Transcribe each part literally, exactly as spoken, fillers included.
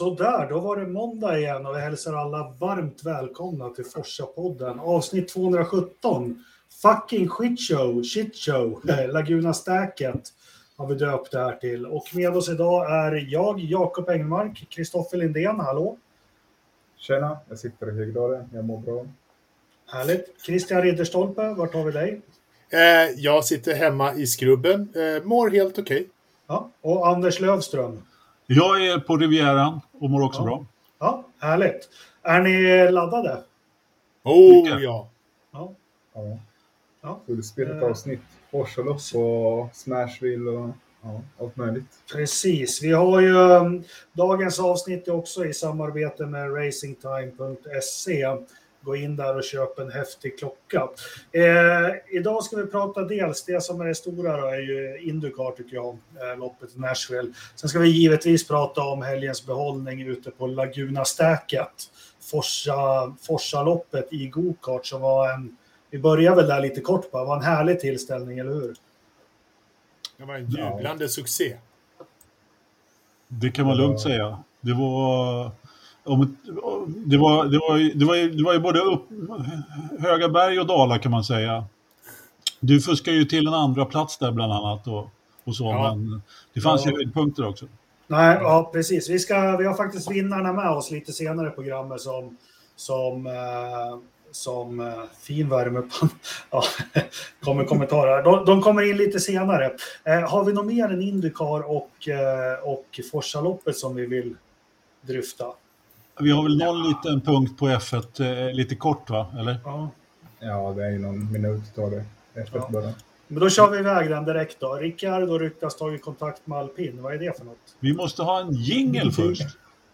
Så där, då var det måndag igen och vi hälsar alla varmt välkomna till Forsa-podden. Avsnitt tvåhundrasjutton. Fucking shitshow, shitshow, Laguna-stäket har vi döpt det här till. Och med oss idag är jag, Jakob Engmark, Kristoffer Lindén, hallå. Tjena, jag sitter i Högdalen, jag mår bra. Härligt. Christian Ridderstolpe, vart har vi dig? Eh, jag sitter hemma i skrubben, eh, mår helt okej. Okay. Ja, och Anders Lövström. Jag är på Rivieran och mår också ja. bra. Ja, härligt. Är ni laddade? Oh, ja. Ja. Ja. ja. Fullspelat avsnitt. Forsalopp och Smashville och ja, allt möjligt. Precis. Vi har ju um, dagens avsnitt också i samarbete med racingtime punkt se. Gå in där och köp en häftig klocka. Eh, idag ska vi prata dels det som är det stora då, är ju Indycar tycker jag, eh, loppet i Nashville. Sen ska vi givetvis prata om helgens behållning ute på Laguna-stäket. Forsa, Forsa-loppet i go-kart som var en, vi börjar väl där lite kort på, var en härlig tillställning, eller hur? Det var en jublande ja. succé. Det kan man lugnt säga. Det var... Om, det, var, det, var, det, var, det var ju både upp, höga berg och dalar kan man säga. Du fuskar ju till en andra plats där bland annat och, och så, ja. Men det fanns ja. ju höjdpunkter också. Nej, ja precis. Vi, ska, vi har faktiskt vinnarna med oss lite senare i programmet som, som, eh, som eh, fin värme. Ja, kommer kommentarer. De, de kommer in lite senare. Eh, har vi något mer än Indycar och, eh, och Forsa-loppet som vi vill dryfta? Vi har väl någon liten punkt på F ett, eh, lite kort va, eller? Ja, ja det är ju någon minut tar det. F ett ja. bara. Men då kör vi iväg den direkt då. Rickard och ryktas tagit kontakt med Alpin. Vad är det för något? Vi måste ha en jingle först.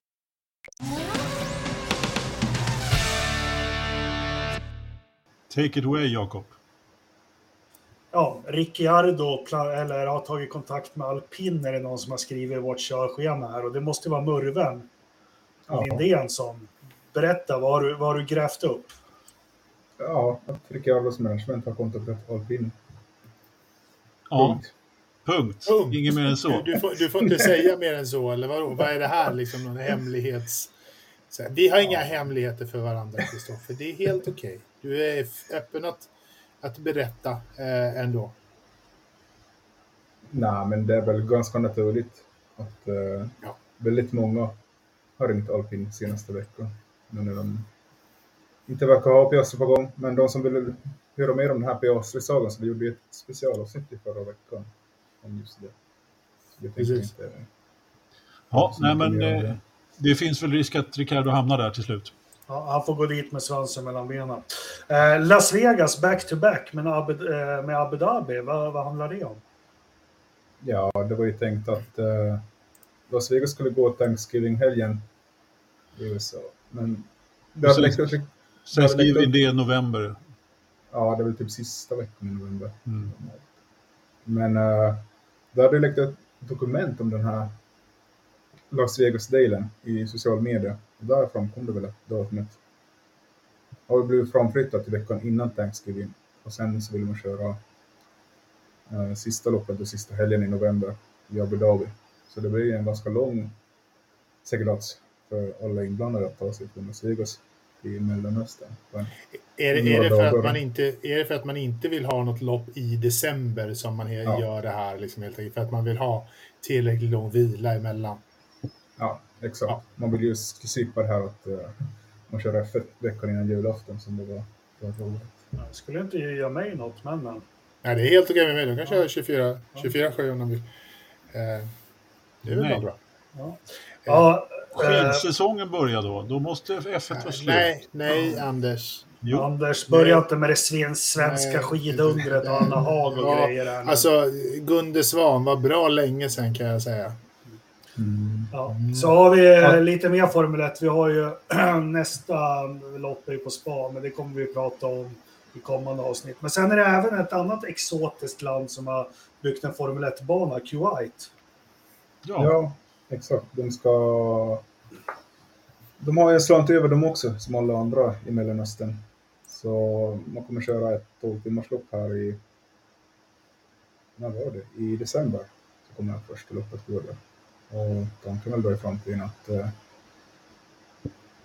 Take it away, Jakob. Ja, Ricciardo eller har tagit kontakt med Alpin, är det någon som har skrivit vårt körschema här. Och det måste vara Murven. Ja. Lindén som berättar vad du, vad du grävt upp. Ja, att Ricciardos management har kontaktat Alpin. Ja, punkt. punkt. punkt. Inget mer än så. Du, du, får, du får inte säga mer än så, eller vadå? Vad är det här liksom, någon hemlighets... Så här, vi har inga ja. hemligheter för varandra, Kristoffer. Det är helt okej. Okay. Du är öppen att, att berätta eh, ändå. Nej, men det är väl ganska naturligt att eh, ja. väldigt många har ringt Alpin senaste veckan. Men när de inte verkar ha Piastri på gång. Men de som vill höra mer om den här Piastri-sagan, så vi gjorde ett specialavsnitt i förra veckan om just det. Så det tänker inte... Ja, nej men det, det finns väl risk att Ricardo hamnar där till slut. Ja, han får gå dit med svansen mellan benen. Eh, Las Vegas back-to-back med Abu, eh, med Abu Dhabi. Vad, vad handlar det om? Ja, det var ju tänkt att eh, Las Vegas skulle gå Thanksgiving-helgen i U S A. Men det sen, läckt, sen skriver vi det i november. Ja, det är väl typ sista veckan i november. Mm. Men uh, det hade läckt ett dokument om den här Las Vegas-delen i social media. Och där framkom det väl att datumet har blivit framflyttat till veckan innan Thanksgiving. Och sen så vill man köra uh, sista loppet och sista helgen i november i Abu Dhabi. Så det blir en ganska lång seglats för alla inblandade att ta sig från Las Vegas i Mellanöstern. Är det, är, det för att man inte, är det för att man inte vill ha något lopp i december som man ja. gör det här? Liksom helt enkelt, för att man vill ha tillräckligt lång vila emellan? Ja, exakt. Ja. Man vill ju slippa det här att uh, man kör F ett veckan innan julafton som det var. Det var jag skulle inte göra mig något, men... Nej, det är helt okej med mig. De kan köra tjugofyra, tjugofyra sju om de vill. Eh, det är väl bara bra. Ja. Ja, skidsäsongen börjar då. Då måste F ett vara slut. Nej, nej ja. Anders. Jo. Anders, börja nej. inte med det svenska skidundret och Anna Hag och ja, grejer. Där alltså, Gunde Svan var bra länge sedan kan jag säga. Mm. Ja. Så har vi ja. lite mer Formel ett. Vi har ju nästa lopp på Spa, men det kommer vi prata om i kommande avsnitt. Men sen är det även ett annat exotiskt land som har byggt en Formel ett-bana, Kuwait. Ja. ja. Exakt, de ska... De har ju slant över dem också, som alla andra i Mellanöstern. Så man kommer köra ett tolv timmars lopp här i... När var det? I december. Så kommer jag först till loppet gå där. Och tanken väl då i framtiden att eh,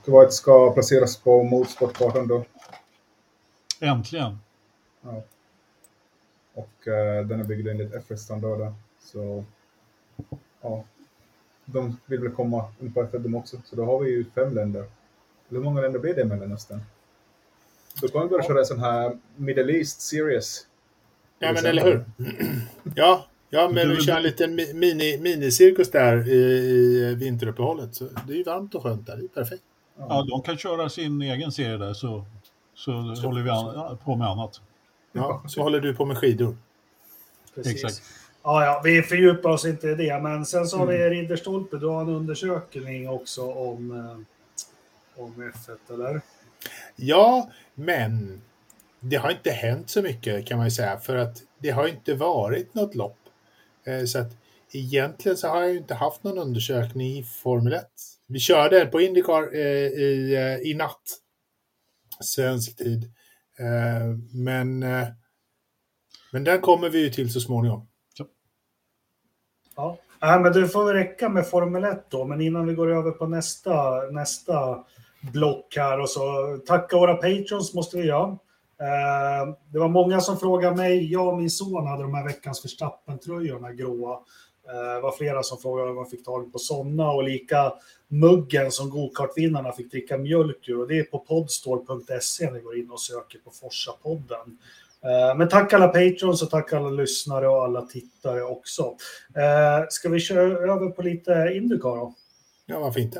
Kuwait ska placeras på motorsportkartan då. Äntligen. Ja. Och uh, den är byggd enligt F S-standarder. Så ja, de vill väl komma ungefär för dem också. Så då har vi ju fem länder. Hur många länder blir det i Mellanöstern? Då kan vi börja köra en sån här Middle East Series. Ja, men eller hur? Ja, ja men vi kör en liten mini, minicirkus där i, i vinteruppehållet. Så det är ju varmt och skönt där, det är perfekt. Ja, de kan köra sin egen serie där så, så, så håller vi an, på med annat. Ja, så håller du på med skidor. Precis. Exakt. Ja, ja, vi fördjupar oss inte i det, men sen så har vi Ridderstolpe, du har en undersökning också om, eh, om F ett, eller? Ja, men det har inte hänt så mycket kan man ju säga, för att det har inte varit något lopp. Eh, så att egentligen så har jag ju inte haft någon undersökning i Formel ett. Vi körde på IndyCar eh, i, eh, i natt, svensk tid. Eh, men, eh, men den kommer vi ju till så småningom. Ja, ja men det får väl räcka med Formel ett då, men innan vi går över på nästa, nästa block här och så tacka våra patrons måste vi göra. Eh, det var många som frågade mig, jag och min son hade de här veckans Verstappen-tröjor, de här gråa. Det var flera som frågade om man fick tag på sådana och lika muggen som gokartvinnarna fick dricka mjölk ur. Och det är på podstore punkt se när ni går in och söker på Forsa-podden. Men tack alla patrons och tack alla lyssnare och alla tittare också. Ska vi köra över på lite IndyCar då? Ja, varför inte?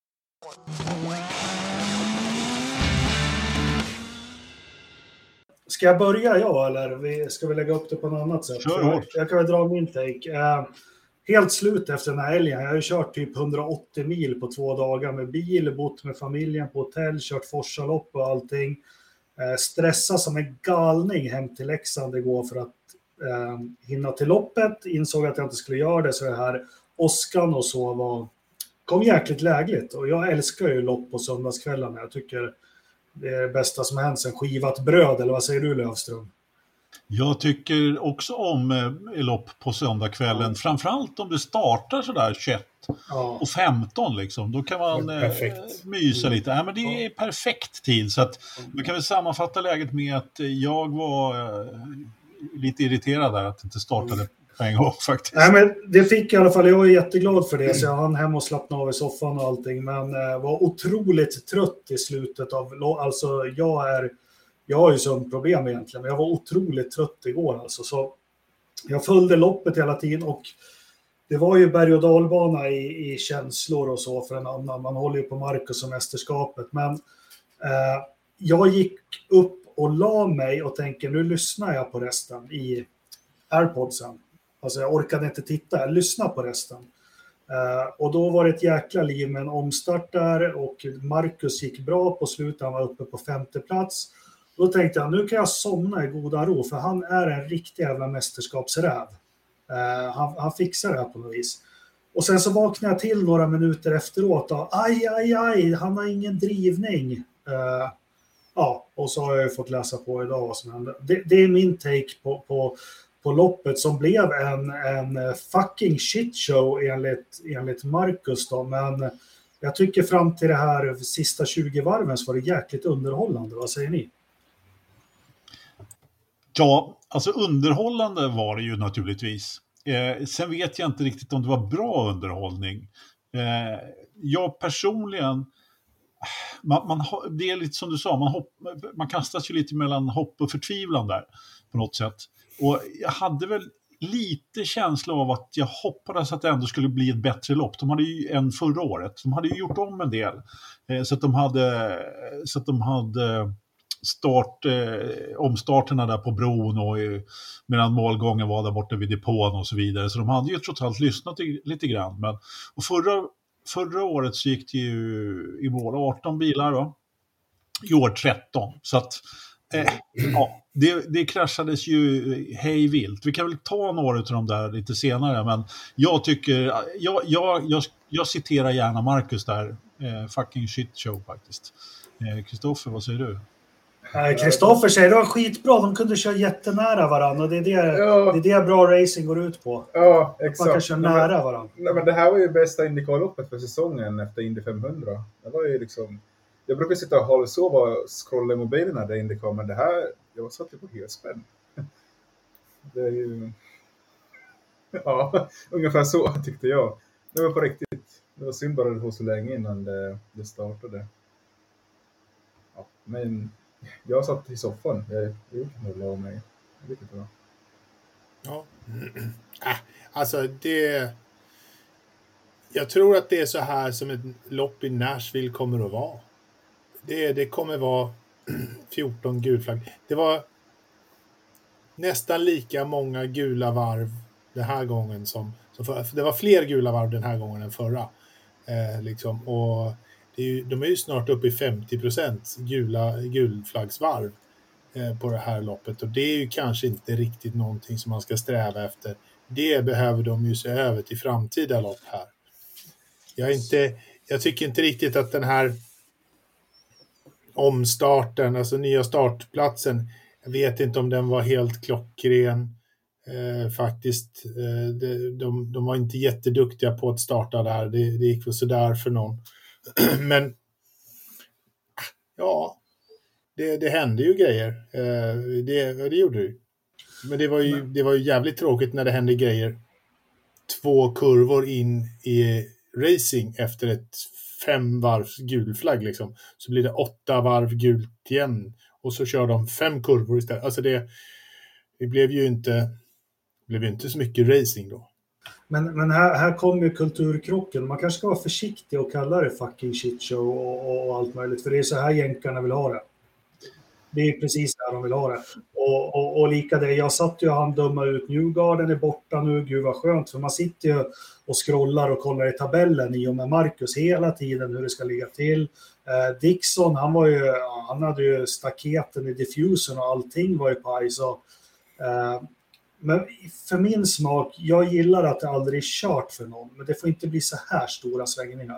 Ska jag börja jag eller ska vi lägga upp det på något annat sätt? Kör. Jag kan väl dra min take. Helt slut efter den här helgen. Jag har ju kört typ hundraåttio mil på två dagar med bil, bott med familjen på hotell, kört Forsalopp och allting. Eh, stressa som en galning hem till Leksand igår för att eh, hinna till loppet. Insåg att jag inte skulle göra det, så det här åskan och så var, kom jäkligt lägligt. Och jag älskar ju lopp på söndagskvällarna. Jag tycker det är det bästa som hänt sen skivat bröd, eller vad säger du Löfström? Jag tycker också om eh, lopp på söndagskvällen. Ja. Framförallt om det startar sådär tjugoett ja. och femton liksom. Då kan man eh, mysa lite. Ja, men det är ja. perfekt tid. Så att man kan väl sammanfatta läget med att jag var eh, lite irriterad där att det inte startade på en gång faktiskt. Nej, men det fick i alla fall, jag är jätteglad för det. Så jag hann hem och slappna av i soffan och allting. Men eh, var otroligt trött i slutet av, alltså jag är Jag har ju sån problem egentligen, men jag var otroligt trött igår alltså. Så jag följde loppet hela tiden och det var ju berg- och dalbana i, i känslor och så för en annan. Man håller ju på Marcus och mästerskapet. Men eh, jag gick upp och la mig och tänker, nu lyssnar jag på resten i AirPodsen. Alltså jag orkade inte titta, jag lyssnar på resten. Uh, och då var det ett jäkla liv med en omstart där och Marcus gick bra på slutet, han var uppe på femte plats. Då tänkte jag, nu kan jag somna i goda ro, för han är en riktig jävla mästerskapsräv. Uh, han, han fixar det här på något vis. Och sen så vaknade jag till några minuter efteråt och aj, aj, aj, han har ingen drivning. Uh, ja, och så har jag ju fått läsa på idag vad som hände. Det, det är min take på, på, på loppet som blev en, en fucking shit show enligt, enligt Marcus då. Men jag tycker fram till det här sista tjugo varven så var det jäkligt underhållande. Vad säger ni? Ja, alltså underhållande var det ju naturligtvis. Eh, sen vet jag inte riktigt om det var bra underhållning. Eh, jag personligen, man, man, det är lite som du sa, man, hopp, man kastas ju lite mellan hopp och förtvivlan där på något sätt. Och jag hade väl lite känsla av att jag hoppades att det ändå skulle bli ett bättre lopp. De hade ju än förra året. De hade ju gjort om en del. Eh, så att de hade, så att de hade start, eh, omstarterna där på bron och eh, medan målgången var där borta vid depån och så vidare. Så de hade ju trots allt lyssnat i, lite grann. Men, och förra, förra året så gick det ju i mål arton bilar va? I år tretton. Så att eh, ja, det, det kraschades ju hej vilt. Vi kan väl ta några av dem där lite senare. Men jag tycker, jag, jag, jag, jag citerar gärna Marcus där. Eh, fucking shit show faktiskt. Kristoffer, eh, vad säger du? Kristoffer säger det var skitbra, de kunde köra jättenära varandra och det är det, ja. det, är det bra racing går ut på. Ja, exakt. Man kan köra nej, nära men, varandra. Nej, men det här var ju bästa IndyCar-loppet för säsongen efter Indy femhundra. Det var ju liksom, jag brukar sitta och halvsova och scrolla i mobilen när det är Indycar, men det här, jag satt ju på helspänn. Det är ju... Ja, ungefär så tyckte jag. Det var på riktigt. Det var synd bara det var så länge innan det, det startade. Ja, men jag satt i soffan. Jag, jag gick nog la mig. Det gick bra. Ja. Äh, alltså det... Jag tror att det är så här som ett lopp i Nashville kommer att vara. Det, det kommer vara fjorton gulflagg. Det var nästan lika många gula varv den här gången som, som för, det var fler gula varv den här gången än förra. Eh, liksom. Och det är ju, de är ju snart uppe i femtio procent gula gulflaggsvarv eh, på det här loppet. Och det är ju kanske inte riktigt någonting som man ska sträva efter. Det behöver de ju se över till framtida lopp här. Jag, är inte, jag tycker inte riktigt att den här omstarten, alltså nya startplatsen, jag vet inte om den var helt klockren eh, faktiskt. Eh, de, de, de var inte jätteduktiga på att starta där. Det, det gick väl sådär för någon. Men ja, det, det hände ju grejer. Eh, det, det gjorde det. Men det var, ju, det var ju jävligt tråkigt när det hände grejer. Två kurvor in i racing efter ett fem varvs gulflagg liksom. Så blir det åtta varv gult igen. Och så kör de fem kurvor istället. Alltså det, det blev ju inte, blev ju inte så mycket racing då. Men, men här, här kommer ju kulturkrocken. Man kanske ska vara försiktig och kalla det fucking shit show och, och allt möjligt. För det är så här jänkarna vill ha det. Det är precis där de vill ha det. Och, och, och lika det, jag satt ju och han döma ut Newgarden är borta nu, gud vad skönt. För man sitter ju och scrollar och kollar i tabellen i och med Marcus hela tiden hur det ska ligga till. Eh, Dixon, han var ju, han hade ju staketen i diffusen och allting var ju paj. Så, eh, men för min smak, jag gillar att det aldrig är kört för någon. Men det får inte bli så här stora svängningar.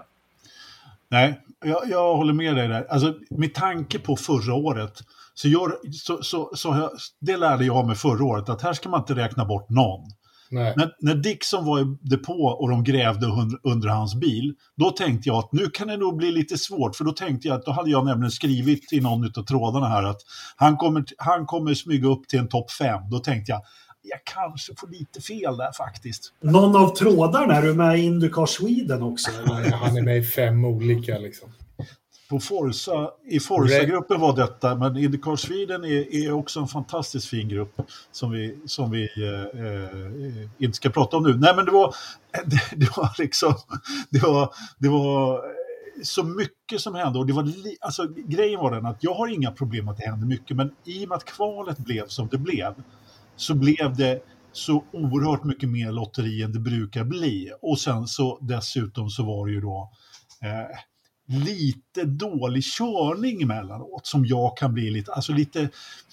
Nej, jag, jag håller med dig där. Alltså, med tanke på förra året, så, gör, så, så, så jag, det lärde jag mig förra året, att här ska man inte räkna bort någon. Nej. När, när Dixon var i depå och de grävde under, under hans bil, då tänkte jag att nu kan det nog bli lite svårt, för då tänkte jag att då hade jag nämligen skrivit i någon av trådarna här att han kommer, han kommer smyga upp till en topp fem. Då tänkte jag, jag kanske får lite fel där faktiskt. Någon av trådarna, är du med i Indycar Sweden också? Nej, han är med i fem olika liksom. På Forza, i Forza-gruppen var detta, men Indycar Sweden är, är också en fantastiskt fin grupp som vi, som vi eh, eh, inte ska prata om nu. Nej, men det var, det, det var liksom, det var, det var så mycket som hände, och det var li, alltså, grejen var den att jag har inga problem att det hände mycket, men i och med att kvalet blev som det blev, så blev det så oerhört mycket mer lotteri än det brukar bli. Och sen så dessutom så var det ju då eh, lite dålig körning emellanåt som jag kan bli lite, alltså lite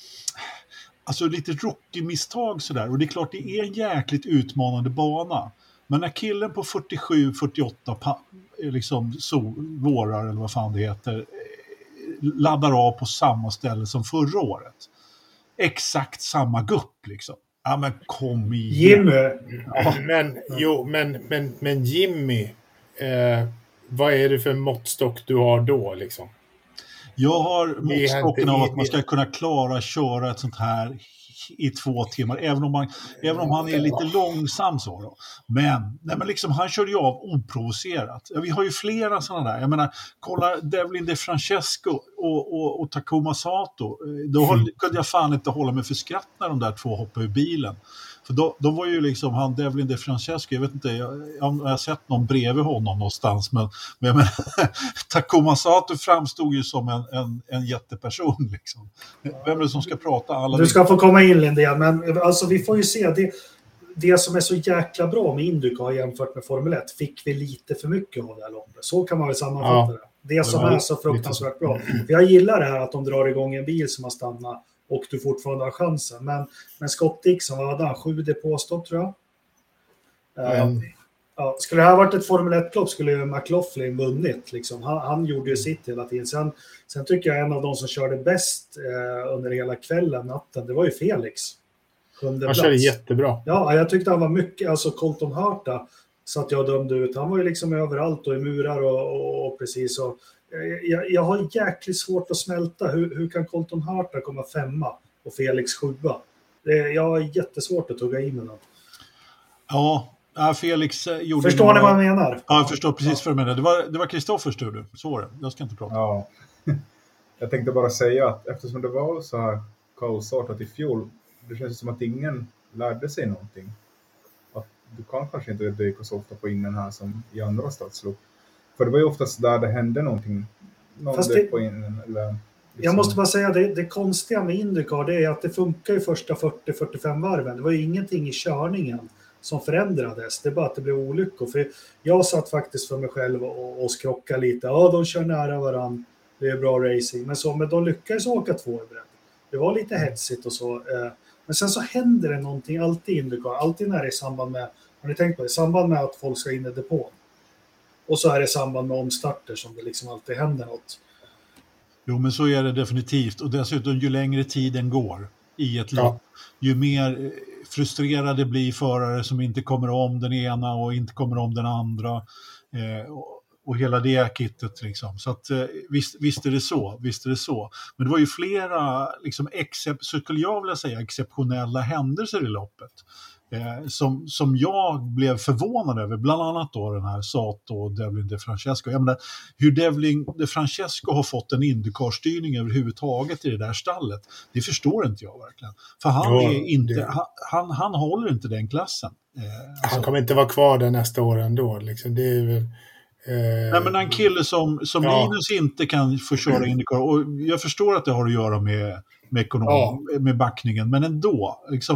alltså lite rookie-misstag sådär. Och det är klart, det är en jäkligt utmanande bana. Men när killen på fyrtiosju fyrtioåtta pa, liksom så, vårar eller vad fan det heter, laddar av på samma ställe som förra året. Exakt samma gupp liksom. Ja, men kom igen. Jimmy. Ja. Men, jo, men, men, men Jimmy, eh, vad är det för måttstock du har då liksom? Jag har måttstocken av att man ska kunna klara köra ett sånt här i två timmar, även om, man, även om han är lite långsam så då. Men, nej, men liksom, han körde ju av oprovocerat. Vi har ju flera sådana där. Jag menar, kolla Devlin De Francesco och, och, och Takuma Sato. Då mm. kunde jag fan inte hålla mig för skratt när de där två hoppade ur bilen. För då, då var ju liksom han Devlin De Francesco, jag vet inte, jag, jag har sett någon bredvid honom någonstans, men, men jag menar, Takuma Sato framstod ju som en, en, en jätteperson liksom. Vem är det som ska prata? Alla du ska få komma in, Linda, men alltså vi får ju se det, det som är så jäkla bra med Indycar jämfört med Formel ett, fick vi lite för mycket av det här loppet. Så kan man väl sammanfatta ja. det. Det som är så fruktansvärt bra. För jag gillar det här att de drar igång en bil som har stannat och du fortfarande har chansen. Men, men Scott Dixon, vad hade han? Sju depåstopp tror jag. Mm. Uh, ja, skulle det här varit ett Formel ett-lopp skulle ju McLaughlin vunnit. Liksom. Han, han gjorde ju sitt hela tiden. Sen, sen tycker jag en av de som körde bäst uh, under hela kvällen, natten, det var ju Felix. Han körde jättebra. Ja, jag tyckte han var mycket, alltså Colton Herta satt jag och dömde ut. Han var ju liksom överallt och i murar och, och, och precis så. Jag, jag har jäkligt svårt att smälta. Hur, hur kan Colton Herta komma femma och Felix sjua? Det, jag har jättesvårt att tugga in med den. Ja, Felix gjorde... Förstår några... ni vad jag menar? Ja, jag förstår precis ja. vad du menar. Det var, det var Kristoffers tur du. Så var det. Jag ska inte prata. Ja. Jag tänkte bara säga att eftersom det var så här kaosartat i fjol, det känns som att ingen lärde sig någonting. Att du kan kanske inte dyka så ofta på ingen här som i andra stadslopp. För det var ju oftast där det hände någonting. Någon Fast det... på inen, eller liksom... Jag måste bara säga, det, det konstiga med Indycar det är att det funkar i första fyrtio till fyrtiofem varven. Det var ju ingenting i körningen som förändrades. Det är bara att det blev olyckor. För jag satt faktiskt för mig själv och, och skrockade lite. Ja, de kör nära varann. Det är bra racing. Men, så, men de lyckades åka två i bredd. Det var lite hetsigt och så. Men sen så händer det någonting alltid i Indycar. Alltid när det är i samband med, har ni tänkt på det? I samband med att folk ska in i depån. Och så är det i samband med omstarter som det liksom alltid händer något. Jo, men så är det definitivt. Och dessutom, ju längre tiden går i ett lopp, ja. ju mer frustrerade blir förare som inte kommer om den ena och inte kommer om den andra. Eh, och, och hela det kittet liksom. Så att eh, visst, visst är det så, visst är det så. Men det var ju flera, liksom, excep- så skulle jag vilja säga, exceptionella händelser i loppet. Eh, som, som jag blev förvånad över, bland annat då den här Sato och Devlin De Francesco. Jag menar, hur Devlin De Francesco har fått en IndyCar-styrning överhuvudtaget i det där stallet, det förstår inte jag verkligen. För han, ja, är inte, det... han, han, han håller inte den klassen. Eh, alltså... Han kommer inte vara kvar där nästa år ändå. Liksom. Det är väl... Eh... Nej, men en kille som, som ja. Linus inte kan få köra IndyCar, och jag förstår att det har att göra med, med, ekonom, ja. med backningen, men ändå, liksom...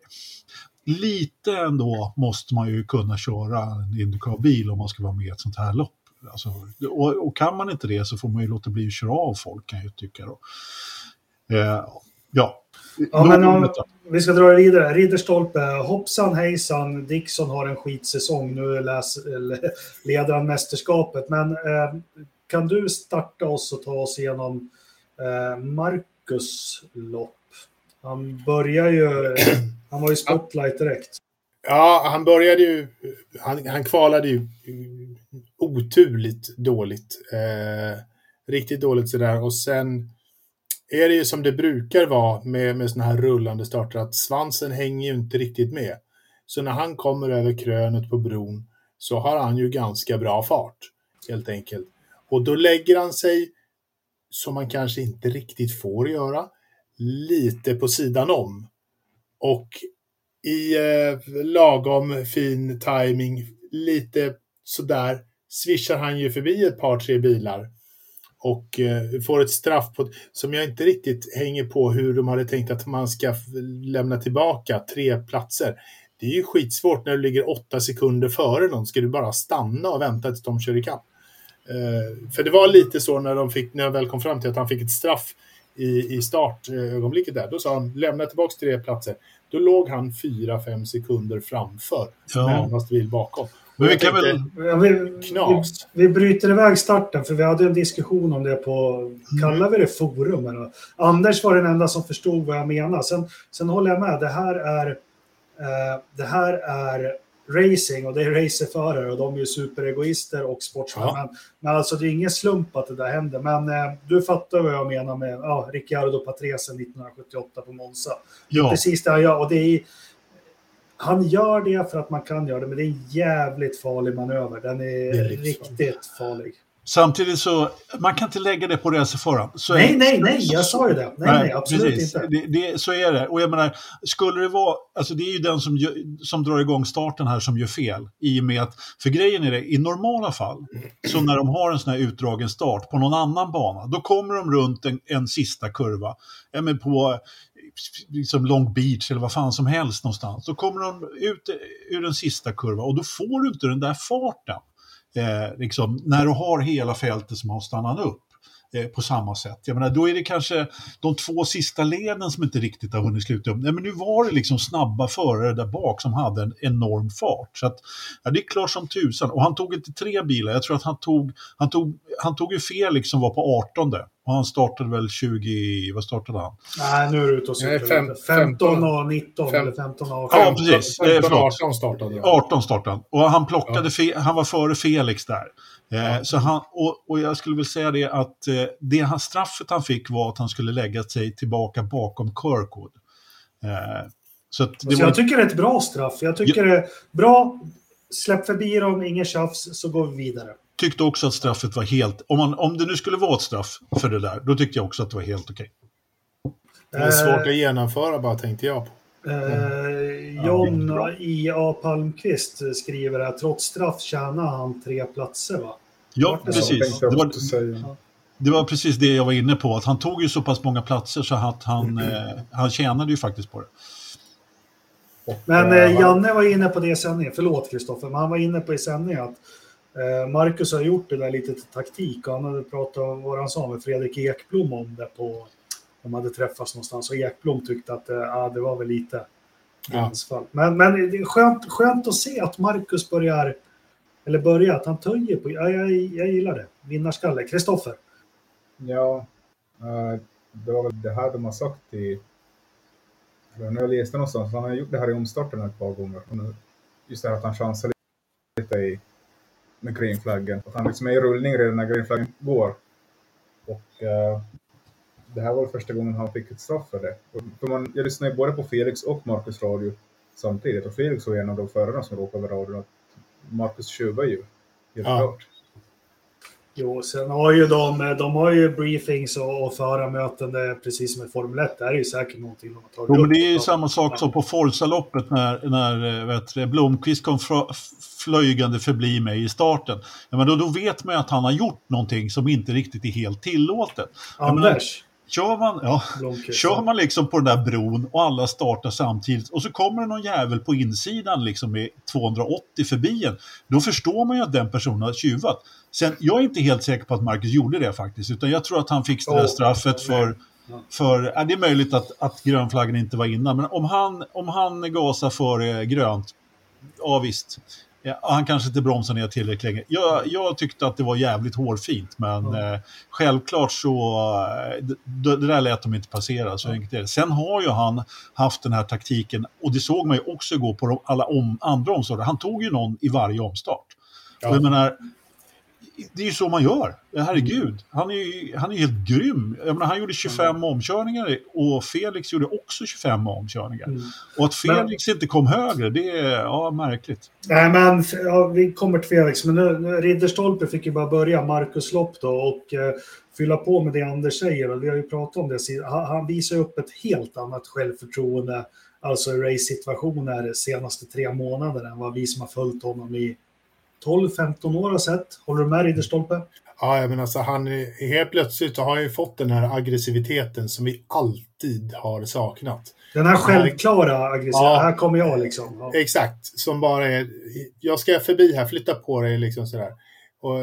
Lite ändå måste man ju kunna köra en IndyCar-bil om man ska vara med i ett sånt här lopp. Alltså, och, och kan man inte det så får man ju låta bli att köra av folk, kan jag ju tycka då. Eh, ja. ja men om, vi ska dra det vidare. Ridderstolpe, hoppsan, hejsan, Dixon har en skitsäsong. Nu läs, leder han mästerskapet. Men eh, kan du starta oss och ta oss igenom eh, Marcus lopp? Han börjar ju... Han var ju spotlight direkt. Ja, han började ju... Han, han kvalade ju oturligt dåligt. Eh, riktigt dåligt sådär. Och sen är det ju som det brukar vara med, med såna här rullande starter, att svansen hänger ju inte riktigt med. Så när han kommer över krönet på bron så har han ju ganska bra fart, helt enkelt. Och då lägger han sig, som man kanske inte riktigt får göra, lite på sidan om. Och i eh, lagom fin timing, lite sådär, swishar han ju förbi ett par, tre bilar. Och eh, får ett straff på, som jag inte riktigt hänger på hur de hade tänkt att man ska lämna tillbaka tre platser. Det är ju skitsvårt när du ligger åtta sekunder före någon. Ska du bara stanna och vänta tills de kör ikapp? Eh, för det var lite så när de fick, när jag väl kom fram till att han fick ett straff i, i startögonblicket där. Då sa han, lämna tillbaka tre platser. Då låg han fyra, fem sekunder framför. Ja. Närmast bil bakom. Men vi, kan väl... ja, vi, vi, vi bryter iväg starten, för vi hade en diskussion om det på, mm. kallar vi det forum eller? Anders var den enda som förstod vad jag menar. Sen, sen håller jag med, det här är eh, det här är racing och det är racerförare och de är ju superegoister och sportsmän. Ja. Men, men alltså det är ingen slump att det där händer. Men eh, du fattar vad jag menar med ja, Ricciardo Patrese nittonhundrasjuttioåtta på Monza. Ja. Precis det han gör, och det är han gör det för att man kan göra det, men det är en jävligt farlig manöver. Den är, är riktigt farlig. Samtidigt så, man kan inte lägga det på racerföraren. Nej, nej, nej, jag sa ju det. Nej, nej, nej absolut precis. Inte. Det, det, så är det. Och jag menar, skulle det vara, alltså det är ju den som, som drar igång starten här som gör fel. I och med att, för grejen är det, i normala fall, så när de har en sån här utdragen start på någon annan bana, då kommer de runt en, en sista kurva. Ja, men på liksom Long Beach eller vad fan som helst någonstans. Då kommer de ut ur den sista kurva och då får du inte den där farten. Eh, liksom, när du har hela fältet som har stannat upp eh, på samma sätt. Jag menar, då är det kanske de två sista leden som inte riktigt har hunnit sluta upp. Nej, men nu var det liksom snabba förare där bak som hade en enorm fart. Så att, ja, det är klart som tusan. Och han tog inte tre bilar. Jag tror att han tog, han tog, han tog ju Felix som var på artonde Och han startade väl tjugo, vad startade han? Nej, nu är det ute och Nej, cyklar. fem- femton och nitton fem- eller femton och arton. Ja, precis. Eh, femton förlåt. arton startade jag. arton startade han. Och han plockade, fe- han var före Felix där. Eh, så han, och, och jag skulle vilja säga det att eh, det han, straffet han fick var att han skulle lägga sig tillbaka bakom Kirkwood. Eh, så att det Så var, jag tycker det är ett bra straff. Jag tycker det är bra. Släpp förbi dem, ingen tjafs, så går vi vidare. tyckte också att straffet var helt... Om, man, om det nu skulle vara ett straff för det där, då tyckte jag också att det var helt okej. Det är svårt att genomföra bara, tänkte jag på. Eh, John I A. Palmqvist skriver att trots straff tjänar han tre platser, va? Ja, Vart det precis. tänkte Det jag var, också säga. det var precis det jag var inne på. Att han tog ju så pass många platser så att han, eh, han tjänade ju faktiskt på det. Och, Men eh, eh, Janne var inne på det i sändningen. Förlåt Kristoffer, men han var inne på i sändningen att eh, Marcus har gjort det där lite till taktik. Och han hade pratat om vad han sa med Fredrik Ekblom om det på... De hade träffats någonstans och Ekblom tyckte att eh, det var väl lite gränsfall. Ja. Men, men det är skönt, skönt att se att Marcus börjar... Eller börjar, att han töjer på... Ja, jag, jag gillar det. Vinnarskalle. Kristoffer. Ja, eh, det var väl det här de har sagt i... När jag läste någonstans, han har gjort det här i omstarten ett par gånger. Och nu, just det här att han chansar lite i, med greenflaggen. Att han liksom är i rullning redan när greenflaggen går. Och eh, det här var första gången han fick ett straff för det. Och för man, jag lyssnade både på Felix och Marcus radio samtidigt. Och Felix var en av de förarna som råkade över radion. Marcus tjuvar ju. Helt Ja. klart. Jo, sen har ju de, de har ju briefings och, och förarmöten, det, precis som i Formel ett. Det är ju säkert någonting de har tagit Jo, upp. men det är ju Och- samma sak som på Forza-loppet när, när vet du, Blomqvist kom fra, flöjgande förbi mig i starten. Ja, men då, då vet man ju att han har gjort någonting som inte riktigt är helt tillåtet. Jag menar, Anders Kör man, ja, Blomqvist. kör man liksom på den där bron och alla startar samtidigt och så kommer det någon jävel på insidan liksom med tvåhundraåttio förbi en, då förstår man ju att den personen har tjuvat. Sen, jag är inte helt säker på att Marcus gjorde det faktiskt, utan jag tror att han fick det där Oh, straffet för, ja. för ja, det är möjligt att, att grönflaggen inte var innan, men om han, om han gasar för grönt, ja visst. Ja, han kanske inte bromsar ner tillräckligt länge. Jag, jag tyckte att det var jävligt hårfint, men Mm. eh, självklart så eh, det, det där lät de inte passera, så enkelt är det. Sen har ju han haft den här taktiken, och det såg man ju också gå på de, alla om, andra omstart. Han tog ju någon i varje omstart. Ja. Och jag menar, det är ju så man gör. Herregud, han är ju han är helt grym. Jag menar, han gjorde tjugofem omkörningar och Felix gjorde också tjugofem omkörningar. Mm. Och att Felix inte kom högre, det är ja, märkligt. Nej, men ja, vi kommer till Felix, men nu, nu Ridderstolpe fick ju bara börja Marcus lopp då och eh, fylla på med det Anders säger, och vi har ju pratat om det. Han, han visar upp ett helt annat självförtroende, alltså i race-situationer senaste tre månaderna än vad vi som har följt honom i tolv femton år har sett. Håller du med Ridderstolpe? Ja, men alltså han är, helt plötsligt har han ju fått den här aggressiviteten som vi alltid har saknat. Den här självklara aggressiva, Ja. här kommer jag liksom. Ja. Exakt, som bara är, jag ska förbi här, flytta på dig liksom sådär. Och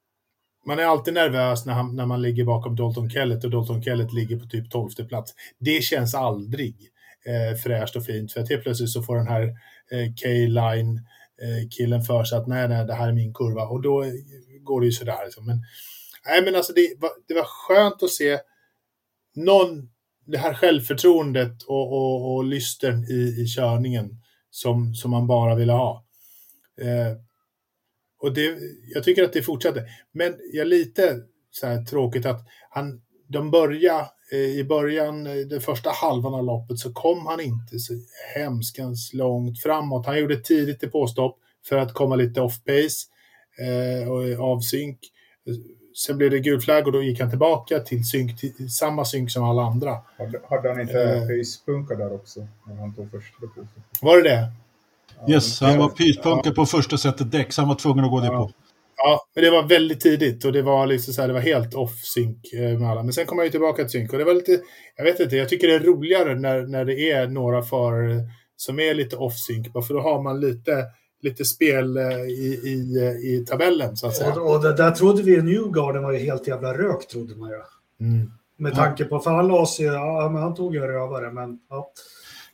man är alltid nervös när, han, när man ligger bakom Dalton Kellett och Dalton Kellett ligger på typ tolfte plats. Det känns aldrig eh, fräscht och fint, för att helt plötsligt så får den här eh, K-line eh, killen för sig att nej, nej, det här är min kurva, och då går det ju sådär liksom. Men, nej, men alltså det var, det var skönt att se någon, det här självförtroendet och, och, och lysten i, i körningen som, som man bara ville ha. Eh, och det, jag tycker att det fortsatte. Men jag är lite så här tråkigt att han, de började eh, i början, eh, den första halvan av loppet, så kom han inte så hemskans långt framåt. Han gjorde tidigt i påstopp för att komma lite off-pace eh, och avsynk. Sen blev det gul flagg och då gick han tillbaka till, synk, till samma synk som alla andra. Hade, hade han inte Eh. höjspunka där också? När han tog första på. Var det det? Yes, han var pyspunka på första sättet däck, så han var tvungen att gå det Ja. på. Ja, men det var väldigt tidigt och det var liksom så här, det var helt off-synk med alla. Men sen kom jag ju tillbaka till synk och det var lite, jag vet inte, jag tycker det är roligare när, när det är några förare som är lite off-synk, för då har man lite, lite spel i, i, i tabellen så att säga. Och, och det där trodde vi i Newgarden var ju helt jävla rök, trodde man ju. Mm. Med tanke på, för han la sig, ja, men han tog ju en rövare, men ja.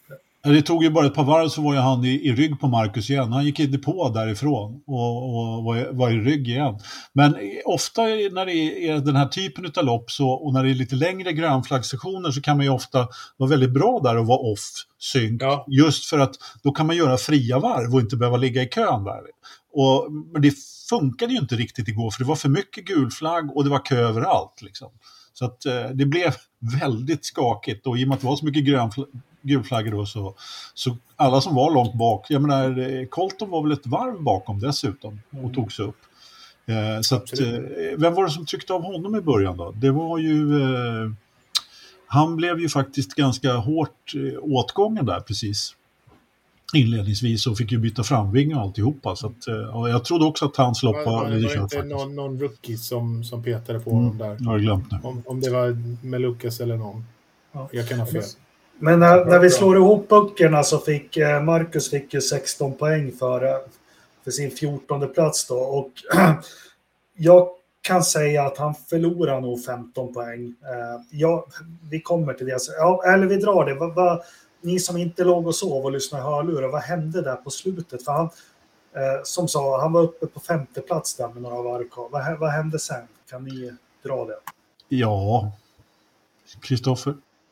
Det tog ju bara ett par varv så var ju han i, i rygg på Marcus igen. Han gick inte på därifrån och, och var, var i rygg igen. Men ofta när det är den här typen av lopp så, och när det är lite längre grönflaggsektioner så kan man ju ofta vara väldigt bra där och vara off-synk. Ja. Just för att då kan man göra fria varv och inte behöva ligga i kön där. Och, men det funkade ju inte riktigt igår för det var för mycket gul flagg och det var kö överallt liksom. Så att eh, det blev väldigt skakigt och i och med att det var så mycket grönfl- gulflaggor då så, så alla som var långt bak, jag menar Colton var väl ett varv bakom dessutom och mm. tog sig upp. Eh, så att, eh, vem var det som tryckte av honom i början då? Det var ju, eh, han blev ju faktiskt ganska hårt eh, åtgången där precis inledningsvis och fick ju byta framving och alltihopa. Så att, eh, jag trodde också att hans lopp var lite kört faktiskt. Någon, någon rookie som, som petade på mm. honom där. Jag har glömt nu. Om, om det var med Lucas eller någon. Ja. Jag kan ha fel. Men när, när vi slår ihop böckerna så fick eh, Marcus fick ju sexton poäng för, för sin fjortonde plats då. Och jag kan säga att han förlorar nog femton poäng. Eh, ja, vi kommer till det. Ja, eller vi drar det. Va, va, ni som inte låg och sov och lyssnade i hörlurar, vad hände där på slutet? För han, eh, som sa, han var uppe på femte plats där med några varv kvar. Vad, vad hände sen? Kan ni dra det? Ja, Kristoffer?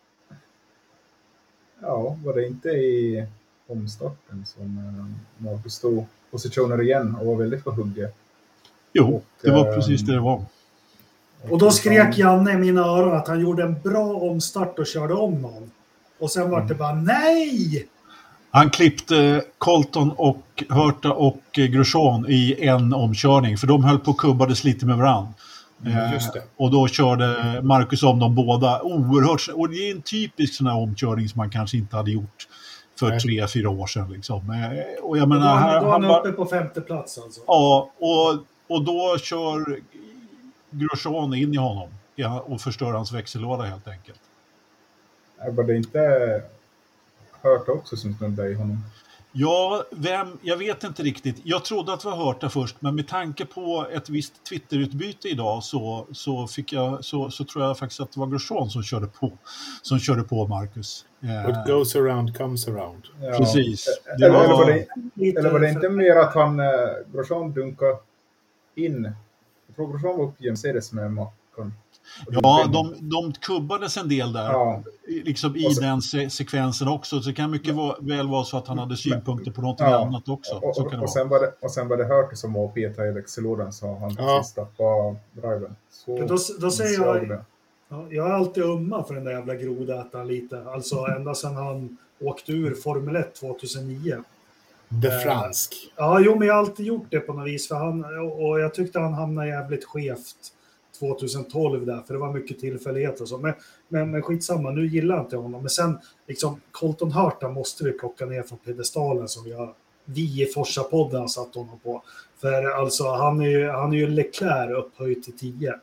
Ja, var det inte i omstarten som eh, Marcus stod positioner igen och var väldigt på hugget? Jo, och, det var eh, precis det det var. Och då skrek Janne i mina öron att han gjorde en bra omstart och körde om någon. Och sen var det bara, nej! Han klippte Colton och Hurta och Grosjean i en omkörning. För de höll på och kubbades lite med varandra. Mm, just det. Eh, och då körde Marcus om dem båda. Oerhört. Och det är en typisk sån här omkörning som man kanske inte hade gjort för nej. tre, fyra år sedan. Liksom. Eh, och jag menar, och då, här, då han han uppe på femte plats alltså. Ja, och, och då kör Grosjean in i honom. Ja, och förstör hans växellåda helt enkelt. Var det inte Hurta också som snudde i honom? Ja, vem? Jag vet inte riktigt. Jag trodde att det var Hurta först, men med tanke på ett visst Twitterutbyte idag så, så, fick jag, så, så tror jag faktiskt att det var Grosjean som körde på, som körde på Marcus. What goes around comes around. Ja. Precis. Det eller, var, eller, var det, eller var det inte mer att han, eh, Grosjean dunkade in? Jag tror Grosjean var uppjämsedes med Macron. Ja, de, de kubbades en del där, ja. liksom i så, den se- sekvensen också. Så det kan mycket va- väl vara så att han hade synpunkter på något ja. annat också. Och, och, så kan det och, sen var det, och sen var det Hurta som var peta i växellådan så han ja. sista på driven. Så då, då säger jag, ja, jag har alltid umma för den där jävla grodätaren lite. Alltså ända sedan han åkte ur Formel ett tjugohundranio. Det fransk. Eh, ja, jo, men jag har alltid gjort det på något vis. För han, och jag tyckte han hamnade jävligt skevt tjugotolv där, för det var mycket tillfälligheter och så. Men, men, men skitsamma, nu gillar jag inte honom. Men sen, liksom, Colton Hurta måste vi plocka ner från pedestalen som vi har, vi i Forsa-podden har satt honom på. För alltså, han är ju, han är ju Leclerc upphöjt till tio.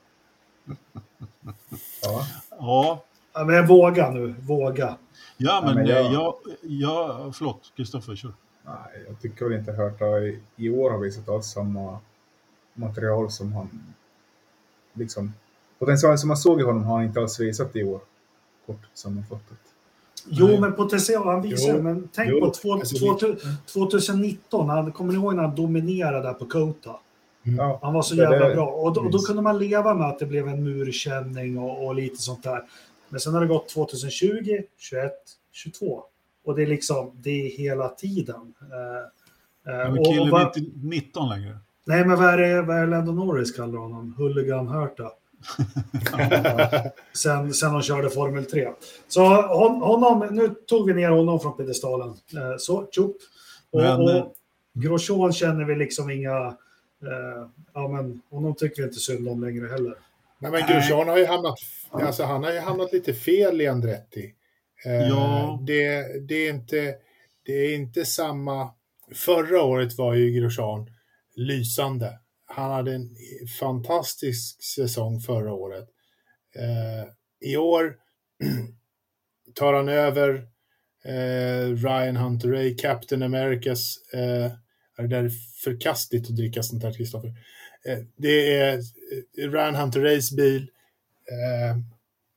Ja. Ja. Ja, men våga nu, våga. Ja, men, ja, men jag... jag, jag... Förlåt, Kristoffer, kör. Nej, jag tycker väl inte Hurta i, i år har visat alls samma material som han liksom, potentialen som man såg i honom har han inte alls visat i år, kort sammanfattat. Jo, Nej. men potential han visar, jo. men tänk jo. på två, alltså, två, tjugonitton, han kommer ni ihåg när han dominerade där på Kota? Mm. Han var så jävla det, bra, och då, och då kunde man leva med att det blev en murkänning och, och lite sånt där. Men sen har det gått tjugotjugo, tjugoett, tjugotvå och det är liksom, det är hela tiden. Uh, ja, men killen är inte nitton längre. Nej, men vad är det, vad är Lando Norris kallar honom? Hooligan Hurta. sen, sen han körde Formel tre. Så hon, honom, nu tog vi ner honom från pedestalen. Så, tjup. Och, men, och Grosjean känner vi liksom inga... Eh, ja, men honom tycker vi inte synd om längre heller. Nej, men Grosjean har ju hamnat... Alltså, han har ju hamnat lite fel i Andretti. Eh, ja. det, det, är inte, det är inte samma... Förra året var ju Grosjean lysande. Han hade en fantastisk säsong förra året. Eh, I år tar han över eh, Ryan Hunter-Reay, Captain Americas. Eh, är det där förkastligt att dricka sånt här, Kristoffer? Eh, det är Ryan Hunter-Reays bil. Eh,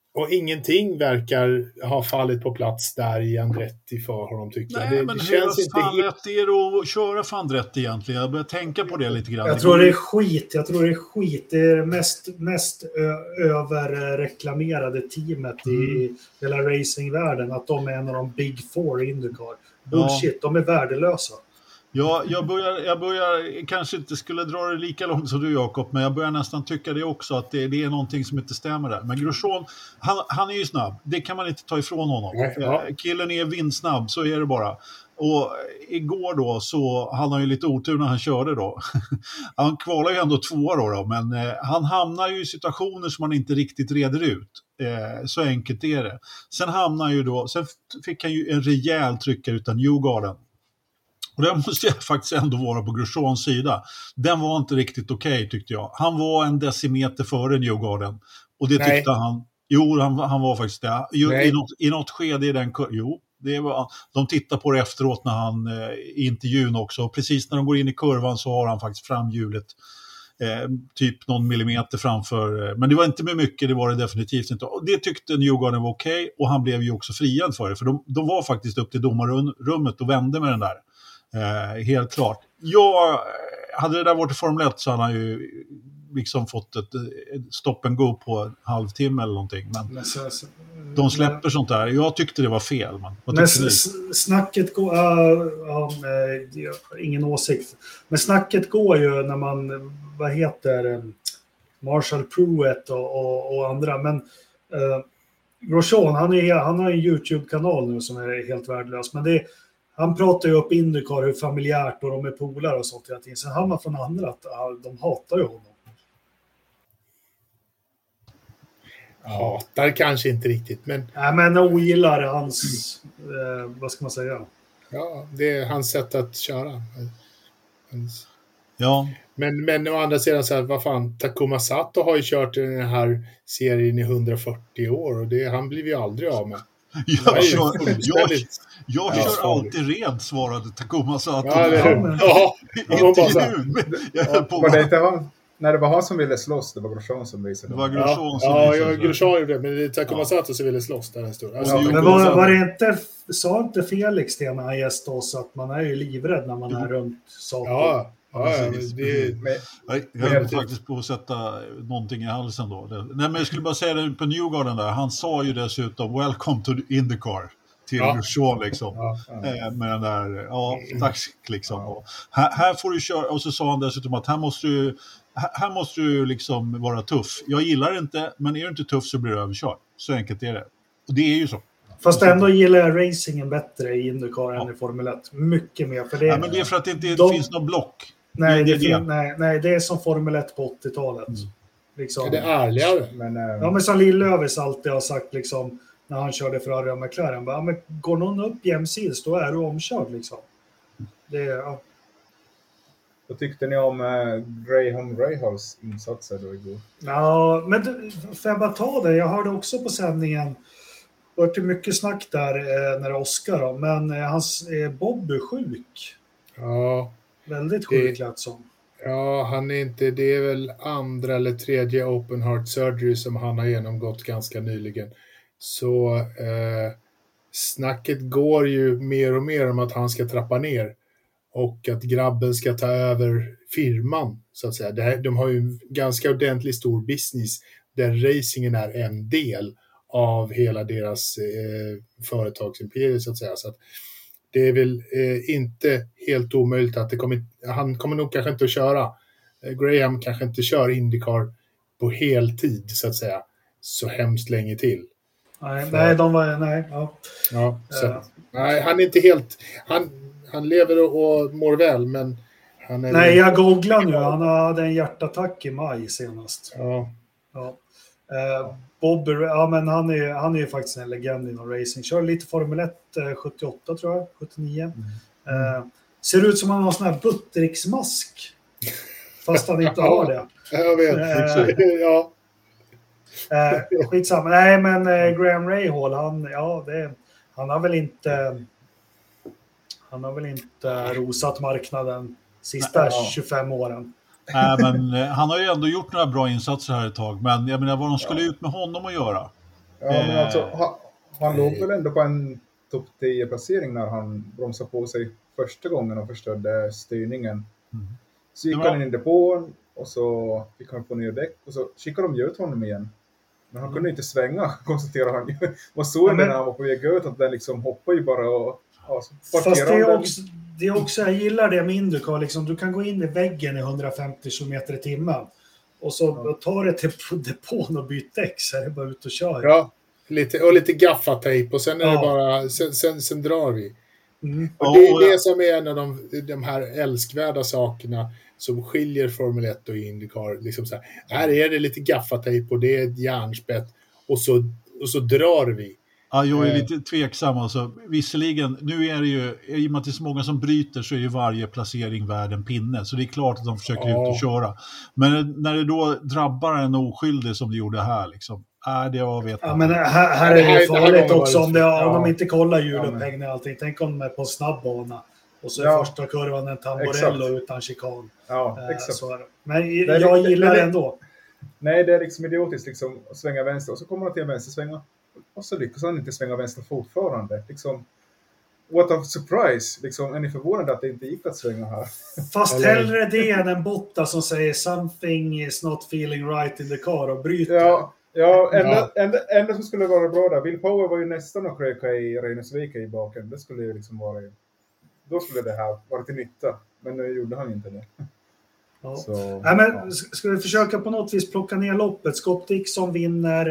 Och ingenting verkar ha fallit på plats där i Andretti för honom, tycker Nej, jag. Det, men det hur känns inte fan helt... lätt är det att köra för Andretti egentligen? Jag börjar tänka på det lite grann. Jag tror det är skit. Jag tror det är skit. Det är det mest, mest ö- överreklamerade teamet mm. i hela racingvärlden. Att de är en av de big four i IndyCar. Bullshit, ja. De är värdelösa. Ja, jag börjar, jag börjar kanske inte skulle dra det lika långt som du, Jakob, men jag börjar nästan tycka det också, att det, det är någonting som inte stämmer där. Men Grosjean, han, han är ju snabb. Det kan man inte ta ifrån honom. Nej, ja. Killen är vindsnabb, så är det bara. Och igår då så han har ju lite otur när han körde då. Han kvalar ju ändå två då, då men eh, han hamnar ju i situationer som man inte riktigt reder ut. Eh, så enkelt är det. Sen hamnar ju då, sen fick han ju en rejäl tryckare utan Newgarden. Och det måste jag faktiskt ändå vara på Grosjeans sida. Den var inte riktigt okej okay, tyckte jag. Han var en decimeter före Newgarden. Och det Nej. tyckte han. Jo, han, han var faktiskt det. Jo, i, något, I något skede i den... Jo, det var, de tittar på det efteråt när han eh, i intervjun också. Och precis när de går in i kurvan så har han faktiskt framhjulet. Eh, typ någon millimeter framför. Eh, men det var inte med mycket, det var det definitivt inte. Och det tyckte Newgarden var okej. Okay, och han blev ju också friad för det. För de, de var faktiskt upp till domarrummet och vände med den där. Eh, helt klart. Jag, hade det där varit i Formel ett så hade han ju liksom fått ett, ett stop and go på en halvtimme eller någonting. Men, men så, så, de släpper men, sånt där. Jag tyckte det var fel. Man. Men s- snacket går... Uh, uh, uh, ingen åsikt. Men snacket går ju när man... Vad heter um, Marshall Pruett och, och, och andra. Men uh, Grosjean, han, är, han har en YouTube-kanal nu som är helt värdelös. Men det är... Han pratar ju upp IndyCar hur familjärt och de är polare och sånt hela tiden. Sen har man från andra att ja, de hatar ju honom. Hatar kanske inte riktigt, men... Nej, men ogillar hans... Mm. Eh, vad ska man säga? Ja, det är hans sätt att köra. Hans... Ja. Men, men å andra sidan så här, vad fan, Takuma Sato har ju kört i den här serien i hundrafyrtio år och det, han blir ju aldrig av med. Jag kör, jag, jag kör ja, alltid red, svarade Takuma Sato. Ja, det är, ja, intervjun. Ja, på. Var det inte han, när det var han som ville slåss, det var Grosjean som visade. Det var Grosjean ja, som ja, visade. Ja, Grosjean gjorde det, men det är Takuma Sato som ville slåss där en stund. Alltså, ja, men var, var det inte, sa inte Felix det när han gästade oss att man är ju livrädd när man är runt Sato? Ja. Ja, ja, men det, men, jag jag höll faktiskt på att sätta någonting i halsen då. Det, nej, men jag skulle bara säga det på Newgarden där. Han sa ju dessutom welcome to the IndyCar till ja. Grosjean liksom. Ja, ja. Eh, med den där, ja, tack liksom. Ja. Här, här får du köra, och så sa han dessutom att här måste du, här, här måste du liksom vara tuff. Jag gillar det inte, men är du inte tuff så blir du överkörd. Så enkelt är det. Och det är ju så. Fast ändå gillar jag racingen bättre i IndyCar ja. än i Formel ett. Mycket mer. För det, ja, men det är för att det inte de, finns någon block. Nej det, det, nej, nej, det är som Formel ett på åttiotalet. Mm. Liksom. Är det ärligare? Men, äh... Ja, men som Lillövis alltid har sagt liksom, när han körde Ferrari och McLaren. Bara, men går någon upp jämsides, då är du omkörd. Liksom. Det, ja. Vad tyckte ni om äh, Graham Rahals insatser då igår? Ja, men får jag bara ta det? Jag hörde också på sändningen, det var mycket snack där eh, när det är Oscar då, men eh, hans eh, Bob är sjuk. Ja. Väldigt sjuk lät som. Ja, han är inte, det är väl andra eller tredje open heart surgery som han har genomgått ganska nyligen. Så eh, snacket går ju mer och mer om att han ska trappa ner och att grabben ska ta över firman så att säga. Det här, de har ju ganska ordentligt stor business där racingen är en del av hela deras eh, företagsimperium så att säga. Så att det är väl eh, inte helt omöjligt att det kommer, han kommer nog kanske inte att köra. Eh, Graham kanske inte kör IndyCar på heltid så att säga så hemskt länge till. Nej, För, nej de var nej. Ja. Ja, så, uh. nej, han är inte helt han, han lever och, och mår väl men han är nej, jag googlar nu. Han hade en hjärtattack i maj senast. Ja. Ja. Uh, Bob, ja men han är han är ju faktiskt en legend inom racing. Kör lite Formel ett eh, sjuttioåtta tror jag, sjuttionio. Mm. Uh, ser ut som han har sån här buttericksmask. Fast han inte har det. Jag vet. Uh, ja. Uh, skitsamma. Nej men uh, Graham Rahal han ja det han har väl inte han har väl inte rosat marknaden sista ja. tjugofem åren. Nej, men han har ju ändå gjort några bra insatser här ett tag. Men jag menar vad de skulle ja. ut med honom att göra. Ja, men alltså, han, han låg väl ändå på en topp tio-placering när han bromsade på sig första gången och förstörde styrningen. Mm. Så gick han in i depån och så fick han på nya däck och så skickade de ut honom igen. Men han mm. kunde inte svänga, konstaterade han. Man såg ja, men... när han var på väg ut att den liksom hoppade ju bara och... Ja, fast det är, också, det är också, jag gillar det med Indycar, liksom, du kan gå in i väggen i hundrafemtio kilometer i timmen och så ja. tar det till depån och byta däck så är det bara ut och kör. Ja, lite, och lite gaffatejp och sen är ja. det bara, sen, sen, sen drar vi. Mm. Och det är det som är en av de, de här älskvärda sakerna som skiljer Formel ett och Indycar. Liksom så här, här är det lite gaffatejp och det är ett järnspett och så, och så drar vi. Ja, jag är lite tveksam. Alltså. Visserligen, nu är det ju, i och med att det är så många som bryter så är ju varje placering värd en pinne. Så det är klart att de försöker ja. ut och köra. Men när det då drabbar en oskyldig som det gjorde här, liksom, är det jag vet ja, men här, här är det farligt också om, det, ja. om de inte kollar hjulupphängning och allting. Tänk om de är på en snabb bana. Och så är ja. första kurvan en tamborello utan chikan. Ja, exakt. Så men det är, jag gillar det ändå. Nej, det är liksom idiotiskt liksom, att svänga vänster. Och så kommer han till en vänstersvänga. Och så lyckas han inte svänga vänster fortfarande. Liksom, what a surprise. Liksom, är ni förvånade att det inte gick att svänga här? Fast Eller... hellre det än en botta som säger something is not feeling right in the car och bryter. Ja, ja enda, ja. enda, enda som skulle vara bra där. Will Power var ju nästan att kröka i Reinusvika i baken. Det skulle ju liksom vara... Då skulle det här vara till nytta. Men nu gjorde han inte det. Ja. Så, Nej, men, ja. Ska vi försöka på något vis plocka ner loppet? Scott Dixon vinner...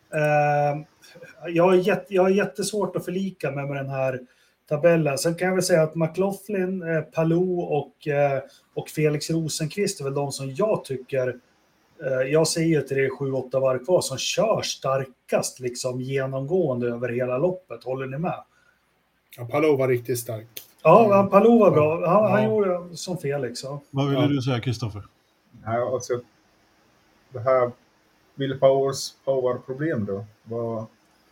Eh, jag, har jätte, jag har jättesvårt att förlika mig med den här tabellen. Sen kan jag väl säga att McLaughlin, eh, Palou och, eh, och Felix Rosenqvist är väl de som jag tycker, eh, jag säger till det sju åtta varv kvar, som kör starkast liksom genomgående över hela loppet. Håller ni med? Ja, Palou var riktigt stark. Ja, mm. Palou var bra. Han, ja. han gjorde som Felix. Ja. Vad ville ja. du säga, Kristoffer? Ja, alltså, det här Will Powers power-problem då. Vad,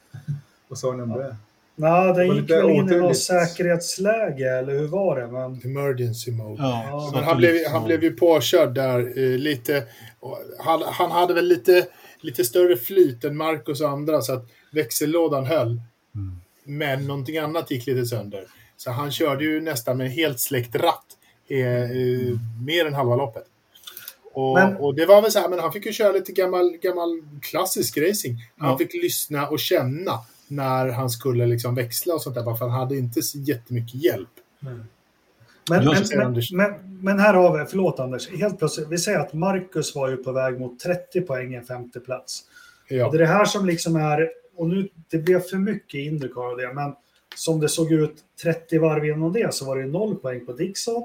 vad sa ni om ja. det? Nej, det gick väl in i något säkerhetsläge, eller hur var det? Men... Emergency mode. Ja, ja. Men han, blev, han blev ju påkörd där eh, lite. Han, han hade väl lite, lite större flyt än Marcus och andra, så att växellådan höll. Mm. Men någonting annat gick lite sönder. Så han körde ju nästan med en helt släckt ratt eh, eh, mer än halva loppet. Och, men, och det var väl så här, men han fick ju köra lite gammal, gammal klassisk racing. Han ja. fick lyssna och känna när han skulle liksom växla och sånt där, för han hade inte så jättemycket hjälp. Mm. Men, men, men, men, men här har vi, förlåt Anders, helt plötsligt, vi säger att Marcus var ju på väg mot trettio poäng, en femte plats. Ja. Och det är det här som liksom är, och nu, det blev för mycket Indycar och det, men som det såg ut trettio varv genom det så var det noll poäng på Dixon.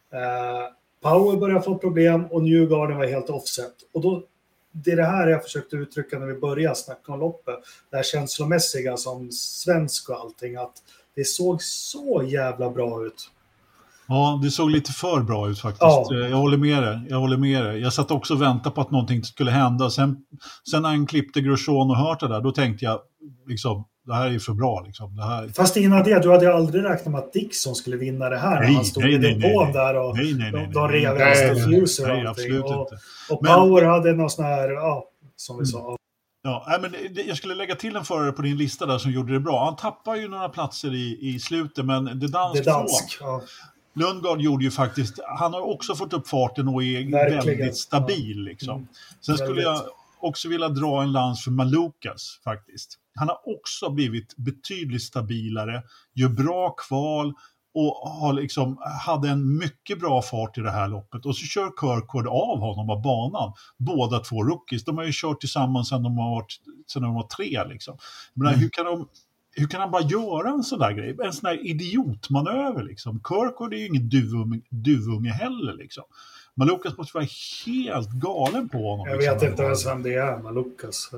Eh, Power började få problem och Newgarden var helt offset. Och då, det är det här jag försökte uttrycka när vi började snacka om loppet. Det här känslomässiga som svensk och allting. Att det såg så jävla bra ut. Ja, det såg lite för bra ut faktiskt. Ja. Jag håller med dig. Jag håller med dig. Jag satt också och väntade på att någonting skulle hända. Sen, sen när han klippte Grosjean och hört det där, då tänkte jag liksom, det här är ju för bra. Liksom. Det här... Fast innan det, du hade ju aldrig räknat med att Dixon skulle vinna det här. Nej, han stod nej, i nej, depån nej, där och nej, nej, nej, de, de rev nej, hans diffuser nej, och absolut och, inte. och Men, Power hade någon sån här, ja, som vi mm. sa. Ja, men det, jag skulle lägga till en förare på din lista där som gjorde det bra. Han tappar ju några platser i, i slutet, men det dansk, det dansk ja. Lundgaard gjorde ju faktiskt, han har också fått upp farten och är Verkligen. väldigt stabil. Liksom. Mm. Sen skulle jag också vilja dra en lans för Malukas faktiskt. Han har också blivit betydligt stabilare, gör bra kval och har liksom, hade en mycket bra fart i det här loppet. Och så kör Kirkwood av honom av banan. Båda två rookies. De har ju kört tillsammans sedan de, har varit, sedan de var tre. Liksom. Men mm. hur kan de... Hur kan han bara göra en sån där grej? En sån där idiotmanöver liksom. Kirkwood är ju ingen duvunge, duvunge heller liksom. Malukas måste vara helt galen på honom. Jag liksom. vet inte ens vem det är, Malukas.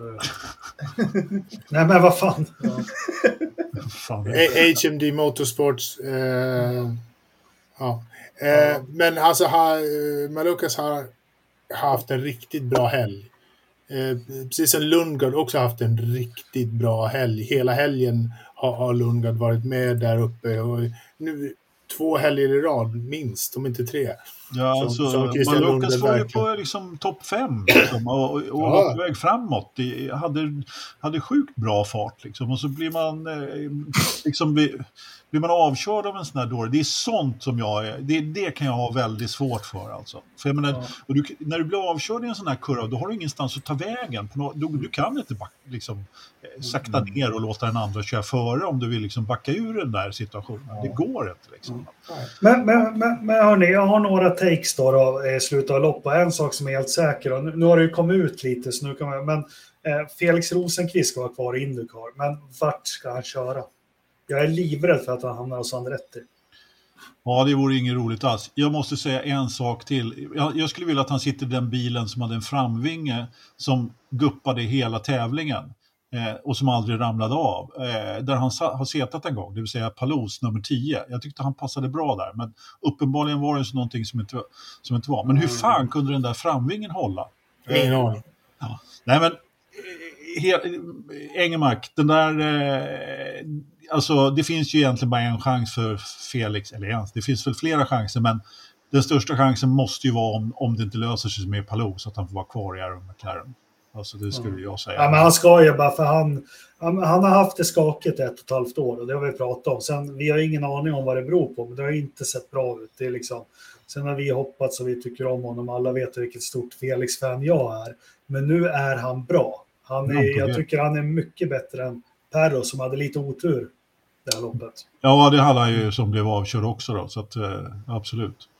Nej men vad fan. Ja. fan H M D Motorsports. Eh, ja. Eh, ja. Men alltså har, Malukas har haft en riktigt bra helg. Eh, precis som Lundgaard också haft en riktigt bra helg. Hela helgen har, har Lundgaard varit med där uppe och nu, två helger i rad, minst, om inte tre. Ja, som, alltså, som Christian Malukas Lundberg var ju verkligen. på liksom, topp fem liksom, och, och Ja. var på väg framåt. Det hade, hade sjukt bra fart. Liksom, och så blir man, eh, liksom, blir, blir man avkörd av en sån här dåre. Det är sånt som jag är, det, det kan jag ha väldigt svårt för. Alltså. För jag menar, Ja. och du, när du blir avkörd i en sån här kurva, då har du ingenstans att ta vägen. På no, du, du kan inte back, liksom, eh, sakta ner och låta den andra köra före om du vill liksom, backa ur den där situationen. Ja. Det går inte. Liksom. Men, men, men, men hörni, jag har några takes då, då i slutet av loppet. En sak som är helt säker, och nu, nu har det ju kommit ut lite, så nu kan man, men eh, Felix Rosenqvist ska vara kvar i Indycar, men vart ska han köra? Jag är livrädd för att han hamnar hos Andretti. Ja, det vore inget roligt alls. Jag måste säga en sak till. Jag, jag skulle vilja att han sitter i den bilen som hade en framvinge som guppade hela tävlingen eh, och som aldrig ramlade av. Eh, där han sa, har setat en gång, det vill säga Palos nummer tio. Jag tyckte han passade bra där, men uppenbarligen var det så någonting som inte, som inte var. Men hur fan kunde den där framvingen hålla? Ingen aning. Ja. Nej, men he, Engelmark, den där eh, alltså det finns ju egentligen bara en chans för Felix, eller ens, det finns väl flera chanser, men den största chansen måste ju vara om, om det inte löser sig med Palou, så att han får vara kvar i Aaron McLaren. Alltså det skulle mm. jag säga. Ja, men han ska ju bara, för han, han, han har haft det skakigt ett och ett halvt år, och det har vi pratat om. Sen, vi har ingen aning om vad det beror på, men det har inte sett bra ut. Det är liksom, sen har vi hoppats och vi tycker om honom, alla vet vilket stort Felix-fan jag är. Men nu är han bra. Han är, jag tycker han är mycket bättre än Perro som hade lite otur det här loppet. Ja, det hade han ju som blev avkörd också då, så att eh, absolut.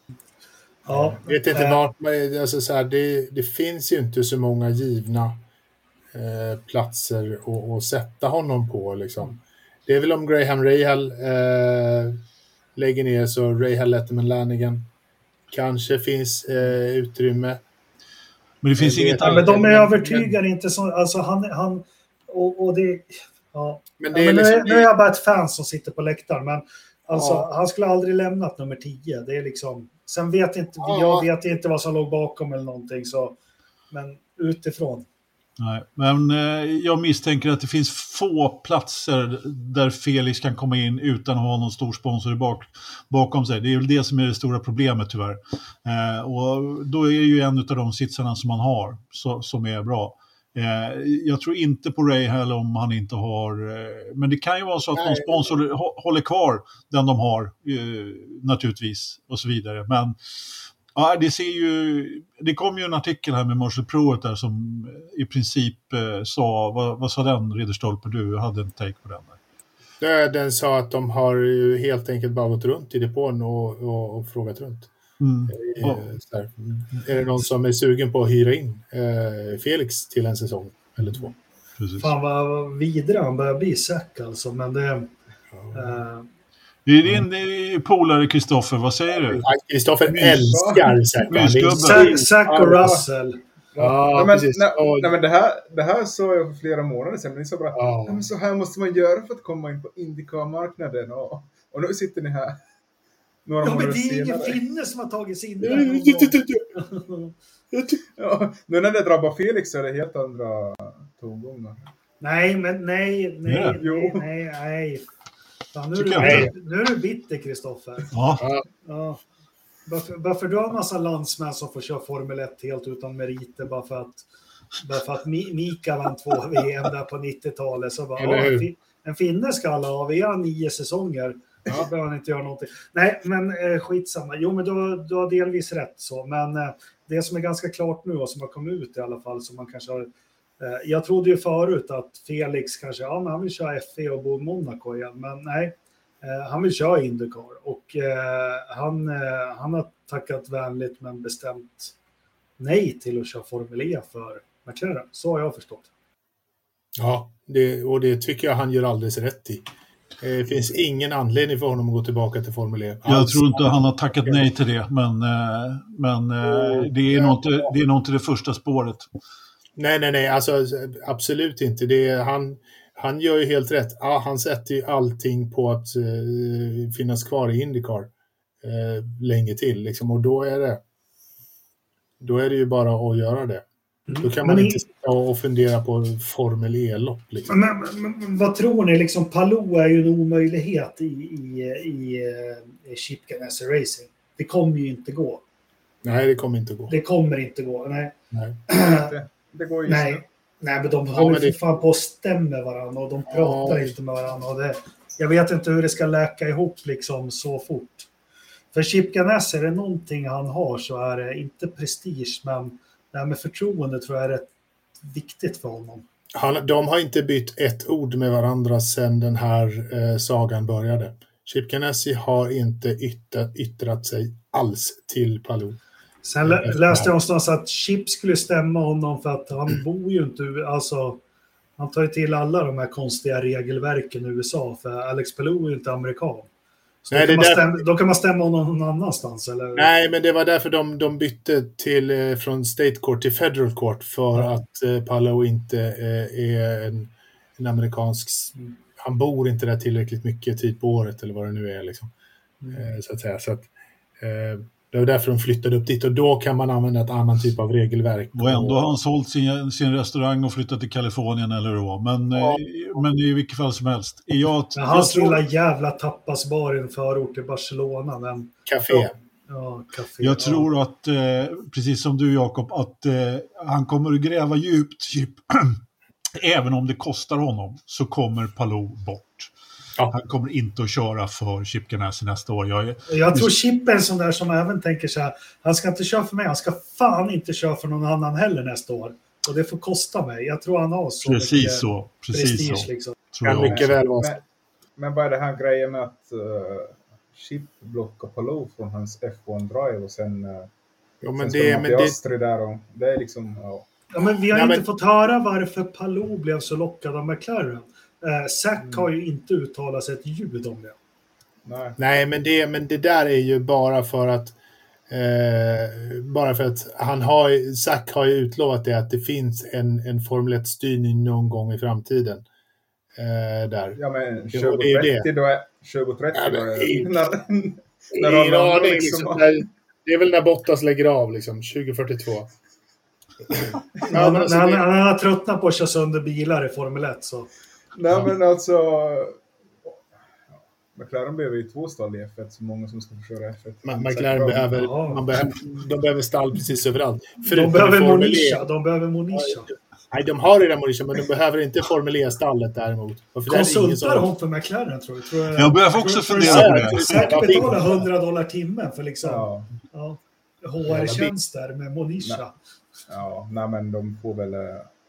Ja, jag vet inte vart, alltså så här, det, det finns ju inte så många givna eh, platser att, att sätta honom på liksom. Det är väl om Graham Rahal eh, lägger ner, så Rahal, Letterman, Lanigan kanske finns eh, utrymme. Men det finns inget ja, men de är övertygade inte så, alltså han, han och, och det ja. Men, det är ja, men liksom, nu, är, nu är jag bara ett fan som sitter på läktaren, men alltså ja. Han skulle aldrig lämnat nummer tio. Det är liksom, sen vet inte ja. Jag vet inte vad som låg bakom eller någonting, så men utifrån. Nej, men eh, jag misstänker att det finns få platser där Felix kan komma in utan att ha någon stor sponsor bak, bakom sig. Det är väl det som är det stora problemet tyvärr. Eh, och då är det ju en av de sitsarna som man har så, som är bra. Eh, jag tror inte på Rahal om han inte har... Eh, men det kan ju vara så att någon sponsor håller kvar den de har eh, naturligtvis och så vidare. Men ja, det ser ju, det kom ju en artikel här med Marshall Pruett där som i princip eh, sa, vad, vad sa den Ridderstolpe, du hade en take på den där? Den sa att de har ju helt enkelt bara gått runt i depån och, och, och frågat runt. Mm. Ja. Är, är det någon som är sugen på att hyra in eh, Felix till en säsong eller två? Precis. Fan vad vidare han börjar bli säck alltså, men det... Ja. Eh, Det är din mm. polare Kristoffer, vad säger du? Kristoffer älskar Zack. Zack och Russell. Ja, ja, men, nej, nej, men det här, det här såg jag för flera månader sedan, men ni sa bara, ja. Men så här måste man göra för att komma in på Indycar-marknaden, och, och nu sitter ni här. Några ja, men det är ingen finne som har tagit sig in där. Ja, nu när det drabbar Felix så är det helt andra tongångar. Nej, men nej, nej, ja. nej, nej, nej. Fan, nu, är du, nu är du bitter, Kristoffer. Ja. Ja. Varför, varför du har en massa landsmän som får köra Formel ett helt utan meriter bara för att, bara för att Mika vann två V M där på nittiotalet. Så bara, ja, en finne ska alla ha. Vi har nio säsonger. Ja. Så behöver han inte göra någonting. Nej, men eh, skitsamma. Jo, men du, du har delvis rätt så. Men eh, det som är ganska klart nu och som har kommit ut i alla fall, som man kanske har... Eh, jag trodde ju förut att Felix kanske, ja, men han vill köra F E och bo i Monaco igen. Men nej, eh, han vill köra Indycar. Och eh, han, eh, han har tackat vänligt men bestämt nej till att köra Formel E för McLaren. Så har jag förstått. Ja, det, och det tycker jag han gör alldeles rätt i. Det finns ingen anledning för honom att gå tillbaka till Formel E. Jag alltså, tror inte han har tackat nej till det, men, men det, är nog inte, det är nog inte det första spåret. Nej, nej, nej, alltså absolut inte. Det är, han, han gör ju helt rätt. Ja, han sätter ju allting på att uh, finnas kvar i IndyCar uh, länge till. Liksom, och då är det då är det ju bara att göra det. Då kan Men man i- inte sitta och fundera på Formel E-lopp. Liksom. Men, men, men vad tror ni? Liksom, Palou är ju en omöjlighet i, i, i, i Chip Ganassi Racing. Det kommer ju inte gå. Nej, det kommer inte gå. Det kommer inte gå. Nej, Nej. Det, det går ju just nu. nej, nej men de håller men för det- fan på att stämma varandra och de pratar Ja. inte med varandra. Och det, jag vet inte hur det ska läka ihop liksom så fort. För Chip Ganassi, är det någonting han har så är det inte prestige, men det här med förtroende tror jag är rätt viktigt för honom. Han, de har inte bytt ett ord med varandra sedan den här eh, sagan började. Chip Ganassi har inte yttrat, yttrat sig alls till Palou. Sen lä- läste jag någonstans att Chip skulle stämma honom för att han bor ju inte, alltså han tar ju till alla de här konstiga regelverken i U S A, för Alex Palou är ju inte amerikan. Så Nej, då, kan det man är stämma, då kan man stämma honom någon annanstans, eller? Nej, men det var därför de, de bytte till, eh, från State Court till Federal Court, för Ja. att eh, Palou inte eh, är en, en amerikansk... Mm. Han bor inte där tillräckligt mycket tid på året, eller vad det nu är. Liksom. Mm. Eh, så att säga. Så att, eh, det var därför de flyttade upp dit, och då kan man använda ett annan typ av regelverk. Och ändå har han sålt sin, sin restaurang och flyttat till Kalifornien eller vad. Men, Ja. eh, men i vilket fall som helst. Jag, Men jag hans tror- lilla jävla tapasbar i en förort i Barcelona, men Café. ja, café. Jag ja. tror att, eh, precis som du Jakob, att eh, han kommer att gräva djupt, Chip. Även om det kostar honom så kommer Palou bort. Ja. Han kommer inte att köra för Chip Ganassi nästa år. Jag är, Jag tror Chip är en sån där som även tänker så här, han ska inte köra för mig, han ska fan inte köra för någon annan heller nästa år. Och det får kosta mig. Jag tror han har så precis mycket så. Precis prestige så. liksom. Tror Kan jag mycket också. väl vara så. Men, men vad är det här grejen med att uh, Chip blockar Palou från hans F ett Drive och sen, uh, Jo, sen men ska det, man men till det, Astrid där och det är liksom, ja. Ja, men vi har Nej, inte men- fått höra varför Palou blev så lockad av McLaren. Eh, Zack Mm. har ju inte uttalat sig ett ljud om det. Nej. nej, men det, men det där är ju bara för att eh, bara för att han har, Zack har ju utlovat det, att det finns en, en Formel ett-styrning någon gång i framtiden. Eh, där. Ja men Jo, det är tjugo trettio då är tjugo trettio Ja, då men är i- när, när Ingen Ronaldo aning, liksom- liksom, när, det är väl när Bottas lägger av, liksom, tjugo fyrtiotvå. Ja, men när, alltså, när, det- när han har tröttnat på att köra sönder bilar i Formel ett så... Nej men alltså McLaren behöver ju två stall i F ett, så många som ska få köra F ett. Man, McLaren behöver, Ja. man behöver, de behöver stall precis överallt. De Förutom behöver i Formel Monisha, E. de behöver Monisha. Nej, de har redan Monisha, men de behöver inte Formel E-stallet däremot. För där är ingen Konsultar som- hon för McLaren tror jag. Tror jag Jag börjar också tror- fundera tror- på det. Säkert betala hundra dollar timmen för liksom Ja, ja, H R-tjänster med Monisha. ja, nej men de får väl eh,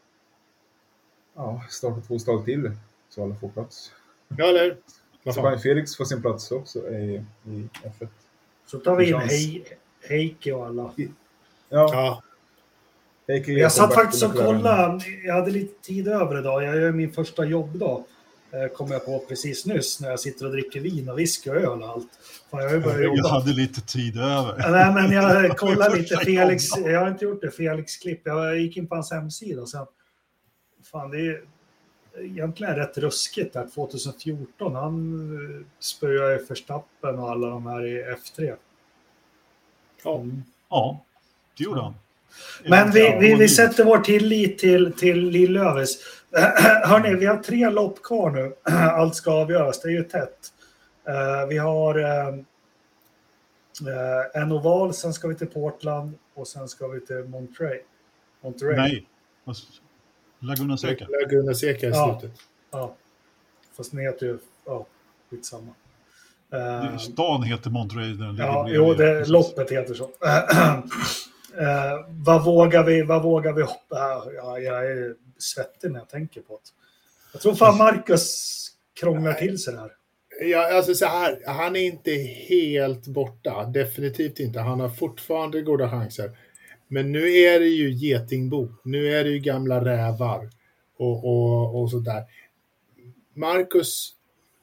ja, starta två stall till så alla får plats. Ja, eller? Vad Så fan? kan Felix få sin plats också i, i F ett. Så tar vi in Chans. Hei- Heike och alla. Ja, Ja, Heikki Jag satt Leopold faktiskt och McLaren. kollade, jag hade lite tid över idag. Jag gör min första jobbdag. Eh, Kom jag på precis nyss när jag sitter och dricker vin och whisky och öl och allt. Fan, jag har ju börjat Jag jobba. hade lite tid över. Nej, men jag kollade lite Första Felix, jobbdagen. jag har inte gjort det, Felix klipp. Jag gick in på hans hemsida och sen, fan det är egentligen rätt ruskigt där, tjugohundrafjorton. Han spöade ju Verstappen och alla de här i F tre. ja. Ja, det gjorde han. Men vi, Ja, vi, vi och- sätter vår tillit till, till Lillövis. Hörrni, vi har tre lopp kvar nu. Allt ska avgöras, det är ju tätt. Eh, vi har eh, eh, en oval, sen ska vi till Portland och sen ska vi till Monterey. Monterey. Nej. Laguna Seca. Laguna Seca i Ja. slutet. Ja. Fast den heter ju, ja, skitsamma. Eh, Stan heter Monterey. Den ligger Ja, bredvid. jo, det, Precis. loppet heter så. eh, vad vågar vi, vad vågar vi hoppa? Ja, jag är svettig när jag tänker på det. Jag tror fan Marcus krånglar till sig där. Ja, alltså så här, han är inte helt borta. Definitivt inte. Han har fortfarande goda chanser. Men nu är det ju getingbo. Nu är det ju gamla rävar. Och, och, och sådär. Marcus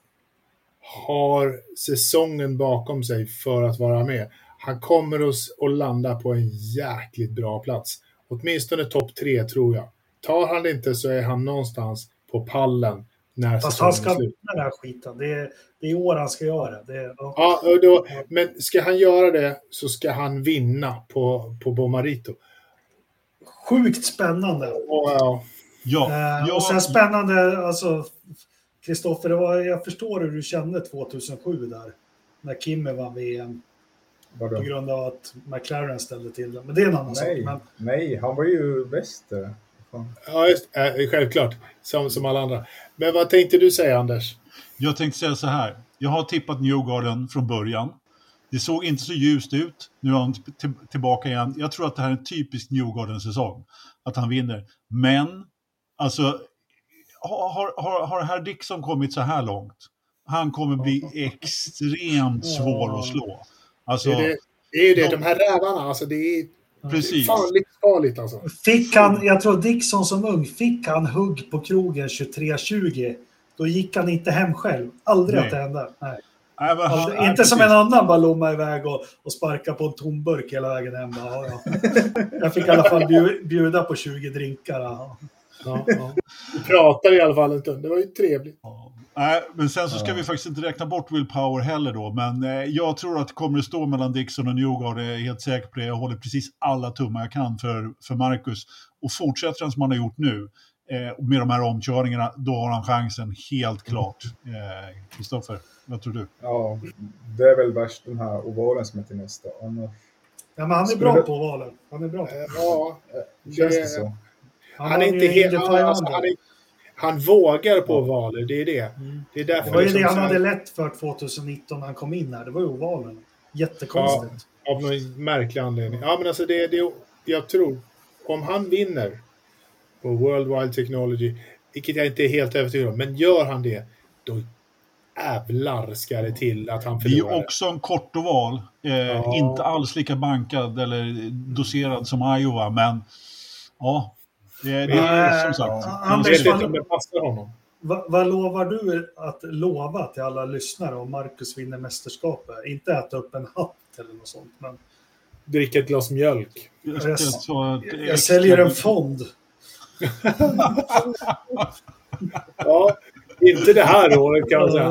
har säsongen bakom sig för att vara med. Han kommer att, att landa på en jäkligt bra plats. Åtminstone topp tre tror jag. Tar han det inte så är han någonstans på pallen när Fast han säsongen ska är slut. vinna den här skiten. Det är, det är i år han ska göra det. Är, ja. Ja, och då, men ska han göra det så ska han vinna på, på Bomarito. Sjukt spännande. Wow. Ja, Eh, ja, och sen spännande, alltså Kristoffer, det var, jag förstår hur du kände tjugohundrasju där, när Kimme vann V M. Vadå? På grund av att McLaren ställde till det. Men det är en annan Nej, sak. Men... nej, han var ju bäst. Fan. Ja, just, äh, självklart. Som, som alla andra. Men vad tänkte du säga, Anders? Jag tänkte säga så här. Jag har tippat Newgarden från början. Det såg inte så ljust ut. Nu är han t- t- tillbaka igen. Jag tror att det här är en typisk Newgarden-säsong. Att han vinner. Men, alltså, har, har, har herr Dixon kommit så här långt? Han kommer bli extremt svår att slå. Alltså, det är det, det, är det. De här rävarna, alltså det är, precis. Det är farligt, farligt alltså. Fick han, jag tror Dixon som ung, fick han hugg på krogen tjugotre tjugo, då gick han inte hem själv. Aldrig Nej. att det hände. Nej. Nej, men han, Aldrig, nej, inte som precis. en annan bara lomma iväg och, och sparka på en tom burk hela vägen hem. Ja, ja. Jag fick i alla fall bju, bjuda på tjugo drinkar. Ja. Ja, ja. Vi pratade i alla fall en stund. Det var ju trevligt. Ja. Nej, men sen så ska Ja. vi faktiskt inte räkna bort Will Power heller då. Men eh, jag tror att det kommer att stå mellan Dixon och Newgarden. Jag är helt säker på det. Jag håller precis alla tummar jag kan för, för Marcus. Och fortsätter han som han har gjort nu eh, med de här omkörningarna, då har han chansen helt klart. Kristoffer, eh, vad tror du? Ja, det är väl värst den här ovalen som är till nästa. Annars Ja, men han är Skulle bra det- på valen. Han är bra på. Ja, känns det, det så. Han, han är vann inte ju helt... Indy Alltså, five han, hundred. är, han vågar på valer, det är det. Mm. Det är därför Det var ju liksom det han så här- hade lätt för tjugonitton när han kom in här. Det var ju ovalen. Jättekonstigt. Av någon märklig anledning. Ja, men alltså det, det, jag tror, om han vinner på World Wide Technology, vilket jag inte är helt övertygad om, men gör han det, då jävlar ska det till att han Det är ju förlorar. också en kort oval. Eh, Ja. Inte alls lika bankad eller doserad som Iowa, men ja, det är, det är som sagt. Ja. Jag Anders, vet inte vad, om det passar honom. vad, vad lovar du att lova till alla lyssnare om Marcus vinner mästerskapet? Inte äta upp en hatt eller något sånt, men Dricka ett glas mjölk. Jag, ska Jag- ta ett jag extra- säljer en fond. Ja, inte det här året kan man säga.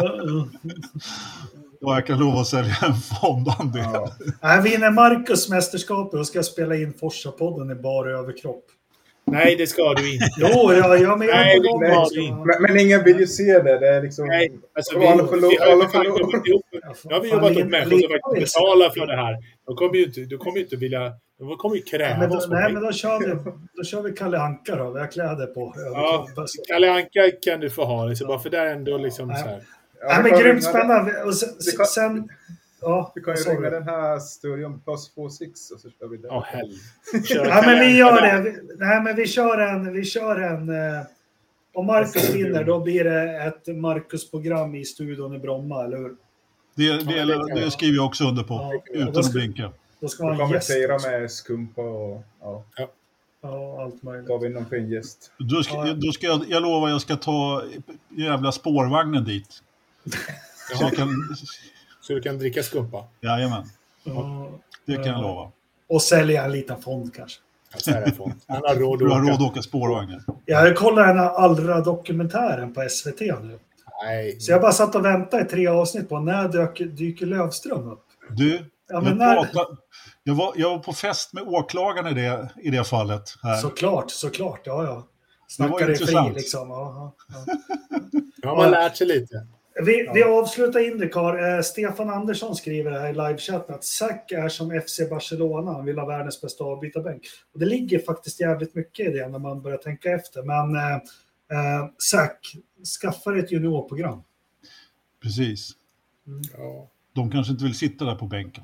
Ja, jag kan lova att sälja en fondandel. Ja. Nej, vinner Marcus mästerskapet och ska jag spela in Forsa-podden i bara överkropp. Nej, det ska du inte. Jo, ja, ja, men jag Nej, är på det gång. var också. det inte. Men, men ingen vill ju se det. Det är liksom... Nej, alltså Och vi, alla vi, förlor- vi har ju alla för fan förlor- jobbat ihop. Ja, Nu har vi fan, jobbat Lin- upp människor som Lin- faktiskt betalar för det här. De kommer ju inte, de kommer ju inte vilja... De kommer ju Ja, kräva men då, oss på nej, pengar. men då kör vi, då kör vi Kalle Anka då. Vi har kläder på. Ja, överkropp. Kalle Anka kan du få ha det, så bara för där är ändå liksom Nej. så här. Ja, Nej, vi men kan grymt ringa- spännande. Och sen, Vi kan- sen ja, Vi kan ju vad sa ringa du? den här studion plus två sex och så kör vi det. Ja, helvete. Kör Ja, Kalle men vi Anka gör där. det. Vi- Nej, men vi kör en... Vi kör en eh, om Marcus vinner, då blir det ett Marcus-program i studion i Bromma, eller hur? Det, det, det skriver jag också under på, Ja, utan då att ska- blinka. Då ska Vi man ha en kommer gäst fira också. med skumpa och ja, Ja, allt möjligt. tar vi någon fin gäst. Då ska, Ja. då ska jag, jag lovar jag ska ta jävla spårvagnen dit. Så jag kan, Så du kan dricka skumpa. jajamän, Ja, det kan jag lova. och sälja en liten fond kanske. Ja, så är det fått. Han har råd Du har att råd åka. att åka spårvagnar. Jag kollar den här Allra-dokumentären på S V T nu. Nej. Så jag bara satt och väntade i tre avsnitt på när dök, dyker Lövström upp. Du, Ja, men jag, när- pratade, jag, var, jag var på fest med åklagaren i det, i det fallet. Här. Såklart, såklart. Ja, ja. Det var Snackar dig fri intressant. liksom. Ja, ja. Nu har man lärt sig lite. Vi, vi avslutar Indycar. Eh, Stefan Andersson skriver här i livechatten att Zack är som F C Barcelona. Han vill ha världens bästa avbytarbänk. Och det ligger faktiskt jävligt mycket i det när man börjar tänka efter. Men eh, eh, Zack, skaffa dig ett juniorprogram. Precis. Ja. De kanske inte vill sitta där på bänken.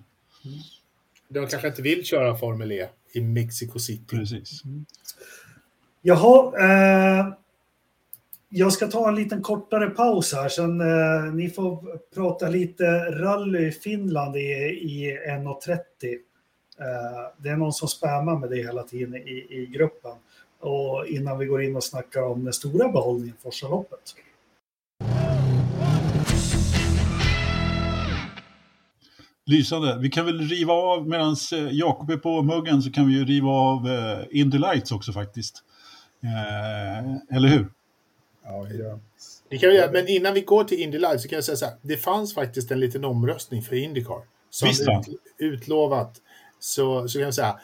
De kanske inte vill köra Formel E i Mexico City. Precis. Jaha, eh, jag ska ta en liten kortare paus här. Sen eh, ni får prata lite rally i Finland i, i en trettio. Eh, det är någon som spammar med det hela tiden i, i gruppen. Och innan vi går in och snackar om den stora behållningen Forsaloppet. Lysande. Vi kan väl riva av, medan Jakob är på muggen så kan vi ju riva av eh, Indy Lights också faktiskt. Eh, eller hur? Ja, ja. Det kan vi göra, men innan vi går till Indy Live så kan jag säga så här. Det fanns faktiskt en liten omröstning för Indycar. Som Visst, va? ut, utlovat. Så, så kan jag säga.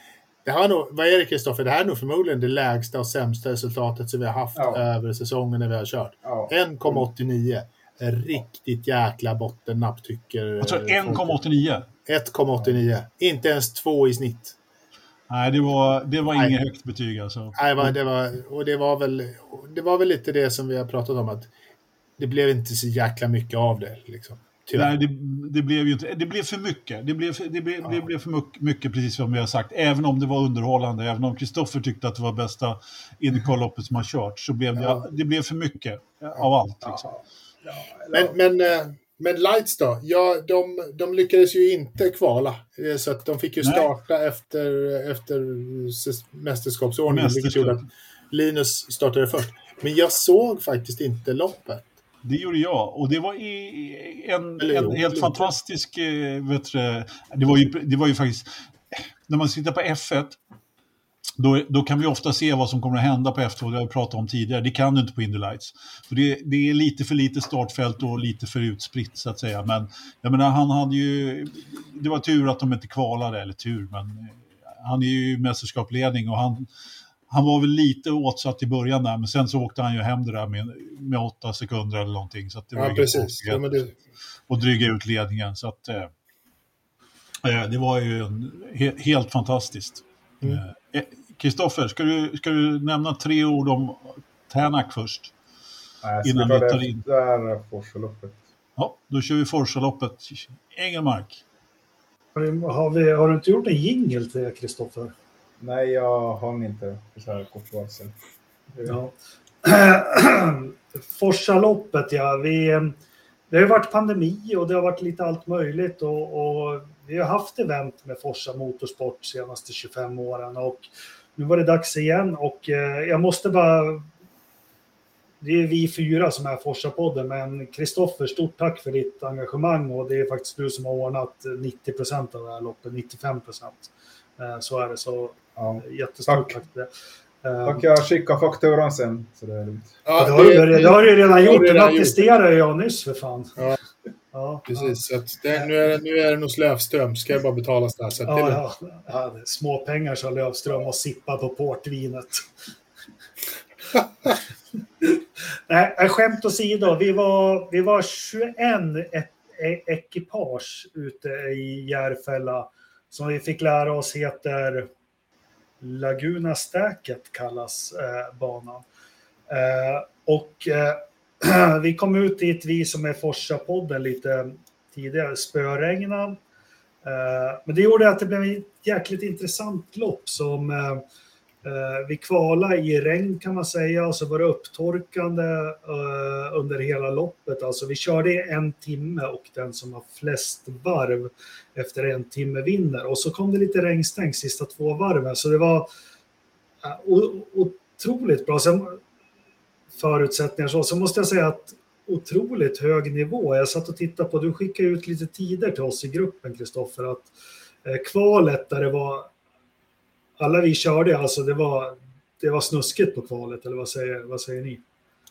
Det här nog, vad är det Kristoffer? Det här är nog förmodligen det lägsta och sämsta resultatet som vi har haft Ja. över säsongen när vi har kört. Ja. en komma åttionio. Riktigt jäkla bottennapp tycker Jag tror en komma åttionio. ett komma åttionio. Inte ens två i snitt. Nej, det var, det var Nej. inget högt betyg alltså. Nej, va, det var, och det var, väl, det var väl lite det som vi har pratat om. Att det blev inte så jäkla mycket av det. Liksom. Tyvärr. Nej, det, det blev ju inte, det blev för mycket. Det blev, det blev, Ja. det blev för mycket, mycket, precis som vi har sagt. Även om det var underhållande, även om Kristoffer tyckte att det var bästa Indycar-loppet som har kört, så blev det, Ja. det blev för mycket av allt. Liksom. Ja. Ja, eller- Men, men, eh, men Lights då? Ja, de, de lyckades ju inte kvala. Eh, Så att de fick ju Nej. starta efter, efter ses- mästerskapsordningen. Vilket Mästerskap. gjorde att Linus startade först. Men jag såg faktiskt inte loppet. Det gjorde jag, och det var i en, Eller en jo, helt lite. fantastisk, eh, vet du, det var ju, det var ju faktiskt, när man sitter på F ett, då, då kan vi ofta se vad som kommer att hända på F två, det har vi pratat om tidigare, det kan du inte på Indy Lights. För det, det är lite för lite startfält och lite för utspritt så att säga, men jag menar, han hade ju, det var tur att de inte kvalade, eller tur, men eh, han är ju mästerskapsledning och han Han var väl lite åtsatt i början där, men sen så åkte han ju hem det där med, med åtta sekunder eller någonting. Så att det var Ja, ju precis. Ja, men det, och dryga ut ledningen. Så att eh, eh, det var ju en, he, helt fantastiskt. Kristoffer, mm. ska, du, ska du nämna tre ord om Tänak först? Nej, innan vi vi tar det in. där Forsaloppet. Ja, då kör vi Forsaloppet. Engelmark. Har, vi, har du inte gjort en jingle till det, Kristoffer? Nej, jag har inte för så här kort varsel. Ja. Forsaloppet, ja. Vi, det har ju varit pandemi och det har varit lite allt möjligt. Och, och vi har haft event med Forsa Motorsport de senaste tjugofem åren. Och nu var det dags igen. Och eh, jag måste bara... Det är vi fyra som är Forsa-podden, men Kristoffer, stort tack för ditt engagemang. Och det är faktiskt du som har ordnat nittio procent av det här loppet, nittiofem procent. Eh, så är det, så Ja. jättestort Tack. tack för det. Tack, jag skickar fakturan sen. Så det är lugnt. ja, det, har du, det, det har du redan det har gjort, du det redan attesterade jag nyss för fan. Ja. Ja, precis. Så att det, nu, är det, nu är det nog Lövström. Ska jag bara betalas där. Så att det är Ja, lugnt. ja, ja, det är små pengar sa Lövström och sippa på portvinet. Nej, skämt åsido, vi var, vi var tjugoen e- e- ekipage ute i Järfälla som vi fick lära oss heter Laguna Stacket kallas eh, banan. Eh, och eh, vi kom ut dit, vi som är Forsa-podden lite tidigare, spöregnad. Eh, men det gjorde att det blev ett jäkligt intressant lopp som eh, eh, vi kvalade i regn kan man säga, och så var det upptorkande eh, under hela loppet. Alltså vi körde i en timme och den som har flest varv efter en timme vinner. Och så kom det lite regnstänk sista två varven, så det var eh, o- otroligt bra. Sen, förutsättningar så, så måste jag säga att otroligt hög nivå. Jag satt och tittade på, du skickade ut lite tider till oss i gruppen, Kristoffer, att eh, kvalet där det var alla vi körde, alltså det var det var snuskigt på kvalet, eller vad säger, vad säger ni?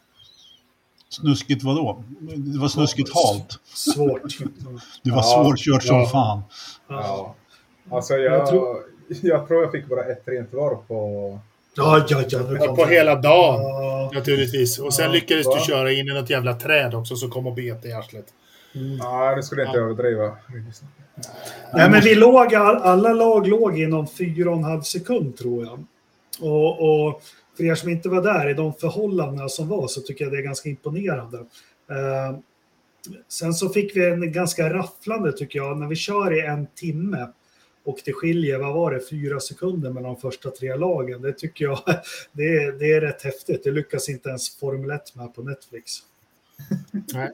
Snuskigt vadå? Det var snuskigt halt. Svårt. Det var Ja, svårkört som ja. fan. Ja. Alltså jag, Jag jag, tror- tror... jag tror jag fick bara ett rent varv på... Ja, ja, ja. Nu Ja, kom på det. hela dagen. Ja, Naturligtvis. Och sen Ja, lyckades va? du köra in i något jävla träd också som kom och bet i arslet. mm. Nej, det skulle jag inte Ja. överdriva. Nej, men vi låg, all- alla lag låg inom fyra och en halv sekund tror jag. Och, och för er som inte var där i de förhållandena som var, så tycker jag det är ganska imponerande. Eh, sen så fick vi en ganska rafflande tycker jag, när vi kör i en timme och det skiljer, vad var det, fyra sekunder mellan de första tre lagen. Det tycker jag, det är, det är rätt häftigt. Det lyckas inte ens Formel ett med på Netflix. Nej.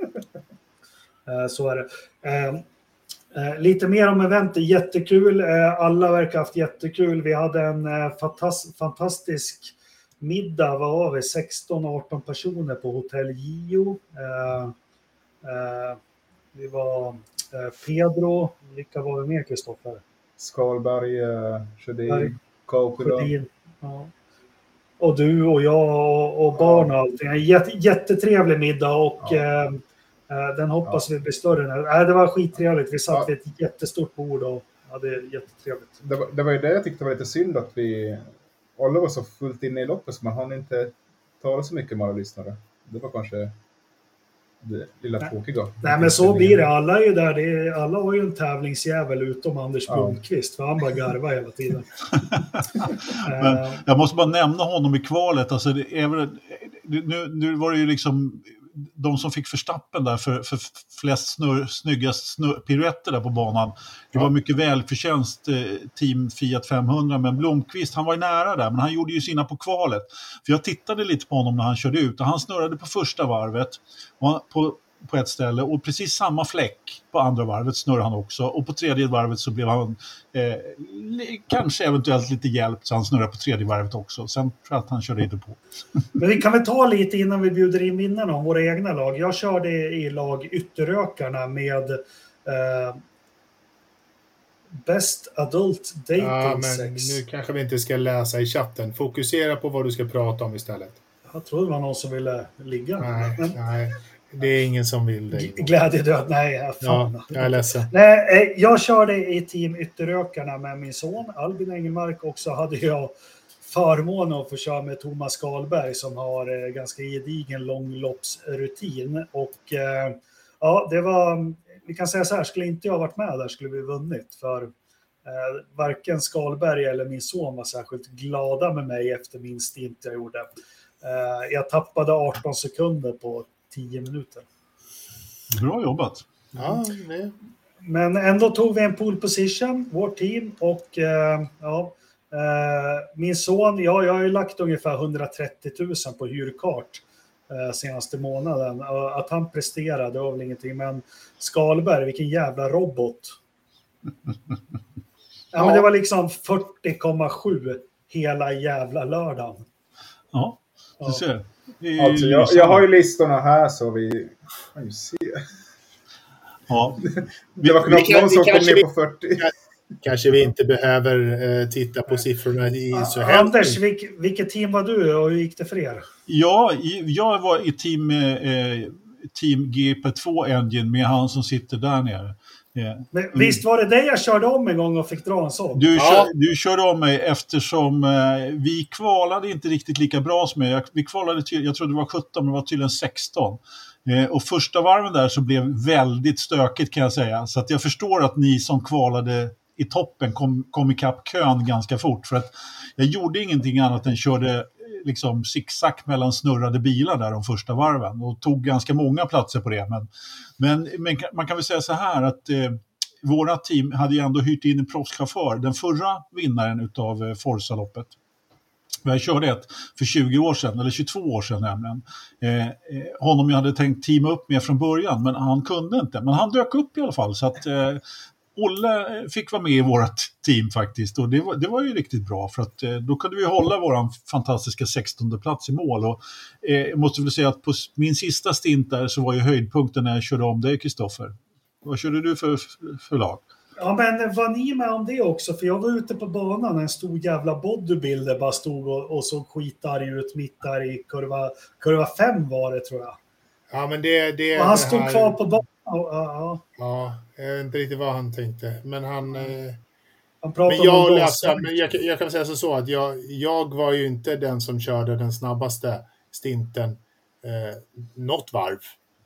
Eh, så är det. Eh, Eh, lite mer om eventet, jättekul. Eh, alla verkar haft jättekul. Vi hade en eh, fantas- fantastisk middag, vad var vi? sexton arton personer på Hotell Gio. Eh, eh, vi var eh, Pedro, vilka var vi med, Kristoffer? Skalberg, uh, Berg. Sjödin, Kaupila. Sjödin, ja. Och du och jag och, och barn och allting. En jätte, jättetrevlig middag och Ja. eh, den hoppas vi blir större. Nej, det var skittrevligt. Vi satt Ja. vid ett jättestort bord och ja, det är jättetrevligt. Det var, det var ju det jag tyckte var lite synd att vi alla var så fullt inne i loppet så man hann inte tala så mycket med alla lyssnare. Det var kanske det lilla Nej. tråkiga. Nej, men så blir det. Alla är ju där. Det är, alla har ju en tävlingsjävel utom Anders Ja. Blomqvist, för han bara garvar hela tiden. Men Eh, jag måste bara nämna honom i kvalet. Alltså, det är väl, nu, nu var det ju liksom de som fick Verstappen där för, för flest snurr, snygga snurr, piruetter där på banan. Det var mycket välförtjänst eh, team Fiat femhundra, men Blomqvist, han var ju nära där, men han gjorde ju sina på kvalet. För jag tittade lite på honom när han körde ut och han snurrade på första varvet och han, på, på ett ställe och precis samma fläck på andra varvet snurrade han också och på tredje varvet så blev han eh, kanske eventuellt lite hjälpt så han snurrade på tredje varvet också. Sen tror jag att han körde inte på. Men vi kan väl ta lite innan vi bjuder in vinnarna om våra egna lag. Jag körde i lag Ytterökarna med eh, Best Adult Dating Ja, men Sex. nu kanske vi inte ska läsa i chatten. Fokusera på vad du ska prata om istället. Jag tror det var någon som ville ligga. Nej, Men, nej. Det är ingen som vill det. glädjedöd, nej. Fan. Ja, jag är ledsen. Nej, eh, jag körde i team Ytterökarna med min son Albin Engelmark och så hade jag förmånen att få köra med Thomas Skalberg som har eh, ganska gedigen långloppsrutin och eh, ja, det var, vi kan säga så här, skulle inte jag varit med där skulle vi vunnit för eh, varken Skalberg eller min son var särskilt glada med mig efter min stint jag gjorde. Eh, jag tappade arton sekunder på tio minuter. Bra jobbat. Ja, det. Men ändå tog vi en pole position, vårt team, och eh, ja, eh, min son, ja, jag har ju lagt ungefär hundratrettio tusen på hyrkart eh, senaste månaden. Och att han presterade var väl ingenting, men Skalberg, vilken jävla robot. Ja, men det var liksom fyrtio komma sju hela jävla lördagen. Ja, du ser. Det är Alltså, jag, jag har ju listorna här så vi kan ju se. Ja. Det var knappt kan- någon vi som kom kanske ner vi- på fyrtio. Kanske vi inte behöver eh, titta på siffrorna i så här. Anders, vilk, vilket team var du och hur gick det för er? Ja, i- jag var i team, eh, team G P två Engine med han som sitter där nere. Eh, Men, visst var det det jag körde om en gång och fick dra en sån? Du, Ja. kör, du körde om mig eftersom eh, vi kvalade inte riktigt lika bra som mig. Jag, vi kvalade till, jag trodde det var sjutton, men det var tydligen sexton. Eh, och första varven där så blev väldigt stökigt kan jag säga. Så att jag förstår att ni som kvalade i toppen kom, kom ikapp kön ganska fort. För att jag gjorde ingenting annat än körde eh, liksom zigzag mellan snurrade bilar där de första varven. Och tog ganska många platser på det. Men, men, men man kan väl säga så här att... Eh, våra team hade ju ändå hyrt in en proffschaufför, den förra vinnaren utav Forza-loppet. Jag körde ett för tjugo år sedan, eller tjugotvå år sedan nämligen. Eh, eh, honom jag hade tänkt teama upp med från början, men han kunde inte. Men han dök upp i alla fall, så att eh, Olle fick vara med i vårt team faktiskt. Och det var, det var ju riktigt bra, för att eh, då kunde vi hålla våran fantastiska sextonde plats i mål. Och eh, jag måste väl säga att på min sista stint där så var ju höjdpunkten när jag körde om dig, Kristoffer. Vad körde du för, för lag? Ja, men var ni med om det också? För jag var ute på banan, en stor jävla bodybuilder bara stod och, och såg skitarg ut mitt där i kurva, kurva fem var det, tror jag. Ja, men det, det Och han det stod här- kvar på banan. Ja, ja. Ja, jag vet inte riktigt vad han tänkte. Men han... Eh, Han pratade men jag, om läste, men jag, jag kan säga så, så att jag, jag var ju inte den som körde den snabbaste stinten eh, något varv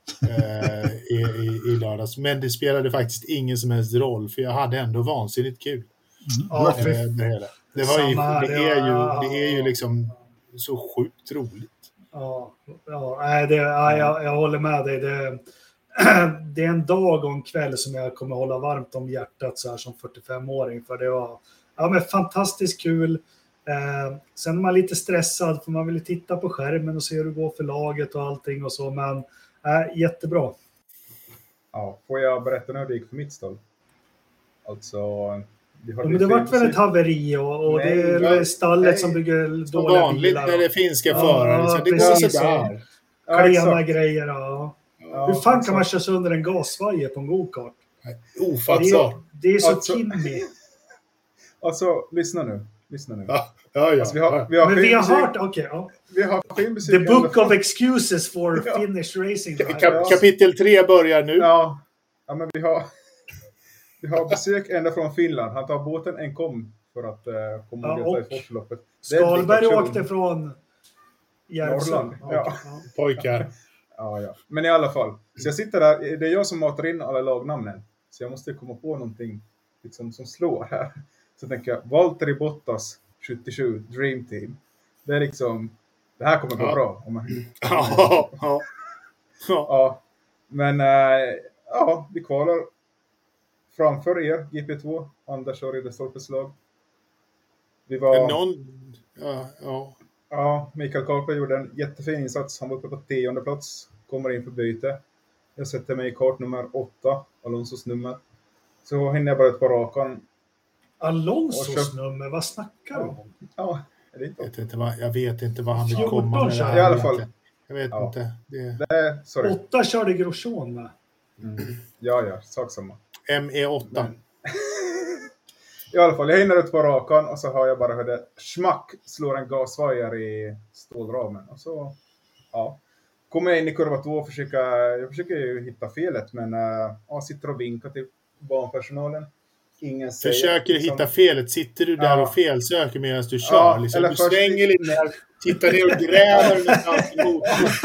eh, i, i, i lördags. Men det spelade faktiskt ingen som helst roll, för jag hade ändå vansinnigt kul. Ja, Eh, för, det, hela. det, var ju, Samma här, det, är ju, ja. det är ju liksom så sjukt roligt. ja, ja, nej, det, ja, jag, jag håller med dig. Det, det är en dag och en kväll som jag kommer hålla varmt om hjärtat så här som fyrtiofem-åring. För det var ja, men fantastiskt kul. Eh, sen är man lite stressad för man vill titta på skärmen och se hur det går för laget och allting och så. Men eh, jättebra. Ja, får jag berätta hur det gick för mitt stall? Alltså... Vi har Ja, men det vart väl ett haveri och, och Nej, det är ja, stallet nej. som bygger Som dåliga vanligt bilar. när det är finska Ja, förare. Så det går precis sådär. Ja, Klena exakt. grejer. Ja. Ja, Hur fan kan exakt. man köra sönder en gasvajer på en go-kart? Det Ofattbart. är, det är så Alltså- Kimmy. Alltså, lyssna nu. Lyssna nu. Ja, ja, ja. Alltså, vi har, vi har Men vi har skivmusik- hört, okej, ja. Vi har skivmusik The i alla book fall. of excuses for Finnish racing. Kap- kapitel tre börjar nu. Ja, ja, men vi har... vi har besök ända från Finland. Han tar båten en kom för att uh, komma Ja, och delta och i Forsloppet. Skalberg åkte från Järvsö. Norrland. Ja. Ja. Ja. Pojkar. Ja, ja. Men i alla fall. Så jag sitter där. Det är jag som matar in alla lagnamnen. Så jag måste komma på någonting liksom, som slår här. Så tänker jag, Valtteri Bottas sjuttiosju, Dream Team. Det är liksom, det här kommer gå Ja. bra. Om man... Ja, ja. Ja. Ja, men äh, ja, vi kvalar framför er, G P två, Anders och Ridderstolpes lag. Vi var... Någon... Ja, ja. Ja, Mikael Karlberg gjorde en jättefin insats. Han var uppe på tionde plats, kommer in för byte. Jag sätter mig i kart nummer åtta, Alonsos nummer. Så hinner jag bara ut på rakan. Alonsos nummer, vad snackar du Ja, om? ja är det Jag inte? vet inte vad, jag vet inte vad han vill fjorton komma med. Det här. i alla fall. Jag vet Ja. inte. Det Det är, sorry. Åtta körde Grosjean med. Mm. Ja, ja, sak samma. är M E åtta. I alla fall, jag hinner ut på rakan och så har jag bara hur det schmack slår en gasvajer i stålramen. Och så, ja. Kommer jag in i kurva två och försöker, jag försöker ju hitta felet, men äh, jag sitter och vinkar till banpersonalen. Ingen säger, Försöker liksom, hitta felet. Sitter du där Ja. och felsöker medan du kör? Ja, liksom. eller Du först- svänger lite ner, tittar ner och gräver någonstans emot.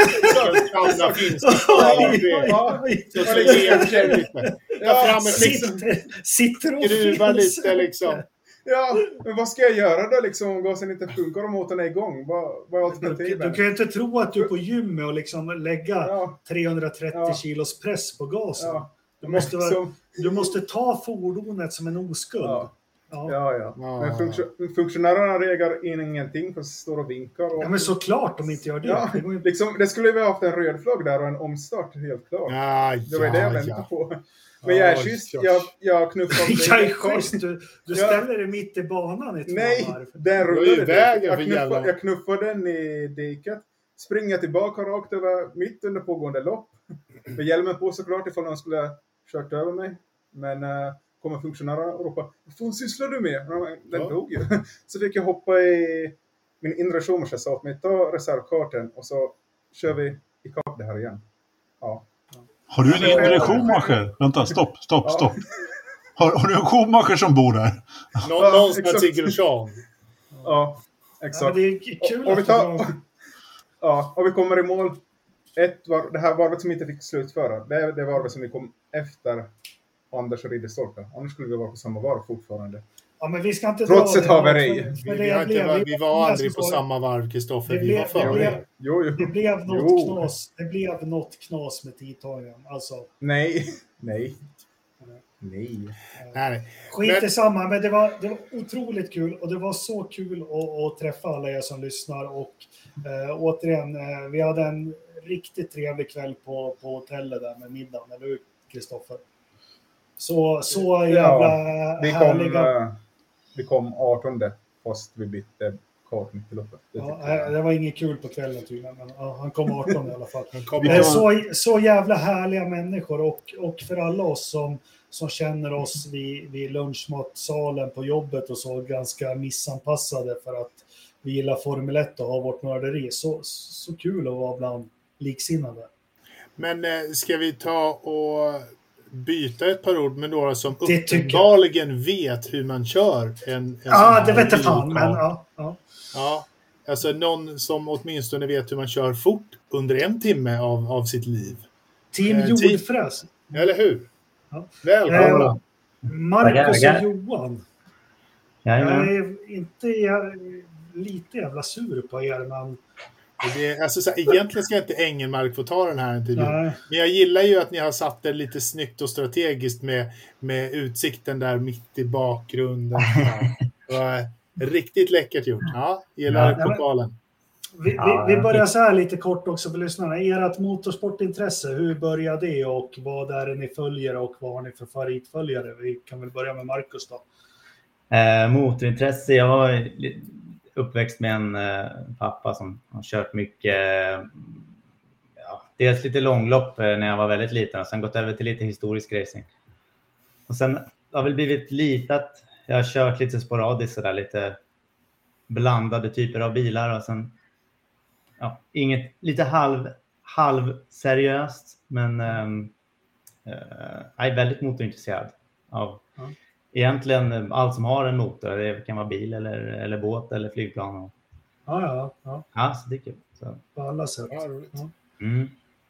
Andra finns det. Ja, Så så ger sig lite. Ta fram ett liksom. Sitter, sitter och Skruva finns. lite liksom. ja, men vad ska jag göra då liksom om gasen inte funkar och motorn är igång? Vad, vad är Du, du alternativet? kan ju inte tro att du är på gymmet och liksom lägga Ja, trehundratrettio Ja. kilos press på gasen. ja. Du, måste, vara- Liksom, du måste ta fordonet som en oskuld. ja. Ja. Ja, ja. Ja. Men funktion- funktionärerna reagerar in ingenting för att står och vinkar. Och, Ja, men såklart de inte gör det. ja, Det går ju- liksom, det skulle ju ha haft en röd flagg där och en omstart, helt klart. Ja, Det var det jag ja, väntade ja. på. Men jag är Ja, schysst, Josh. jag, jag knuffar... Jag är schysst. Du, du Ja. ställer dig mitt i banan i två Nej, varv. den var ju rullade. i vägen Jag för knuffar, jävla- jag knuffar den i diket. Springer tillbaka rakt över mitt under pågående lopp. Med hjälmen på såklart ifall någon skulle ha kört över mig. Men äh, kommer funktionärerna och ropar, vad fan sysslar du med? Den Ja. dog ju. Så fick jag hoppa i min inre showmersa sa åt mig, ta reservkarten och så kör vi i kap det här igen. Ja. Har du en inre Schumacher? Vänta, stopp, stopp, Ja. stopp. Har, har du en Schumacher som bor där? Någon, Ja, någonstans exakt. i Grosjean. Ja, Ja, exakt. men det är kul Och- och vi att tar- du drar- Ja, och vi kommer i mål. Ett var, det här varvet som inte fick slutföra. Det är det varvet som vi kom efter Anders och Ridderstolpe. Annars skulle vi vara på samma varv fortfarande. Ja, men vi ska inte Trots dra ett det. haveri. För- för Vi, det vi, har inte, blev- var- vi var aldrig som på står- samma varv, Kristoffer. Det Vi blev- var det före. blev- Jo, jo. Det blev något Jo. knas. Det blev något knas med tidtagningen. Alltså, Nej, nej, nej. Nej, skit Men- i samma, men det var, det var otroligt kul och det var så kul att, att träffa alla er som lyssnar och eh, återigen, eh, vi hade en riktigt trevlig kväll på, på hotellet där med middagen, eller hur Kristoffer? Så, så jävla Vi kom, härliga. eh, vi kom artonde fast vi bytte kart mitt i loppet. Det Ja, tyckte jag. eh, det var inget kul på kvällen tydligen, men ja, han kom arton i alla fall. han kom Det är igen. så, så jävla härliga människor och, och för alla oss som, som känner oss vid, vid lunchmatsalen på jobbet och så ganska missanpassade för att vi gillar Formel ett och har vårt nörderi. Så, så kul att vara bland liksinnade. Men eh, ska vi ta och byta ett par ord med några som Det tycker jag. uppenbarligen vet hur man kör en, en sån Ja, här det vet jag fan, bilkart? men ja. ja. Ja, alltså någon som åtminstone vet hur man kör fort under en timme av, av sitt liv. Team Eh, ti- Jordfräs. Eller hur? Ja. Välkomna! Eh, Marcus Tackar. och Johan. Jajamän. Jag är inte jä- lite jävla sur på er, men Det, alltså, så här, egentligen ska inte Engelmark få ta den här intervjun. nej. Men jag gillar ju att ni har satt det lite snyggt och strategiskt med, med utsikten där mitt i bakgrunden. Ja. Det var riktigt läckert gjort. Ja, gillar Ja, men- pokalen. Vi, Ja, vi, vi börjar jag- så här lite kort också för lyssnarna. Ert motorsportintresse, hur började det och vad är det ni följer och vad har ni för favoritföljare? Vi kan väl börja med Marcus då. Eh, motorintresse. Jag var li- uppväxt med en eh, pappa som har kört mycket. Eh, ja, dels lite långlopp eh, när jag var väldigt liten och sen gått över till lite historisk racing. Och sen har väl blivit lite att jag har kört lite sporadiskt sådär, lite blandade typer av bilar och sen ja, inget, lite halv, halv seriöst men ehm, eh, jag är väldigt motorintresserad. av Ja. egentligen allt som har en motor. Det kan vara bil eller, eller båt eller flygplan. Ja, ja, ja. Ja, så det är kul. Så. På alla sätt. Ja, roligt. Ja. Mm.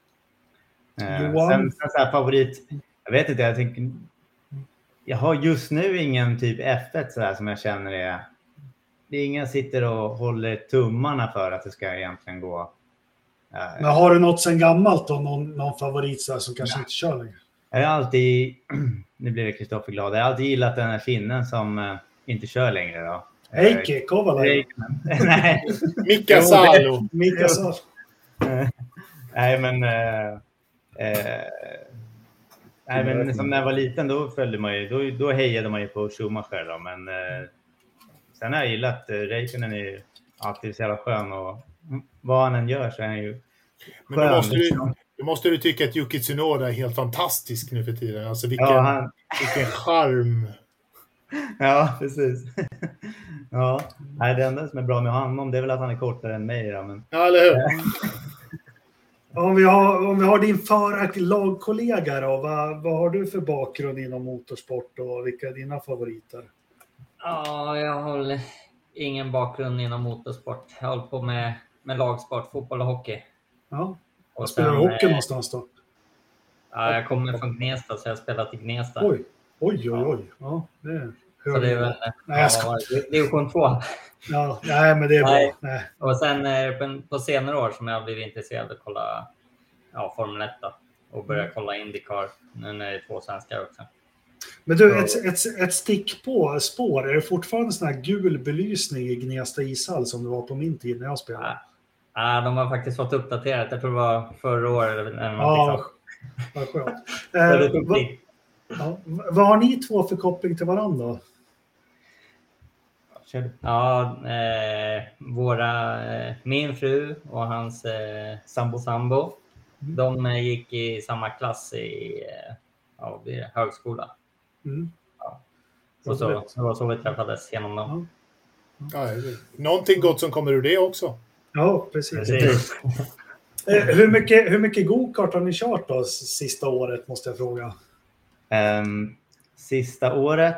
Eh, Johan? sen, sen så här favorit, jag vet inte, jag tänker, jag har just nu ingen typ F ett så här som jag känner är, det är ingen sitter och håller tummarna för att det ska egentligen gå. Eh, Men har du något sen gammalt då? Någon, någon favorit så här, som kanske Ja. inte kör längre? Jag har alltid, nu blir det Kristoffer glad, jag har alltid gillat den här finnen som eh, inte kör längre då. Heikki Kovalainen. Nej. Mika Salo. Mika sa. Nej, men... Eh, eh, nej, men som när jag var liten, då följde man ju... Då, då hejade man ju på Schumacher då, men... Eh, sen har jag gillat... Eh, Räikkönen är ju alltid så jävla skön och... Vad han än gör så är han ju... Men då måste, du, då måste du tycka att Yuki Tsunoda är helt fantastisk nu för tiden. Alltså vilken, Ja, han... vilken charm. Ja, precis. Ja, nej, det enda som är bra med honom, det är väl att han är kortare än mig då, men... Ja, eller hur? Om vi har, om vi har din för- lagkollega då, vad, vad har du för bakgrund inom motorsport och vilka är dina favoriter? Ja, jag har ingen bakgrund inom motorsport. Jag håller på med, med lagsport, fotboll och hockey. Ja. Och Vad spelar du sen, hockey eh, någonstans då? Ja, jag kommer från Gnesta så jag har spelat i Gnesta. Oj, oj, oj, oj. Ja, det är Så det är väl Nej, jag ska... ja, division två. Ja, nej, men det är Nej. bra. Nej. Och sen eh, på, på senare år som jag har blivit intresserad av att kolla ja, Formel ett då, och börja kolla IndyCar. Nu när det är två svenskar också. Men du, ett, ett, ett stick på spår. Är det fortfarande sån här gul belysning i Gnesta ishall som det var på min tid när jag spelade? Ja, ja, de har faktiskt fått uppdaterat. Jag tror det var förra året eller någonting Ja, sånt. vad skönt. Så det Eh, tog vad, tid. ja, vad har ni två för koppling till varandra? Kör du. Ja, eh, våra, eh, min fru och hans eh, sambo, sambo de eh, gick i samma klass i eh, ja, vad blir det, högskola. Mm. Och så, det var så vi träffades genom dem. Ja, någonting gott som kommer ur det också. Ja, precis. Precis. Eh, hur mycket, hur mycket go-kart har ni kört då sista året, måste jag fråga? Um, sista året,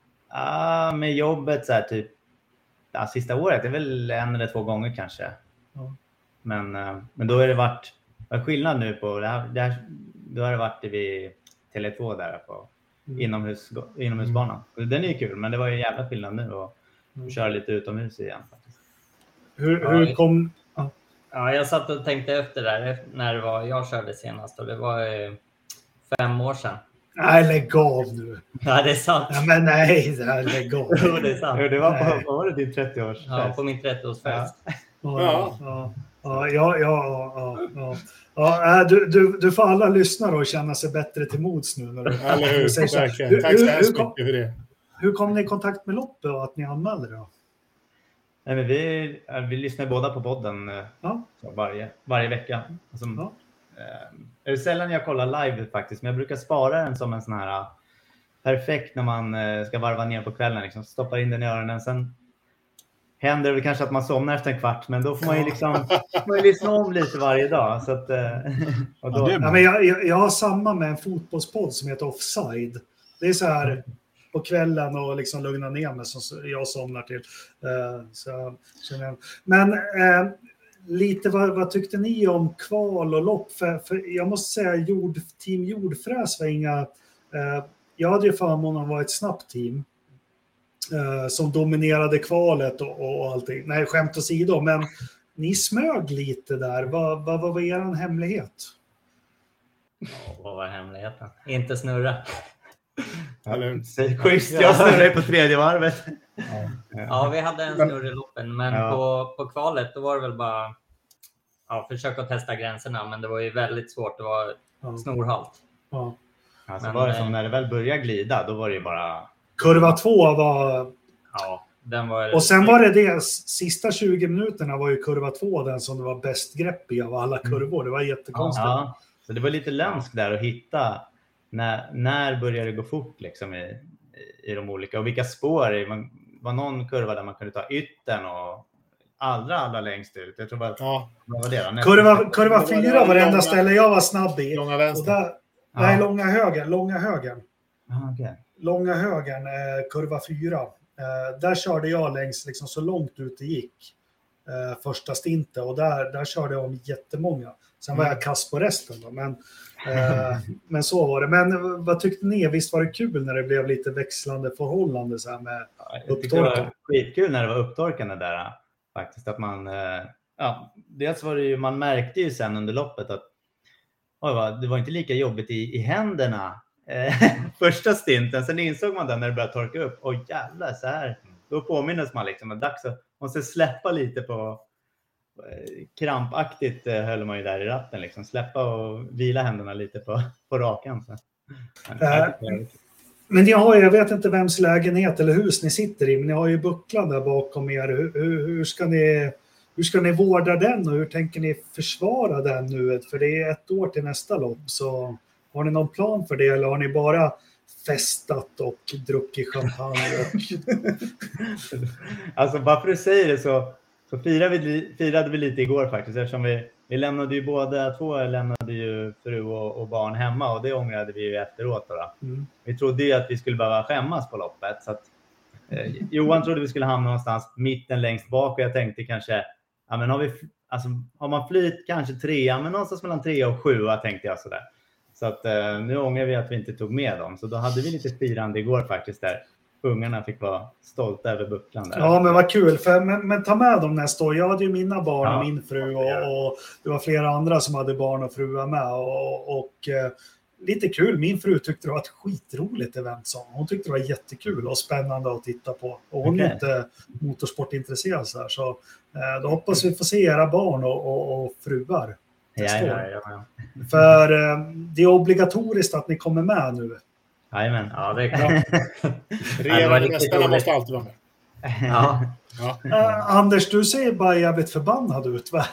ah, med jobbet så här typ, ja, sista året är väl en eller två gånger kanske. Ja. Men, uh, men då har det varit, vad är skillnad nu på det här, det här, då har det varit vid Tele två där på Mm. inomhus, inomhusbanan. Den är ju kul, men det var ju en jävla skillnad nu att Mm. köra lite utomhus igen faktiskt. Hur, Ja, hur kom... Ja. Ja, jag satt och tänkte efter där när det var jag körde senast och det var eh, fem år sedan. Nej, lägg av nu. Ja, det är sant. Ja, men nej, det här, lägg av. Jo, det är sant. Det var Nej. på, vad var det, din trettio-års Ja, på min trettioårsfest. Ja, Ja. ja, ja, ja, ja, ja, ja. Ja, äh, du, du, du får alla lyssna och känna sig bättre till mods nu. När du, Eller hur? du säger så. Verkligen. Hur, Tack så hur, hur, hemskt kom, mycket för det. hur kom ni i kontakt med Loppe och att ni anmälde då? Nej, men vi, vi lyssnar båda på podden eh, Ja. så varje, varje vecka. Alltså, Ja. eh, det är sällan jag kollar live faktiskt, men jag brukar spara den som en sån här eh, perfekt när man eh, ska varva ner på kvällen. Liksom, stoppar in den i öronen. Sen händer det kanske att man somnar efter en kvart, men då får man ju liksom man ju lyssna om lite varje dag. Så att, eh, och då, Ja, det är Ja, men jag, jag, jag har samma med en fotbollspodd som heter Offside. Det är så här på kvällen och liksom lugna ner mig som jag somnar till. Uh, så, känner jag. Men uh, lite vad, vad tyckte ni om kval och lopp? För, för jag måste säga jord, team jordfräs var inga... Uh, jag hade ju förmånen att vara ett snabbt team uh, som dominerade kvalet och, och allting. Nej, skämt åsido, men ni smög lite där. Vad, vad, vad var er hemlighet? Ja, vad var hemligheten? Inte snurra. Eller hur? säg schysst, jag snurrar på tredje varvet. Ja, vi hade en snurr i loppen, men Ja. på, på kvalet då var det väl bara ja, försöka testa gränserna, men det var ju väldigt svårt. Det var Ja, snorhalt. ja. Alltså Men, var det eh, som när det väl började glida, då var det ju bara... Kurva två var... Ja, den var... Och sen var det det, sista tjugo minuterna var ju kurva två den som det var bäst grepp i av alla kurvor. Det var jättekonstigt. Ja, så det var lite lömskt där att hitta när, när börjar det gå fort liksom i, i de olika och vilka spår. Det man, var någon kurva där man kunde ta yttern och allra, allra längst ut. Jag tror bara, Ja, vad var det då? Nästa- Kurva, kurva Det var fyra var det enda långa- ställe jag var snabb i. långa Och vänster. där, nej, långa höger, långa höger. Ah, okej. långa högen, eh, kurva fyra. Eh, där körde jag längs liksom så långt ut det gick. Eh, första stinten och där, där körde jag om jättemånga. Sen var jag kass på resten då, men, eh, men så var det. Men vad tyckte ni? Visst var det kul när det blev lite växlande förhållande så här med ja, jag tyckte det var skitkul när det var upptorkande där faktiskt. Att man, eh, ja, dels var det ju, man märkte ju sen under loppet att oj, va, det var inte lika jobbigt i, i händerna eh, första stinten. Sen insåg man där när det började torka upp. Oj jävlar, så här. Då påminnes man liksom att dags att måste släppa lite på eh, krampaktigt eh, höll man ju där i ratten liksom. Släppa och vila händerna lite på, på rakan. Så. Äh, men ni har, jag vet inte vems lägenhet eller hus ni sitter i, men ni har ju bucklan där bakom er. Hur, hur, hur ska ni... Hur ska ni vårda den och hur tänker ni försvara den nu? För det är ett år till nästa lopp. Så har ni någon plan för det eller har ni bara festat och druckit champagne? Och... Alltså bara för att säga det så, så firade, vi, firade vi lite igår faktiskt. Eftersom vi, vi lämnade ju båda två lämnade ju fru och, och barn hemma. Och det ångrade vi ju efteråt. Då. Mm. Vi trodde ju att vi skulle behöva skämmas på loppet. Så att, eh, Johan trodde vi skulle hamna någonstans mitten längst bak. Och jag tänkte kanske... Ja, men har, vi, alltså, har man flyt kanske trea, men någonstans mellan tre och sjua tänkte jag sådär. Så att eh, nu ångrar vi att vi inte tog med dem. Så då hade vi lite firande igår faktiskt där. Ungarna fick vara stolta över bucklan där. Ja, men vad kul. För, men, men ta med dem nästa år. Jag hade ju mina barn ja, och min fru och, och det var flera andra som hade barn och fruar med. Och, och eh, lite kul. Min fru tyckte det var ett skitroligt event. Så. Hon tyckte det var jättekul och spännande att titta på. Och hon okay. är inte motorsportintresserad så här. Så eh, då hoppas vi får se era barn och, och, och fruar. Ja, ja, ja, ja. För eh, det är obligatoriskt att ni kommer med nu. Jajamän, ja det är klart. Redan nästan måste alltid vara med. Ja. Ja. Uh, Anders, du ser bara jävligt förbannad ut, va?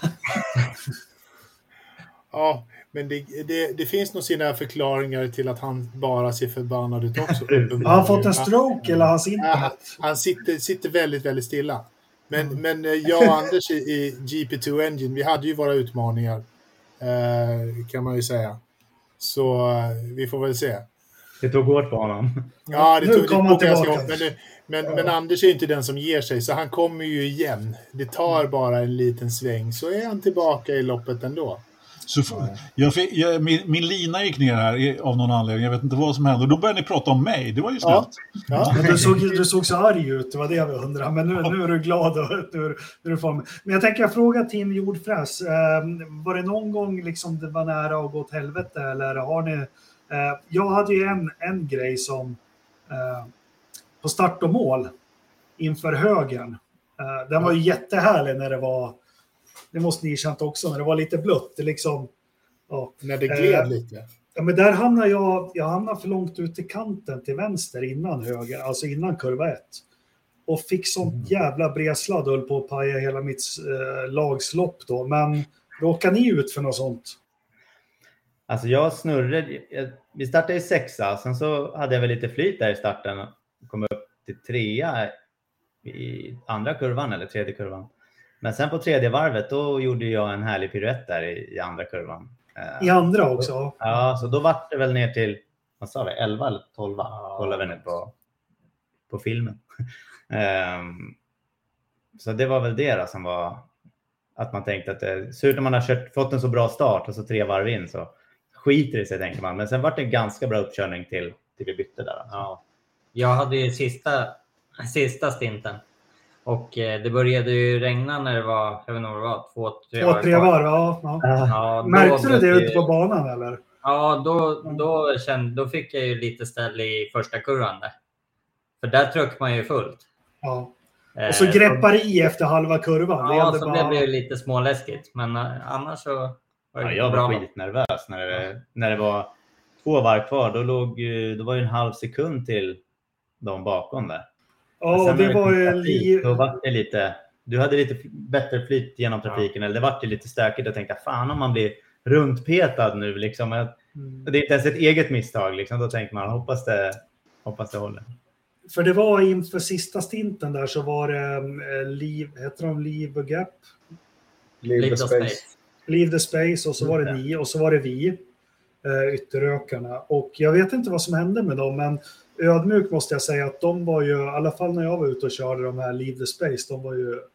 Ja, men det, det, det finns nog sina förklaringar till att han bara ser förbannad ut också. Har han fått en stroke eller hans internet? Ja, han sitter, sitter väldigt, väldigt stilla. Men, mm. men jag och Anders i, i G P två Engine, vi hade ju våra utmaningar, eh, kan man ju säga. Så eh, vi får väl se. Det tog hårt på honom. Ja, det nu tog, kommer det han tog tillbaka. Men, det, men, ja. men Anders är inte den som ger sig, så han kommer ju igen. Det tar bara en liten sväng, så är han tillbaka i loppet ändå. Så för, jag, jag, min, min lina gick ner här av någon anledning. Jag vet inte vad som hände. Och då började ni prata om mig. Det var ju snällt. Ja. Ja. Du, såg, du såg så arg ut. Det var det jag undrar. Men nu, nu är du glad. Och, nu, nu är du fan. Men jag tänker fråga Tim Jordfräs. Eh, var det någon gång liksom det var nära att gå åt helvete? Eller har ni... Eh, jag hade ju en, en grej som... Eh, på start och mål. Inför högen. Eh, den var ju jättehärlig när det var... Det måste ni känt också när det var lite blött. Det liksom, ja. När det gled eh, lite. Ja, men där hamnar jag, jag hamnar för långt ut i kanten till vänster innan höger. Alltså innan kurva ett. Och fick sånt jävla bredsladd och höll på att paja hela mitt eh, lagslopp då. Men råkar ni ut för något sånt? Alltså jag snurrade. Jag, vi startade i sexa. Sen så hade jag väl lite flyt där i starten. Och kom upp till trea i andra kurvan eller tredje kurvan. Men sen på tredje varvet då gjorde jag en härlig piruett där i, i andra kurvan. I andra också? Ja, så då var det väl ner till, vad sa vi, elva eller tolv. Ja, kollar vi nu på, på filmen. um, så det var väl det då som var att man tänkte att det surt när man har kört, fått en så bra start och så tre varv in så skiter det sig tänker man. Men sen var det en ganska bra uppkörning till, till vi bytte där. Alltså. Ja. Jag hade ju sista, sista stinten. Och det började ju regna när det var, jag vet inte vad det var, två, tre varv. Två, tre varv, ja. ja. ja Märkte du det ute på banan eller? Ja, då, då, kände, då fick jag ju lite ställ i första kurvan där. För där tryckte man ju fullt. Ja. Och så greppar i efter halva kurvan. Ja, det så bara... blev det lite småläskigt. Men annars så var det ja, jag bra. var skitnervös när det, när det var två varv kvar. Då, låg, då var det en halv sekund till de bakom där. Ja, det var ju li... Då var det lite, du hade lite bättre flyt genom trafiken, ja. Eller det var ju lite stökigt och tänkte, fan om man blir runtpetad nu liksom. Mm. Det är inte ens ett eget misstag liksom. Då tänker man, hoppas det, hoppas det håller. För det var inför sista stinten där så var det äh, Liv, heter de Liv och Gap? Leave the Space. Leave the Space och så var det ni och så var det vi, äh, ytterökarna. Och jag vet inte vad som hände med dem, men ödmjuk måste jag säga att de var ju, i alla fall när jag var ute och körde de här Leave the Space, de var ju,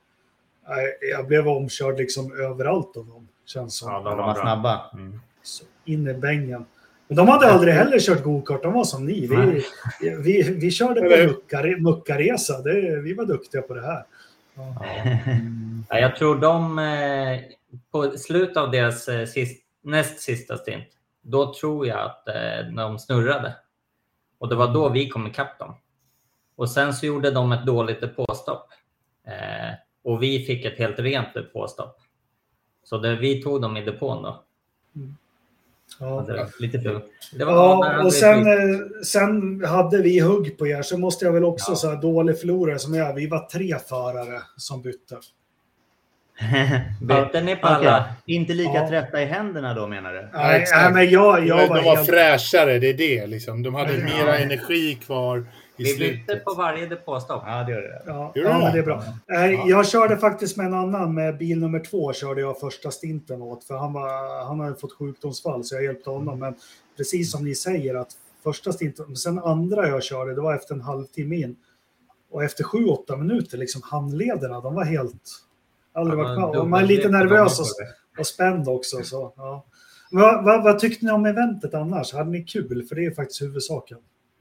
jag blev omkörd liksom överallt av dem, känns som. Ja, De var snabba. Mm. Så in i bängen. Men de hade aldrig heller kört go-kart, de var som ni. Vi, vi, vi körde på muckare, muckaresa, det, vi var duktiga på det här. Ja. Ja, jag tror de, eh, på slutet av deras eh, sist, näst sista stint, då tror jag att eh, de snurrade. Och det var då vi kom ikapp dem. Och sen så gjorde de ett dåligt depåstopp. Eh, och vi fick ett helt rent depåstopp. Så det, vi tog dem i depån då. Mm. Ja. Det var lite fult. Det var, Ja, och sen, sen hade vi hugg på er, så måste jag väl också ja. så här dålig förlorare som jag. Vi var tre förare som bytte. Bytte ni på alla? Okay. Inte lika ja. trötta i händerna då, menar du? Nej, nej men jag, jag var De var helt... fräschare, det är det liksom. De hade ja. mera energi kvar i vi slutet. Vi bytte på varje depåstopp. Ja, det gör det. Ja, Gör det? ja men det är bra. Ja. Jag körde faktiskt med en annan, med bil nummer två körde jag första stinten åt. För han, var, han hade fått sjukdomsfall så jag hjälpte honom. Men precis som ni säger att första stinten, sen andra jag körde, det var efter en halvtimme in. Och efter sju, åtta minuter, liksom handlederna, de var helt... Aldrig varit med. Och man är lite nervös och, och spänd också. Så, ja. vad, vad, vad tyckte ni om eventet annars? Hade ni kul? För det är faktiskt huvudsaken.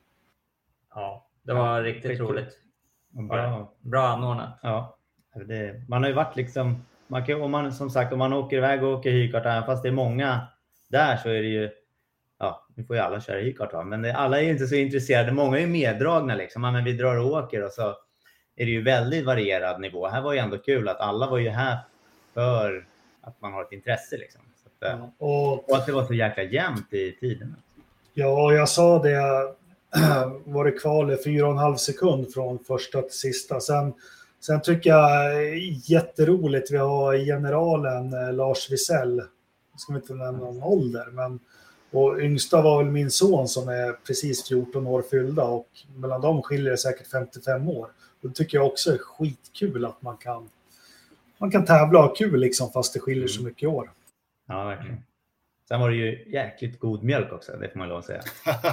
Ja, det var riktigt riktigt roligt. Bra. Bra anordnat. Ja, det, man har ju varit liksom... Man kan, om man, som sagt, om man åker iväg och åker hyrkart, även fast det är många där så är det ju... Ja, nu får ju alla köra hyrkart, va? Men det, alla är ju inte så intresserade. Många är ju meddragna liksom. Men vi drar och åker och så... är det ju väldigt varierad nivå. Här var ju ändå kul att alla var ju här för att man har ett intresse liksom. Så att, ja. och, och att det var så jäkla jämnt i tiden. Ja, jag sa det, var det kval fyra och en halv sekund från första till sista. Sen, sen tycker jag jätteroligt, vi har generalen Lars Wisell. Jag ska inte nämna någon ålder, men och yngsta var väl min son som är precis fjorton år fyllda och mellan dem skiljer det säkert femtiofem år. Det tycker jag också är skitkul att man kan man kan tävla och ha kul liksom fast det skiljer så mycket år. Ja, verkligen. Sen var det ju jäkligt god mjölk också, det får man lov att säga.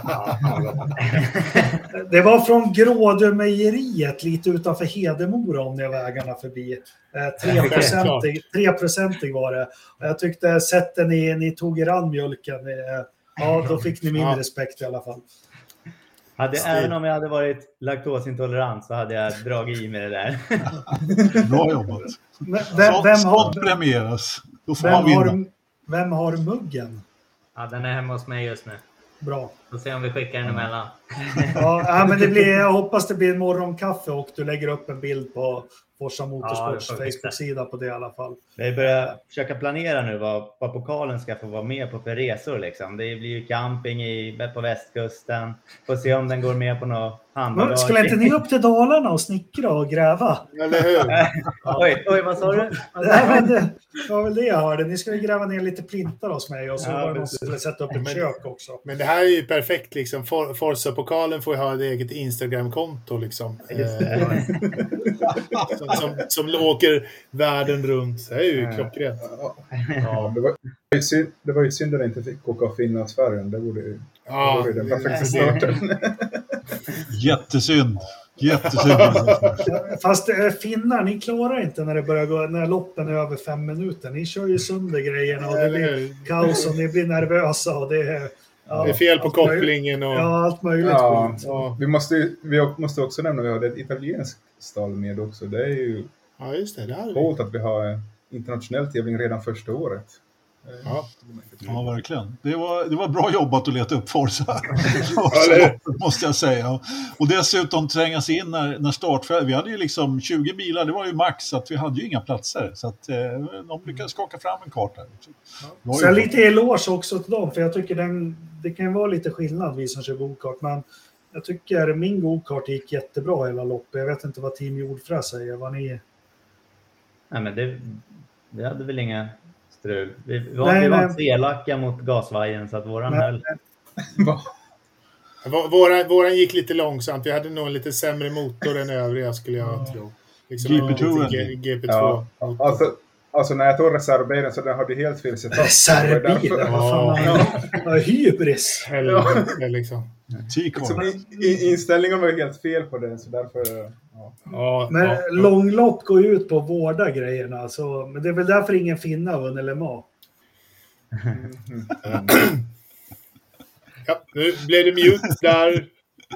Det var från Grådömejeriet lite utanför Hedemora om ni har vägarna förbi. tre procentig var det. Och jag tyckte sättet ni, ni tog er an mjölken, ja då fick ni min ja. respekt i alla fall. Hade, även om jag hade varit laktosintolerant så hade jag dragit i med det där. Bra jobbat. Men, vem, vem har premieras? Då får vem, man vinna. Har, vem har muggen? Ja, den är hemma hos mig just nu. Bra. Får se om vi skickar den emellan. Ja, men det blir, jag hoppas det blir en morgonkaffe och du lägger upp en bild på Forsa Motorsports ja, Facebook-sida på det i alla fall. Vi börjar försöka planera nu vad, vad pokalen ska få vara med på för resor. Liksom. Det blir ju camping i, på västkusten. Får se om den går med på något handbagage. Skulle inte ni upp till Dalarna och snickra och gräva? Eller hur? oj, oj, vad sa du? Nej, men det var väl det jag hörde. Ni skulle gräva ner lite plintar hos mig och så ja, var det någon som skulle sätta upp ett men, kök också. Men det här är ju perfekt. Liksom. For, Forza-pokalen får ju ha ett eget Instagram-konto. Liksom. som, som, som åker världen runt. Det är ju klockrent. Ja, ja, det, var, det var ju synd att jag inte fick åka Finlandsfärgen. Det vore ju ja, den perfekta starten. Jättesynd. Jättesynd. Fast äh, finnar, ni klarar inte när det börjar gå, när loppen är över fem minuter. Ni kör ju sönder grejerna och det blir kaos och ni blir nervösa och det är... Ja, det är fel på kopplingen. Och... Ja, allt möjligt. Ja, ja. Vi, måste, vi måste också nämna att vi har ett italienskt stall med också. Det är ju ja, just det, det är coolt att vi har internationell tävling redan första året. Ja, ja verkligen. Det var, det var bra jobbat att leta upp Forza. måste jag säga. Och dessutom trängas in när, när startfältet. Vi hade ju liksom tjugo bilar, det var ju max så att vi hade ju inga platser. Så att eh, de lyckades skaka fram en karta. Ja. Sen lite eloge också till dem, för jag tycker den, det kan vara lite skillnad vi som kör go-kart. Men jag tycker min go-kart gick jättebra hela loppet. Jag vet inte vad Team Jordfrä säger. Vad ni... Nej, men det, det hade väl inga... Vi, vi var, nej, vi var inte elaka mot gasvajen så att våran nej, höll. Våran, våran gick lite långsamt. Vi hade nog en lite sämre motor än övriga skulle jag tro. Liksom G P två. G P två. Ja, alltså, Alltså när jag tog reservbilen så den hade helt fel setup. Reservbilen? Vad fan ja. ja. Hybris. Helvete liksom. Så i, inställningen var helt fel på den så därför... Ja. Ja, men ja, långlopp går ju ut på att vårda grejerna. Så, men det är väl därför ingen finna vunnit Le Mans. Mm, mm. Ja, nu blev det mute där.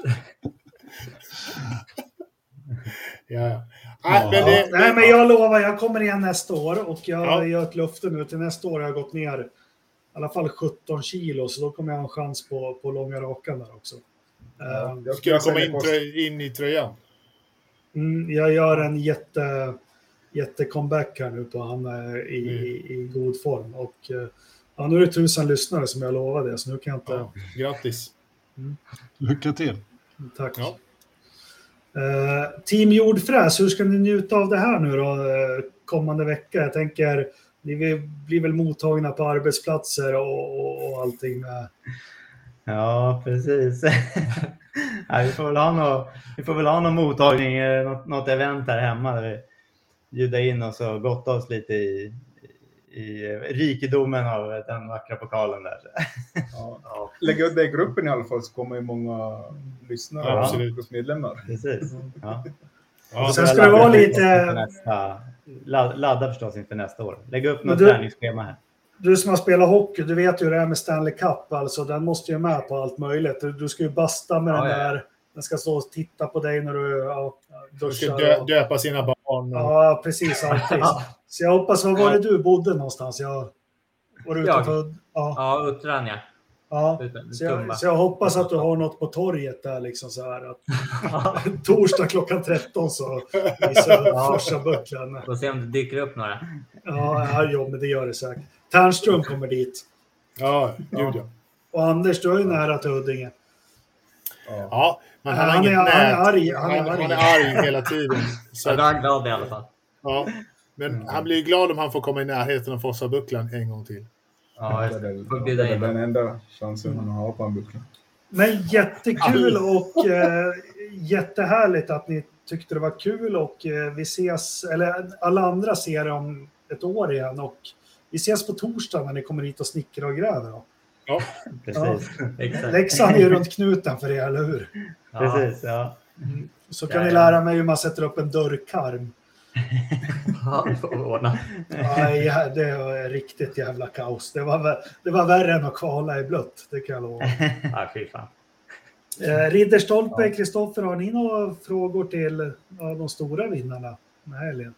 ja, ja. Nej, men, det, Nej, men jag lovar, jag kommer igen nästa år och jag Ja. gör ett löfte nu till nästa år har jag gått ner i alla fall sjutton kilo så då kommer jag ha en chans på, på långa rakan där också. Ja, Uh, jag Ska du komma säga in, kost- trö- in i tröjan? mm, jag gör en jätte, jätte comeback här nu på han är i, Mm. i, i god form och uh, ja, nu är det tusen lyssnare som jag lovade så nu kan jag inte... Ja, grattis. Lycka till. Tack. Ja. Uh, Team Jordfräs, hur ska ni njuta av det här nu då uh, kommande vecka? Jag tänker, ni blir väl mottagna på arbetsplatser och, och, och allting med... Ja, precis. ja, vi, får väl ha någon, vi får väl ha någon mottagning, något, något event här hemma där vi bjuder in oss och gotta oss lite i, i, i rikedomen av den vackra pokalen där. Ja. ja, Lägg ut det i gruppen i alla fall så kommer ju många lyssnare Ja, och absolut. medlemmar. precis. Ja. Ja, Sen ska det vara lite... Nästa, ladda, ladda förstås inför nästa år. Lägg upp Men något du- träningsschema här. Du som har spelat hockey, du vet ju det här med Stanley Cup, alltså den måste ju med på allt möjligt. Du, du ska ju basta med Ja, den ja. där, den ska stå och titta på dig när du ja, de ska duschar. dö, och, döpa sina barn. Och, ja, precis, alltid. Så jag hoppas, var var det du bodde någonstans? Jag var du Jag? utanför, ja, Ja, Uttran, ja. ja. Utan- Så jag, Tumba. så jag hoppas att du har något på torget där liksom så här att torsdag klockan tretton så visar Ja. Forsa Buckland. Får se om det dyker upp några. Ja, ja, jo, men det gör det säkert. Tärnström kommer dit. ja, gud ja. Och Anders, du är ju nära till Huddinge. Ja. Ja, men han, Han har är- inget han är nät. arg, han är Han, arg. han är arg hela tiden. Så, Jag är glad i alla fall. ja. Men han blir ju glad om han får komma i närheten av Forsabucklan en gång till. Ja, Det just är det. väl- Får det bjuda är in den dem. enda chansen man har på en buckla. Men jättekul och eh, jättehärligt att ni tyckte det var kul och eh, vi ses, eller alla andra ser det om ett år igen och vi ses på torsdag när ni kommer hit och snickrar och gräver. Då. Ja, Precis. Exakt. Leksand är ju runt knuten för er, eller hur? Ja. Precis, ja. Så kan Ja, ni ja. lära mig hur man sätter upp en dörrkarm. Ja, det får vi ordna. Nej, det var riktigt jävla kaos. Det var, vä- det var värre än att kvala i blött, det kan jag lova. Ja, fy fan. Eh, Ridderstolpe, Kristoffer, har ni några frågor till ja, de stora vinnarna med helgen?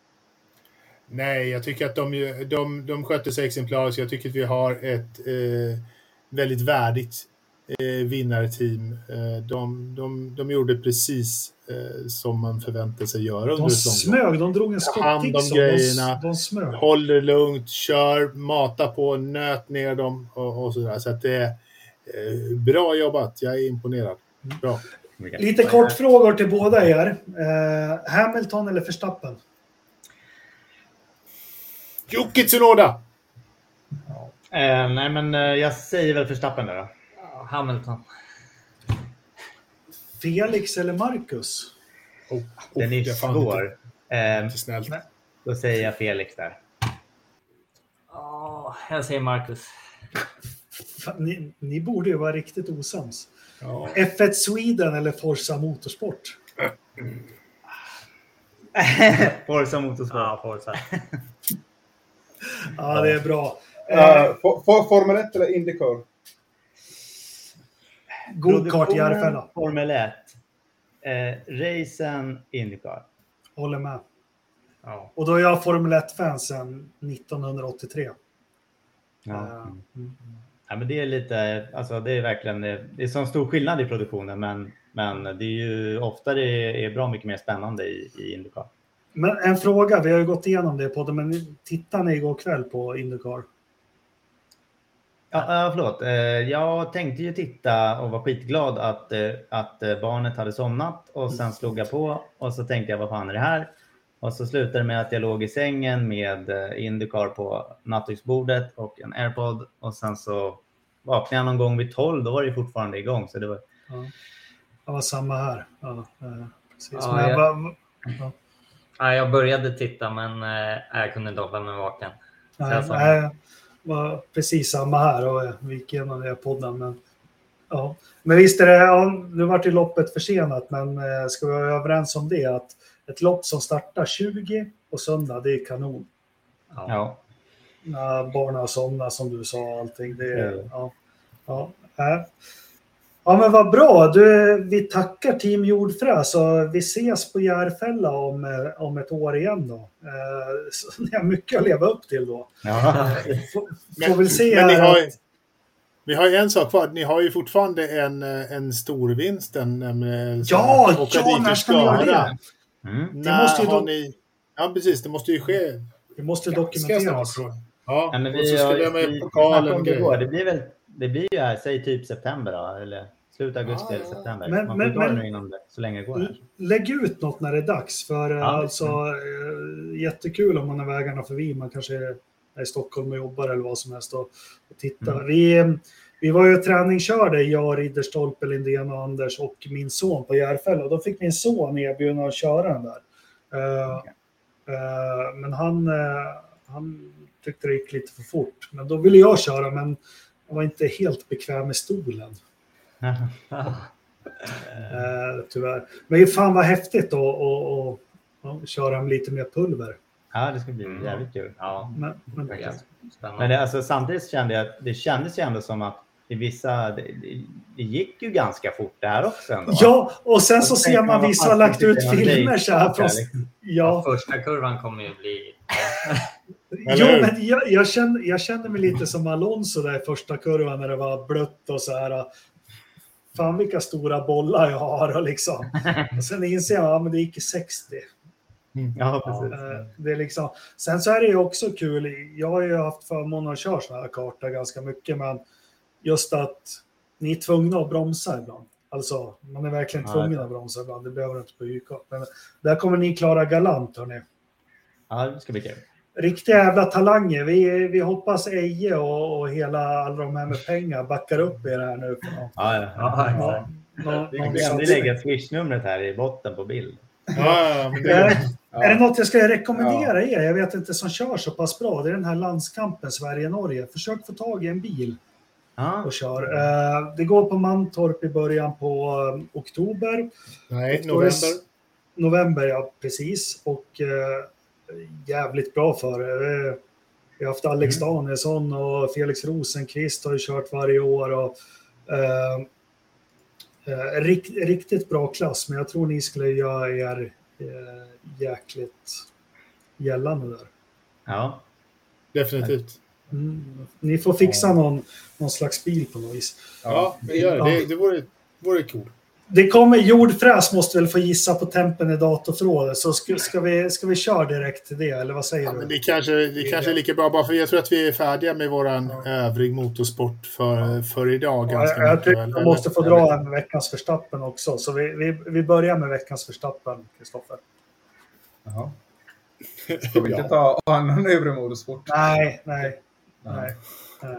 nej, jag tycker att de, ju- de, de skötte sig exemplariskt. Jag tycker att vi har ett eh, väldigt värdigt eh, vinnarteam. Eh, de, de, de gjorde precis eh, som man förväntar sig göra under De ett långlopp. smög, de drog en Ta hand om skottix. grejerna. De, de smög. Håll det lugnt, kör, mata på, nöt ner dem och, och sådär. Så att det är eh, bra jobbat. Jag är imponerad. Bra. Lite kort frågor till båda er. Eh, Hamilton eller Verstappen? Jocke Tsunoda! Eh, nej, men eh, jag säger väl Verstappen där då. Ja, Hamilton. Felix eller Marcus? Oh, Den är det fan svår. Eh, Inte snällt. då säger jag Felix där. Ja, jag säger Marcus. Fan, Ni, ni borde ju vara riktigt osams. Ja. F ett Sweden eller Forza Motorsport? Forza Motorsport. Ja, Forza. Ja, det är bra. Eh, Uh, for, for, Formel ett eller Indycar? Go-kart Järfälla. Formel ett. Eh, racen Indycar. Håller med. Ja. Och då är jag Formel ett-fan sedan nittonhundraåttiotre. Ja. Eh, mm. Ja, men det är lite, alltså det är verkligen, det är sån stor skillnad i produktionen, men, men det är ju ofta det är bra mycket mer spännande i, i Indycar. Men en fråga, vi har ju gått igenom det på det, men tittade ni igår kväll på Indycar? Ja, äh, förlåt. Eh, jag tänkte ju titta och var skitglad att, eh, att eh, barnet hade somnat och sen slog jag på och så tänkte jag, vad fan är det här? Och så slutade det med att jag låg i sängen med eh, Indycar på nattduksbordet och en AirPod och sen så vaknade jag någon gång vid tolv, då var det fortfarande igång. Så det var... Ja. Det var samma här. Ja, eh, precis. Ja, Men jag jag- bara, ja. Ja, jag började titta, men eh, jag kunde inte hålla mig vaken. Nej, nej, var precis samma här och vi gick igenom den här podden. Men, ja. men visst är det, ja, nu vart ju loppet försenat, men eh, ska vi vara överens om det att ett lopp som startar tjugo på söndag, det är kanon. Ja. Ja. När barnen somnar som du sa allting. Det är, Mm. ja, ja, äh. ja, men vad bra. Du, vi tackar Team Jordfräs och vi ses på Järfälla om, eh, om ett år igen då. Eh, så det är mycket att leva upp till då. Ja. Får, får väl se Men ni här har, att- vi har ju en sak kvar. Ni har ju fortfarande en, en stor vinst. En, med, Ja, åka ja, dit när och ska ni göra Skara. det? Mm. När måste ju har då- ni... Ja, precis. Det måste ju ske. Det måste Ganska dokumenteras. snart, tror jag. Ja, Ja, men och vi, så ska har- vi ha med vi pokalen snackade och om det igår. Det grejer. blir väl, det blir ju här, säg typ september då, eller slut augusti Ja, eller ja. september. Men- Man får men- ta det men- nu innan det, så länge det går. Här. Lägg ut något när det är dags. För eh, Ja. alltså, eh, jättekul om man är vägarna förbi. Man kanske är i Stockholm och jobbar eller vad som helst och, och tittar. Mm. Vi, vi var ju träningskörde, jag, Ridderstolpe, Lindén och Anders och min son på Järfälla. Och då fick min son erbjudande att köra den där. Eh, Okej. eh, men han, eh, han tyckte det gick lite för fort. Men då ville jag köra, men jag var inte helt bekväm med stolen. Eh, tyvärr. Men fan vad häftigt då och, och, och köra med lite mer pulver. Ja, det ska bli jävligt kul. Ja, Men, men, det är spännande. Men det, alltså, samtidigt kände jag att det kändes ju ändå som att i vissa, det, det, det gick ju ganska fort där också ändå. ja, och sen så Och ser tänker man vad vissa fan har lagt ska vi ut göra? filmer så här. Det Från, är liksom- ja, Första kurvan kommer ju bli... Eller jo, hur? men jag, jag, känner, jag känner mig lite som Alonso där i första kurvan när det var blött och så här. Fan vilka stora bollar jag har och liksom. Och sen inser jag, ja men det gick i sextio. Ja, precis. Eh, Det är liksom, sen så är det ju också kul, jag har ju haft förmånen att köra såna här kartor ganska mycket, men just att ni är tvungna att bromsa ibland. Alltså, man är verkligen Ja, tvungen det- att bromsa ibland, det behöver inte på Y-kart. Men där kommer ni klara galant, hörni. Ja, det ska bli kul. Riktiga jävla talanger. Vi, vi hoppas Eje och, och hela alla de här med pengar backar upp er här nu. För någon, Ja, ja. Ja, någon, någon, Vi någon kan satsning. lägga Swish-numret här i botten på bild. Ja, ja, men det Är, är... är det något jag ska rekommendera er? Jag vet inte som kör så pass bra. Det är den här landskampen Sverige-Norge. Försök få tag i en bil Ja, och kör. Eh, det går på Mantorp i början på eh, oktober. Nej, Och då är s- november. November, ja precis. Och eh, jävligt bra för det. Eh, Vi har haft Alex Mm. Danielsson och Felix Rosenqvist har ju kört varje år. Och, eh, eh, rikt, riktigt bra klass, men jag tror ni skulle göra er eh, jäkligt gällande där. ja. Definitivt. Mm. Ni får fixa någon, någon slags bil på något vis. Ja, vi gör det. Det, det vore, vore kul. Det kommer Jordfräs måste väl få gissa på tempen i datorförrådet, så ska, ska, vi, ska vi köra direkt till det, eller vad säger Ja, du? men det kanske, det kanske är lika bra, bara för jag tror att vi är färdiga med våran övrig motorsport för, för idag. Ja, Ganska jag, jag mycket, tycker väl? vi måste få Eller- dra en veckans Verstappen också, så vi, vi, vi börjar med veckans Verstappen, Kristoffer. Jaha. Ska vi inte Ja. ta annan övrig motorsport? Nej, nej, nej, nej.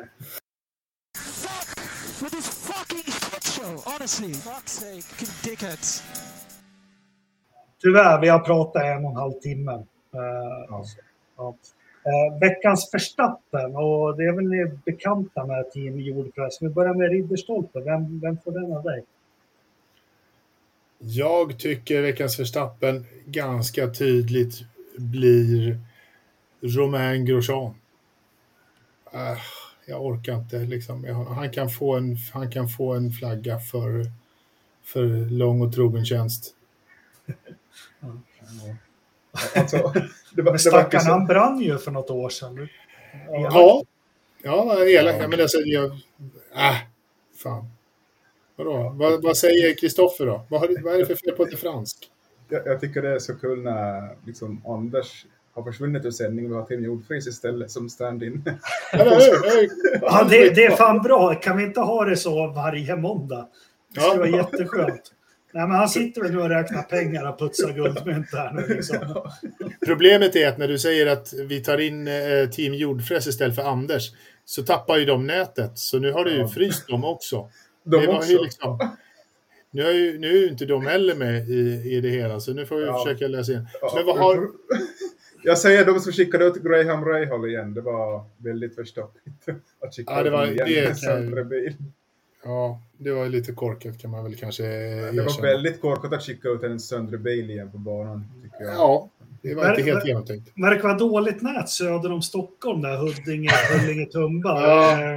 With this fucking shit show, honestly. Fuck's sake, fucking dickheads. Tyvärr, vi har pratat en och en halv timme. Uh, Ja. ja. Uh, veckans Verstappen, och det är väl ni bekanta med Team Jordfräs. Vi börjar med Ridderstolpe. Vem, vem får den av dig? Jag tycker veckans Verstappen ganska tydligt blir Romain Grosjean. Äh, jag orkar inte. Liksom. Jag, han, kan få en, han kan få en flagga för, för lång och trogen tjänst. Alltså, det var, Men det var stackarn, så, han brann ju för något år sedan. Ja, ja elak. Men alltså, jag, äh, fan. Vadå? Vad, vad säger Kristoffer då? Vad, har, vad är det för fel på det fransk? jag, jag tycker det är så kul när liksom, Anders har försvunnit ur sändningen. Vi har Team Jordfräs istället som stand-in. Eller hur? Ja, det, det är fan bra. Kan vi inte ha det så varje måndag? Det skulle Ja. vara jätteskönt. Nej, men han sitter väl nu och räknar pengar och putsar guldmynt här nu. Liksom. Problemet är att när du säger att vi tar in eh, Team Jordfräs istället för Anders, så tappar ju de nätet. Så nu har du ju Ja. fryst dem också. De det var också. ju liksom, Nu är ju, nu är ju inte de heller med i, i det hela, så nu får vi Ja. försöka läsa in. Ja, Men vad har... Jag säger de som skickade ut Graham Rahal igen, det var väldigt förståndigt att skicka Ja, det ut var- honom igen det med en kan- söndre bil. Ja, det var lite korkat kan man väl kanske Det var erkänna. väldigt korkat att skicka ut en söndre bil igen på banan, tycker jag. Ja, det var Men- inte helt men- genomtänkt. Verkar vara dåligt nät söder om Stockholm där, Huddinge, Huddinge, Tumba. Ja. Eh,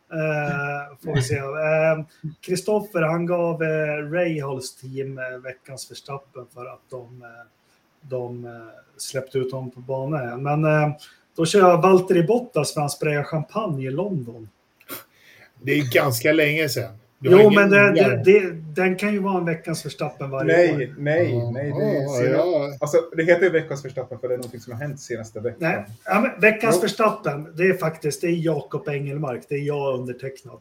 eh, får vi se. Kristoffer, eh, han gav eh, Rahals team eh, veckans Verstappen för att de, eh, de eh, släppte ut dem på banan igen. Men eh, då kör jag Valtteri Bottas för han sprayar champagne i London. Det är ganska länge sedan. Du har Jo, ingen men det, nyare. det, det, den kan ju vara en veckans Verstappen varje år. Nej, nej, Ja, nej. Det, är ja, sena... ja. Alltså, det heter ju veckans Verstappen för det är något som har hänt senaste veckan. Nej, ja, men veckans Jo. Verstappen, det är faktiskt det är Jakob Engelmark. Det är jag undertecknad.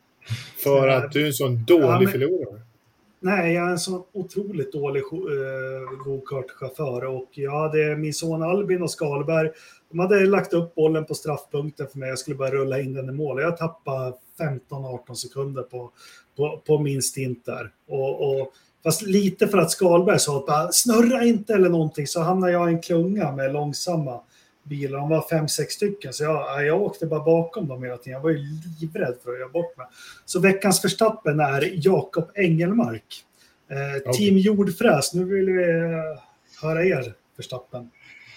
För att du är en sån dålig Ja, men- förlorare. Nej, jag är en så otroligt dålig uh, go-kart-chaufför och jag hade min son Albin och Skalberg. De hade lagt upp bollen på straffpunkten för mig. Jag skulle bara rulla in den i mål. Jag tappade femton arton sekunder på, på, på min stint där. Och, och, fast lite för att Skalberg sa att bara, snurra inte eller någonting, så hamnade jag i en klunga med långsamma bilar. De var fem, sex stycken, så jag, jag åkte bara bakom dem hela tiden. Jag var ju livrädd för att göra bort mig. Så veckans Verstappen är Jakob Engelmark. Eh, Okay. Team Jordfräs, nu vill vi eh, höra er Verstappen.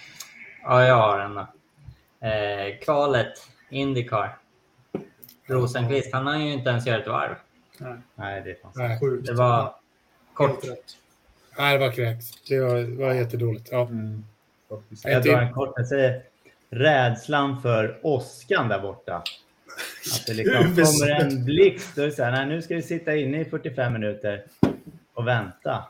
Ja, jag har en. Eh, kvalet, Indycar. Rosenqvist, han har ju inte ens gjort ett varv. Nej, Nej, det är fan. Nej, sjukt. Det var kort. Helt rätt. nej, det var korrekt. Det var, det var jättedåligt. Ja. Mm, faktiskt. Jag drar en kort. Jag säger rädslan för åskan där borta. Att det liksom kommer en blixt och så här, nej, nu ska vi sitta inne i fyrtiofem minuter och vänta.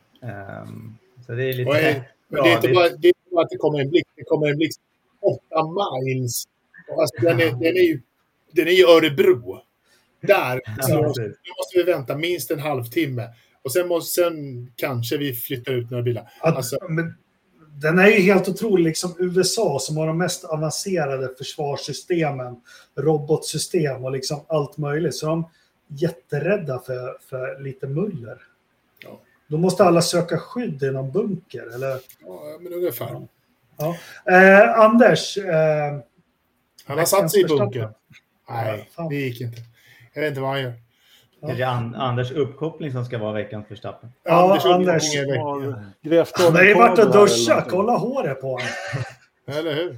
Um, så det är lite... Och, eh, men det är inte bara, det är inte bara att det kommer en blixt. Det kommer en blixt åtta miles. Alltså, den, är, den, är ju, den är i Örebro. Där så Ja, måste, precis. nu måste vi vänta minst en halvtimme. Och sen, måste, sen kanske vi flyttar ut några bilar. Att, Alltså, men, den är ju helt otrolig, liksom U S A som har de mest avancerade försvarssystemen, robotsystem och liksom allt möjligt. Så de är jätterädda för, för lite muller. Ja. Då måste alla söka skydd i någon bunker, eller? ja, men ungefär. Ja. Eh, Anders, eh, Han har satt sig i veckans bunkern. Verstappen. Nej, Fan. det gick inte. Jag vet inte vad han gör. Det är An- Anders uppkoppling som ska vara veckans Verstappen. Ja, Anders, Anders. Anders. Har grävt av han har ju en varit och kabel här eller duschat, någonting. kolla håret på honom. Eller hur?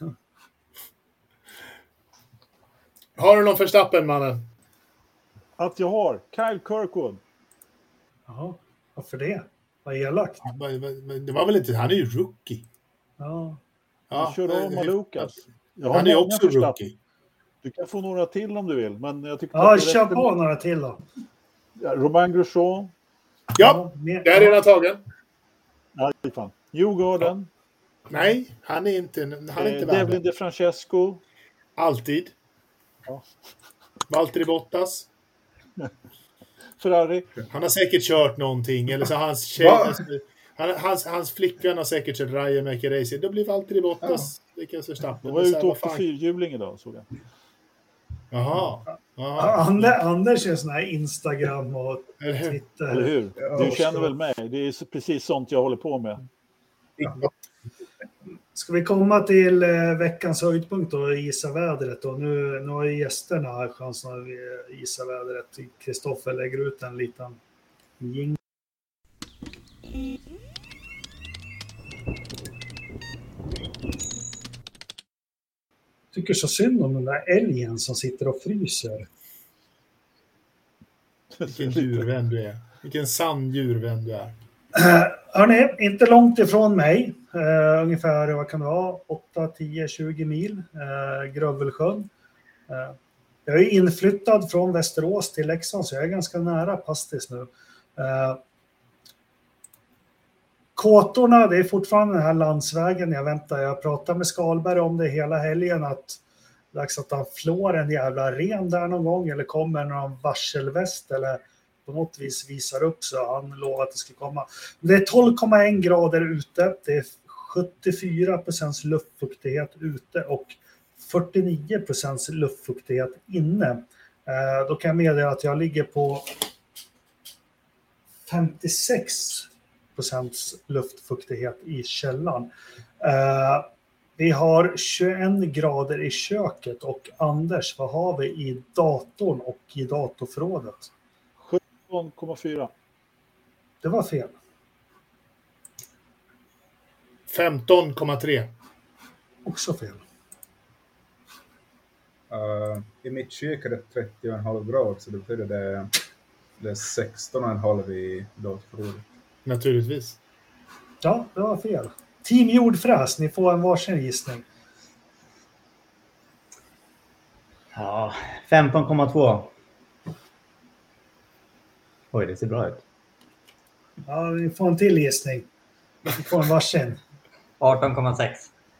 Har du någon Verstappen, mannen? Att jag har Kyle Kirkwood. Jaha, varför det? Vad elakt. Det var väl inte... Han är ju rookie. Ja. Ja, Jag kör av med Lucas. Jag har Han är många också Verstappen. rookie. Du kan få några till om du vill. Men jag tycker Ja, att det kör räcker på med- några till då. Ja, Romain Grosjean. Ja, mer- det är redan tagen. Nej, fan. Djurgården. Nej, han är inte, han är inte Eh, värd Devlin det. De Francesco. Alltid. Ja. Valtteri Bottas. Ferrari. Han har säkert kört någonting. Eller så hans tjej... Va? Han, hans, hans flickvän har säkert kört Ryan Racing. Då blir Valtteri Bottas lyckas Verstappen. De var Det är så ute här, och vad åkte fan- fyrhjuling idag, såg jag. Jaha. Ja, Jaha. Ander, Anders är sån här Instagram och Eller hur? Twitter. Eller hur? Ja, Du så- känner väl mig? Det är så- precis sånt jag håller på med. Ska vi komma till eh, veckans höjdpunkt och gissa vädret? Och nu, nu har ju gästerna chansen att eh, gissa vädret. Kristoffer lägger ut en liten jing. Tycker så synd om den där älgen som sitter och fryser. Vilken djurvän du är. Vilken sann djurvän du är. Uh, hörni, inte långt ifrån mig. Uh, ungefär, vad kan det vara? åtta, tio, tjugo mil. Uh, Grövelsjön. Uh, jag är inflyttad från Västerås till Leksand, så jag är ganska nära Pastis nu. Uh, Kåtorna, det är fortfarande den här landsvägen. Jag väntar, jag pratar med Skalberg om det hela helgen. Att det är dags att han flår en jävla ren där någon gång. Eller kommer någon varselväst eller på något vis visar upp, så han lovade att det skulle komma. Det är tolv komma en grader ute. Det är sjuttiofyra procent luftfuktighet ute och fyrtionio procent luftfuktighet inne. Eh, då kan jag meddela att jag ligger på femtiosex procent luftfuktighet i källan. Uh, vi har tjugoen grader i köket och Anders, vad har vi i datorn och i datorförrådet? sjutton komma fyra. Det var fel. femton komma tre. Också fel. Uh, I mitt kök är det trettio komma fem grad, så det betyder det, det är sexton komma fem i datorförrådet. Naturligtvis. Ja, det var fel. Team Jordfräs, ni får en varsin gissning. Ja, femton komma två. Oj, det ser bra ut. Ja, vi får en till gissning. Vi får en varsin. arton komma sex.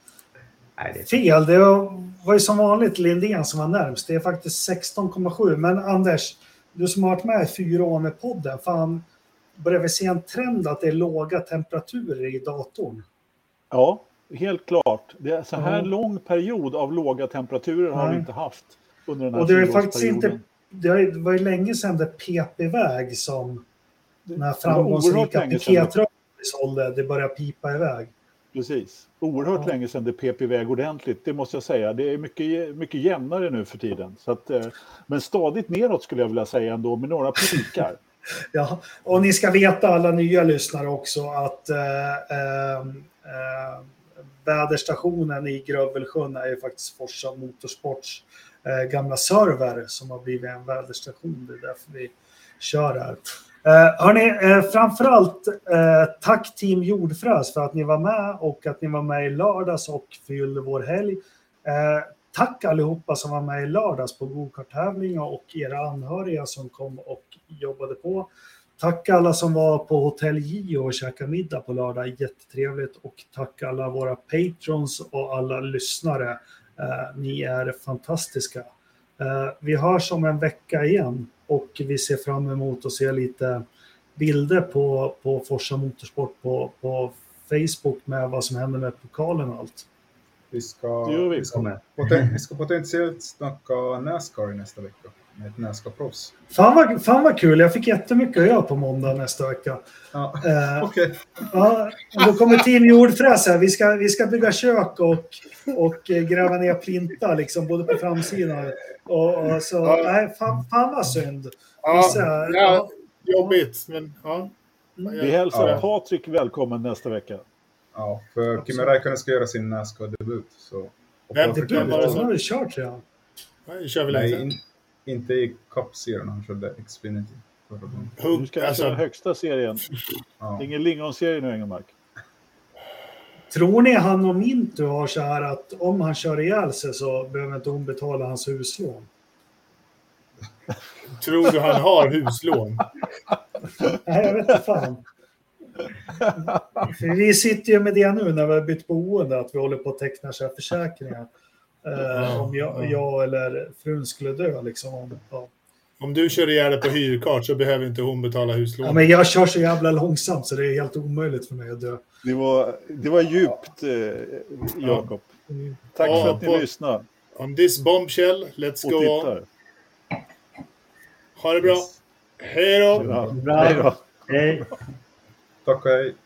Nej, det är... Fel, det var ju som vanligt Lindén som var närmst. Det är faktiskt sexton komma sju. Men Anders, du som har varit med i fyra år med podden, fan, börjar vi se en trend att det är låga temperaturer i datorn? Ja, helt klart. Det är så här Ja. lång period av låga temperaturer har Nej. vi inte haft under den här Och det är faktiskt fyraårsperioden. inte, det var ju- det var ju länge sedan det pep iväg som när Det var oerhört framgångsrika länge sedan. pikétröjor sålde, det började pipa iväg. Precis. Oerhört Ja. länge sedan det pep iväg ordentligt, det måste jag säga. Det är mycket, mycket jämnare nu för tiden. Så att, eh, men stadigt neråt skulle jag vilja säga ändå, med några pikar. Ja, och ni ska veta alla nya lyssnare också att eh, eh, eh, väderstationen i Grövelsjön är ju faktiskt Forsa Motorsports eh, gamla server som har blivit en väderstation. Det är därför vi kör här. Eh, hörni, eh, framförallt eh, tack Team Jordfräs för att ni var med och att ni var med i lördags och fyllde vår helg. Eh, tack allihopa som var med i lördags på go-kart-tävlingar och era anhöriga som kom och jobbade på. Tack alla som var på Hotell Gio och käkade middag på lördag, jättetrevligt. Och tack alla våra patrons och alla lyssnare. Eh, ni är fantastiska. Eh, vi hörs om en vecka igen och vi ser fram emot att se lite bilder på, på Forsa Motorsport på, på Facebook med vad som händer med pokalen och allt. Vi ska, Det gör vi. vi ska, poten, vi ska potentiellt snacka NASCAR i nästa vecka med ett NASCAR-proffs. Fan vad, fan vad kul, jag fick jättemycket att göra på måndag nästa vecka. Ja, Eh, okej. Ja, och då kommer Team Jordfräs här. Vi ska, vi ska bygga kök och, och eh, gräva ner plinta liksom, både på framsidan. Och, och så, Ja. nej, fan, fan vad synd. Ja, Så här, ja, jobbigt, men ja. Vi hälsar Ja. Patrik välkommen nästa vecka. Ja, för Kimi Räikkönen ska göra sin NASCAR-debut. Så, Vem Det Kan blir vara det. så. Nu har vi kört redan. Nej, det kör vi Nej, lite. in, inte i Cup-serien. Han körde Xfinity förra gången. Nu Hugg, ska jag köra alltså, högsta serien. Ja. Ingen lingonserie nu, Engelmark. Tror ni han och Mintu har så här att om han kör ihjäl sig så behöver inte hon betala hans huslån? tror du han har huslån? Nej, jag vet inte fan. För vi sitter ju med det nu när vi har bytt boende, att vi håller på att teckna så här försäkringar. Eh, om jag, jag eller frun skulle dö liksom. Om, ja. Om du kör ihjäl det på hyrkart så behöver inte hon betala huslån. Ja, men jag kör så jävla långsamt så det är helt omöjligt för mig att dö. Det var, det var djupt, eh, Jakob. Tack Ja, för att ni på- lyssnar On this bombshell, let's och go on. tittar. Ha det bra. Hej då! Ja, Bra. hej då. Hej. Tack och hej.